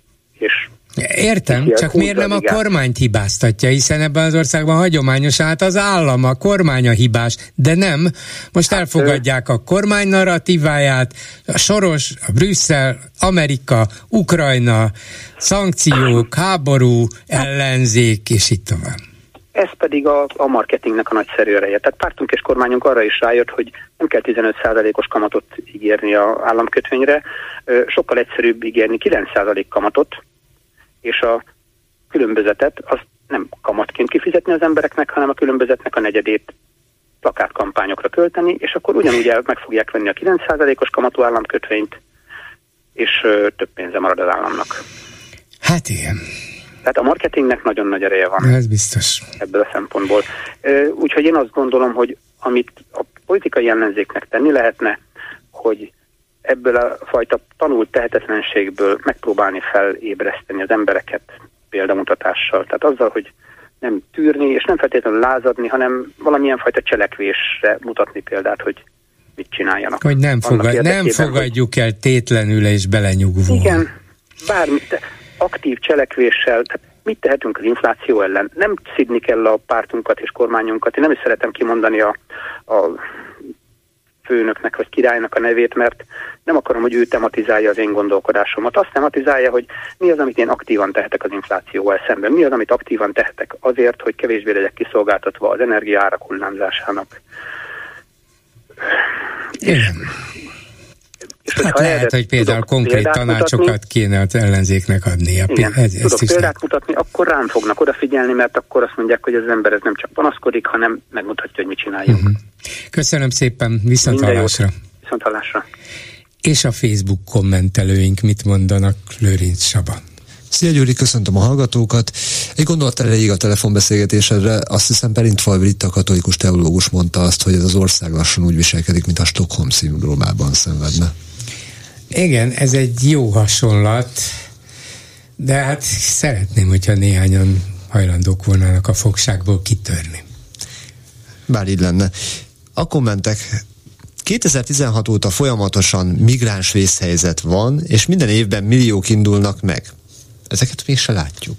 és Értem, és csak miért nem a kormányt hibáztatja, hiszen ebben az országban hagyományos, hát az állam, a kormány a hibás, de nem. Most hát elfogadják a kormány narratíváját, a Soros, a Brüsszel, Amerika, Ukrajna, szankciók, háború, ellenzék, és így tovább. Ez pedig a, a marketingnek a nagyszerű ereje. Tehát pártunk és kormányunk arra is rájött, hogy nem kell tizenöt százalékos kamatot ígérni az államkötvényre, sokkal egyszerűbb ígérni kilenc százalék kamatot, és a különbözetet azt nem kamatként kifizetni az embereknek, hanem a különbözetnek a negyedét plakátkampányokra költeni, és akkor ugyanúgy el, meg fogják venni a kilenc százalékos kamatú államkötvényt, és ö, több pénze marad az államnak. Hát igen. Tehát a marketingnek nagyon nagy ereje van. Ez biztos. Ebből a szempontból. Úgyhogy én azt gondolom, hogy amit a politikai ellenzéknek tenni lehetne, hogy ebből a fajta tanult tehetetlenségből megpróbálni felébreszteni az embereket példamutatással. Tehát azzal, hogy nem tűrni, és nem feltétlenül lázadni, hanem valamilyen fajta cselekvésre mutatni példát, hogy mit csináljanak. Hogy nem, fogad, nem fogadjuk hogy... el tétlenül és belenyugvó. Igen, bármi, aktív cselekvéssel, tehát mit tehetünk az infláció ellen? Nem szidni kell a pártunkat és kormányunkat. Én nem is szeretem kimondani a, a főnöknek vagy királynak a nevét, mert nem akarom, hogy ő tematizálja az én gondolkodásomat. Azt tematizálja, hogy mi az, amit én aktívan tehetek az inflációval szemben. Mi az, amit aktívan tehetek azért, hogy kevésbé legyek kiszolgáltatva az energiaárak hullámzásának. Igen. Hát lehet, hogy például konkrét tanácsokat mutatni, kéne az ellenzéknek adnia. Igen, ez, tudok példát lehet mutatni, akkor rám fognak odafigyelni, mert akkor azt mondják, hogy az ember ez nem csak panaszkodik, hanem megmutatja, hogy mit csináljunk. Uh-huh. Köszönöm szépen, viszonthallásra. Viszonthallásra. És a Facebook kommentelőink mit mondanak? Lőrinc Saba. Szia Gyuri, köszöntöm a hallgatókat. Egy gondolat erejéig a telefonbeszélgetésedre, azt hiszem Perintfalvi Ritta katolikus teológus mondta azt, hogy ez az ország lassan úgy viselkedik, mint a Stockholm szindrómában szenvedne. Igen, ez egy jó hasonlat, de hát szeretném, hogyha néhányan hajlandók volnának a fogságból kitörni. Bár így lenne. A kommentek: kétezer-tizenhat óta folyamatosan migráns vészhelyzet van, és minden évben milliók indulnak meg. Ezeket még se látjuk.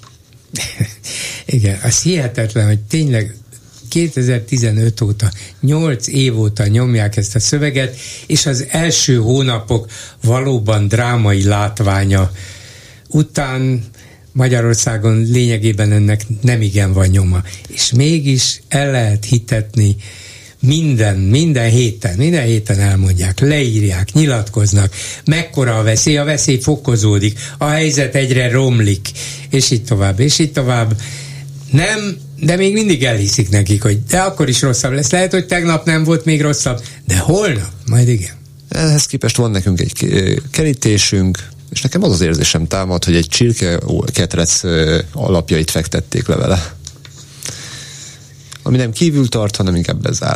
Igen, az hihetetlen, hogy tényleg kétezer-tizenöt óta, nyolc év óta nyomják ezt a szöveget, és az első hónapok valóban drámai látványa után Magyarországon lényegében ennek nem igen van nyoma. És mégis el lehet hitetni, minden, minden héten, minden héten elmondják, leírják, nyilatkoznak, mekkora a veszély, a veszély fokozódik, a helyzet egyre romlik, és így tovább, és így tovább. Nem, de még mindig elhiszik nekik, hogy de akkor is rosszabb lesz. Lehet, hogy tegnap nem volt még rosszabb, de holnap, majd igen. Ehhez képest van nekünk egy kerítésünk, és nekem az az érzésem támad, hogy egy csirke ketrec alapjait fektették le vele. Ami nem kívül tart, hanem inkább bezár.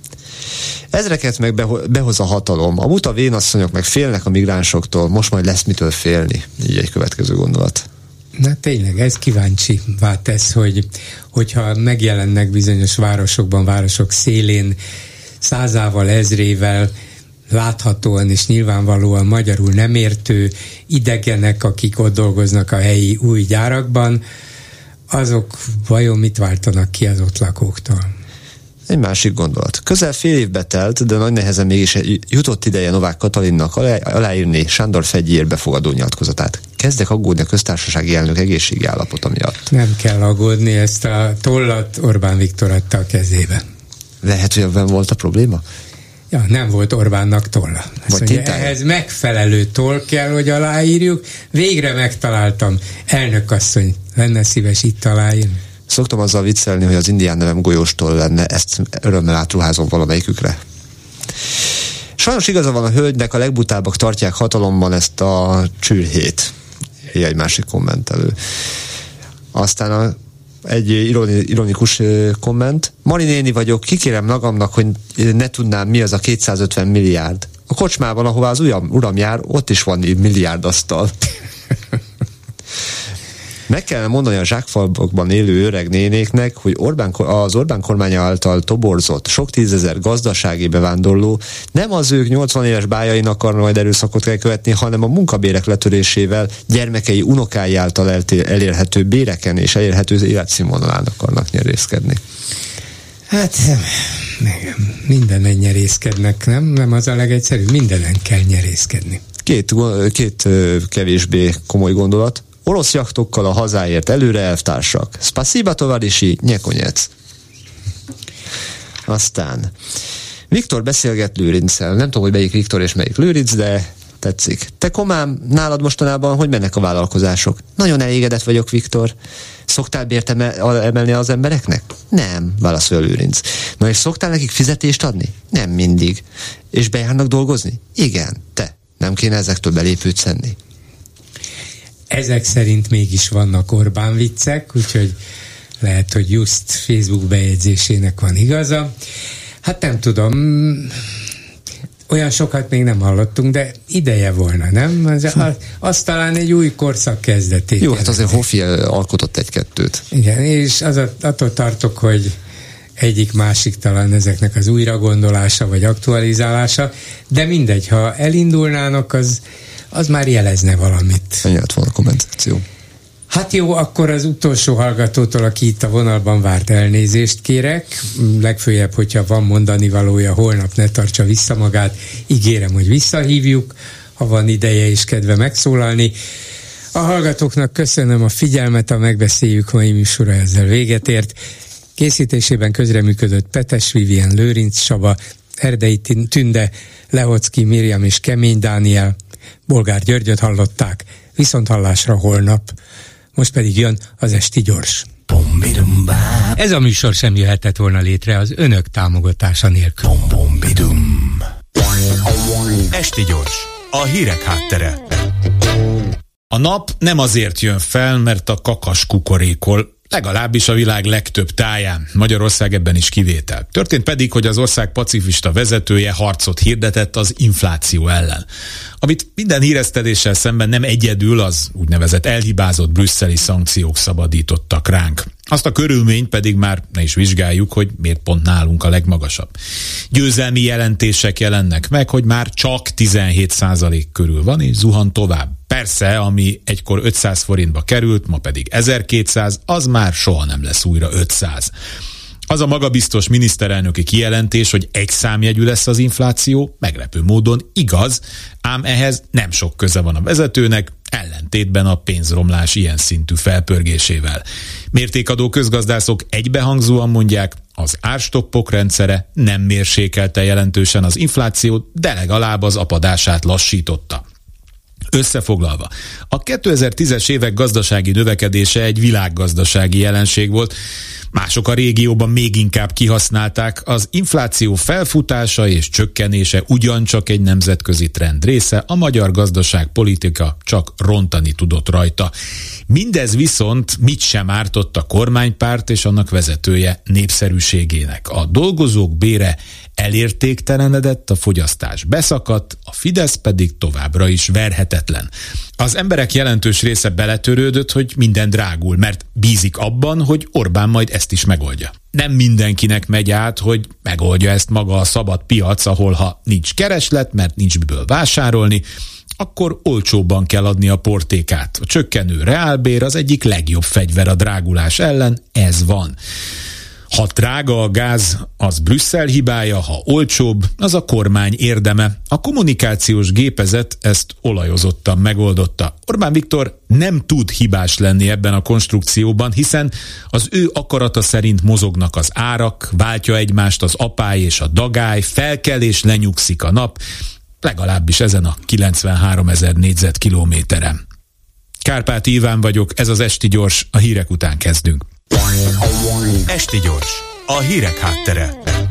Ezreket meg behoz a hatalom. A muta vénasszonyok meg félnek a migránsoktól, most majd lesz mitől félni. Így egy következő gondolat. Na tényleg, ez kíváncsivá tesz, hogy, hogyha megjelennek bizonyos városokban, városok szélén, százával, ezrével, láthatóan és nyilvánvalóan magyarul nem értő idegenek, akik ott dolgoznak a helyi új gyárakban, azok vajon mit váltanak ki az ott lakóktól? Egy másik gondolat. Közel fél évbe telt, de nagy nehezen mégis jutott ideje Novák Katalinnak aláírni Sándor Fegyér befogadó nyilatkozatát. Kezdek aggódni a köztársasági elnök egészségi állapota miatt. Nem kell aggódni, ezt a tollat Orbán Viktor adta a kezébe. Lehet, hogy ebben volt a probléma? Ja, nem volt Orbánnak tolla. Azt mondja, ehhez megfelelő toll kell, hogy aláírjuk. Végre megtaláltam. Elnök asszony, lenne szíves itt aláírni? Szoktam azzal viccelni, hogy az indián nevem golyóstól lenne, ezt örömmel átruházom valamelyikükre. Sajnos igaza van a hölgynek, a legbutábbak tartják hatalomban ezt a csürhét. Egy másik kommentelő. Aztán a, egy ironi, ironikus komment. Mari néni vagyok, kikérem magamnak, hogy ne tudnám, mi az a kétszázötven milliárd. A kocsmában, ahová az uram, uram jár, ott is van milliárd asztal. Meg kellene mondani a zsákfalvakban élő öreg nénéknek, hogy Orbán, az Orbán kormánya által toborzott sok tízezer gazdasági bevándorló nem az ők nyolcvan éves bájain akarna majd erőszakot elkövetni, hanem a munkabérek letörésével gyermekei, unokái által elérhető béreken és elérhető életszínvonalán akarnak nyerészkedni. Hát mindenen nyerészkednek, nem? Nem az a legegyszerűbb? Mindenen kell nyerészkedni. Két, két kevésbé komoly gondolat. Orosz jachtokkal a hazáért előre, elvtársak. Spasiba tovarisi, nyekonyec. Aztán Viktor beszélget Lőrinccel. Nem tudom, hogy melyik Viktor és melyik Lőrinc, de tetszik. Te komám, nálad mostanában hogy mennek a vállalkozások? Nagyon elégedett vagyok, Viktor. Szoktál bért emelni az embereknek? Nem, válaszol Lőrinc. Na és szoktál nekik fizetést adni? Nem mindig. És bejárnak dolgozni? Igen, te. Nem kéne ezektől belépőt szedni? Ezek szerint mégis vannak Orbán viccek, úgyhogy lehet, hogy just Facebook bejegyzésének van igaza. Hát nem tudom, olyan sokat még nem hallottunk, de ideje volna, nem? Az, az, az talán egy új korszak kezdetét. Jó, hát azért Hofi alkotott egy-kettőt. Igen, és az attól tartok, hogy egyik másik talán ezeknek az újragondolása vagy aktualizálása, de mindegy, ha elindulnának, az, az már jelezne valamit. Ennyi lett volna a kompenzáció. Hát jó, akkor az utolsó hallgatótól, aki itt a vonalban várt, elnézést kérek. Legfőjebb, hogyha van mondani valója, holnap ne tartsa vissza magát. Ígérem, hogy visszahívjuk, ha van ideje és kedve megszólalni. A hallgatóknak köszönöm a figyelmet, a Megbeszéljük mai műsora ezzel véget ért. Készítésében közreműködött Petes Vivien, Lőrinc Csaba, Erdei Tünde, Lehocki Miriam és Kemény Dániel. Bolgár Györgyöt hallották. Viszont hallásra holnap. Most pedig jön az Esti Gyors. Ez a műsor sem jöhetett volna létre az önök támogatása nélkül. Esti Gyors, a hírek háttere. A nap nem azért jön fel, mert a kakas kukorékol, legalábbis a világ legtöbb táján. Magyarország ebben is kivétel. Történt pedig, hogy az ország pacifista vezetője harcot hirdetett az infláció ellen. Amit minden híreszteléssel szemben nem egyedül az úgynevezett elhibázott brüsszeli szankciók szabadítottak ránk. Azt a körülményt pedig már ne is vizsgáljuk, hogy miért pont nálunk a legmagasabb. Győzelmi jelentések jelennek meg, hogy már csak tizenhét százalék körül van, és zuhan tovább. Persze, ami egykor ötszáz forintba került, ma pedig ezerkétszáz, az már soha nem lesz újra ötszáz. Az a magabiztos miniszterelnöki kijelentés, hogy egy számjegyű lesz az infláció, meglepő módon igaz, ám ehhez nem sok köze van a vezetőnek, ellentétben a pénzromlás ilyen szintű felpörgésével. Mértékadó közgazdászok egybehangzóan mondják, az árstoppok rendszere nem mérsékelte jelentősen az inflációt, de legalább az apadását lassította. Összefoglalva, a kétezer-tízes évek gazdasági növekedése egy világgazdasági jelenség volt, mások a régióban még inkább kihasználták, az infláció felfutása és csökkenése ugyancsak egy nemzetközi trend része, a magyar gazdaságpolitika csak rontani tudott rajta. Mindez viszont mit sem ártott a kormánypárt és annak vezetője népszerűségének. A dolgozók bére elértéktelenedett, a fogyasztás beszakadt, a Fidesz pedig továbbra is verhetetlen. Az emberek jelentős része beletörődött, hogy minden drágul, mert bízik abban, hogy Orbán majd ezt is megoldja. Nem mindenkinek megy át, hogy megoldja ezt maga a szabad piac, ahol ha nincs kereslet, mert nincs miből vásárolni, akkor olcsóbban kell adni a portékát. A csökkenő reálbér az egyik legjobb fegyver a drágulás ellen, ez van. Ha drága a gáz, az Brüsszel hibája, ha olcsóbb, az a kormány érdeme. A kommunikációs gépezet ezt olajozottan megoldotta. Orbán Viktor nem tud hibás lenni ebben a konstrukcióban, hiszen az ő akarata szerint mozognak az árak, váltja egymást az apály és a dagály, felkel és lenyugszik a nap, legalábbis ezen a kilencvenháromezer négyzetkilométeren. Kárpáti Iván vagyok, ez az Esti Gyors, a hírek után kezdünk. Esti Gyors, a hírek háttere.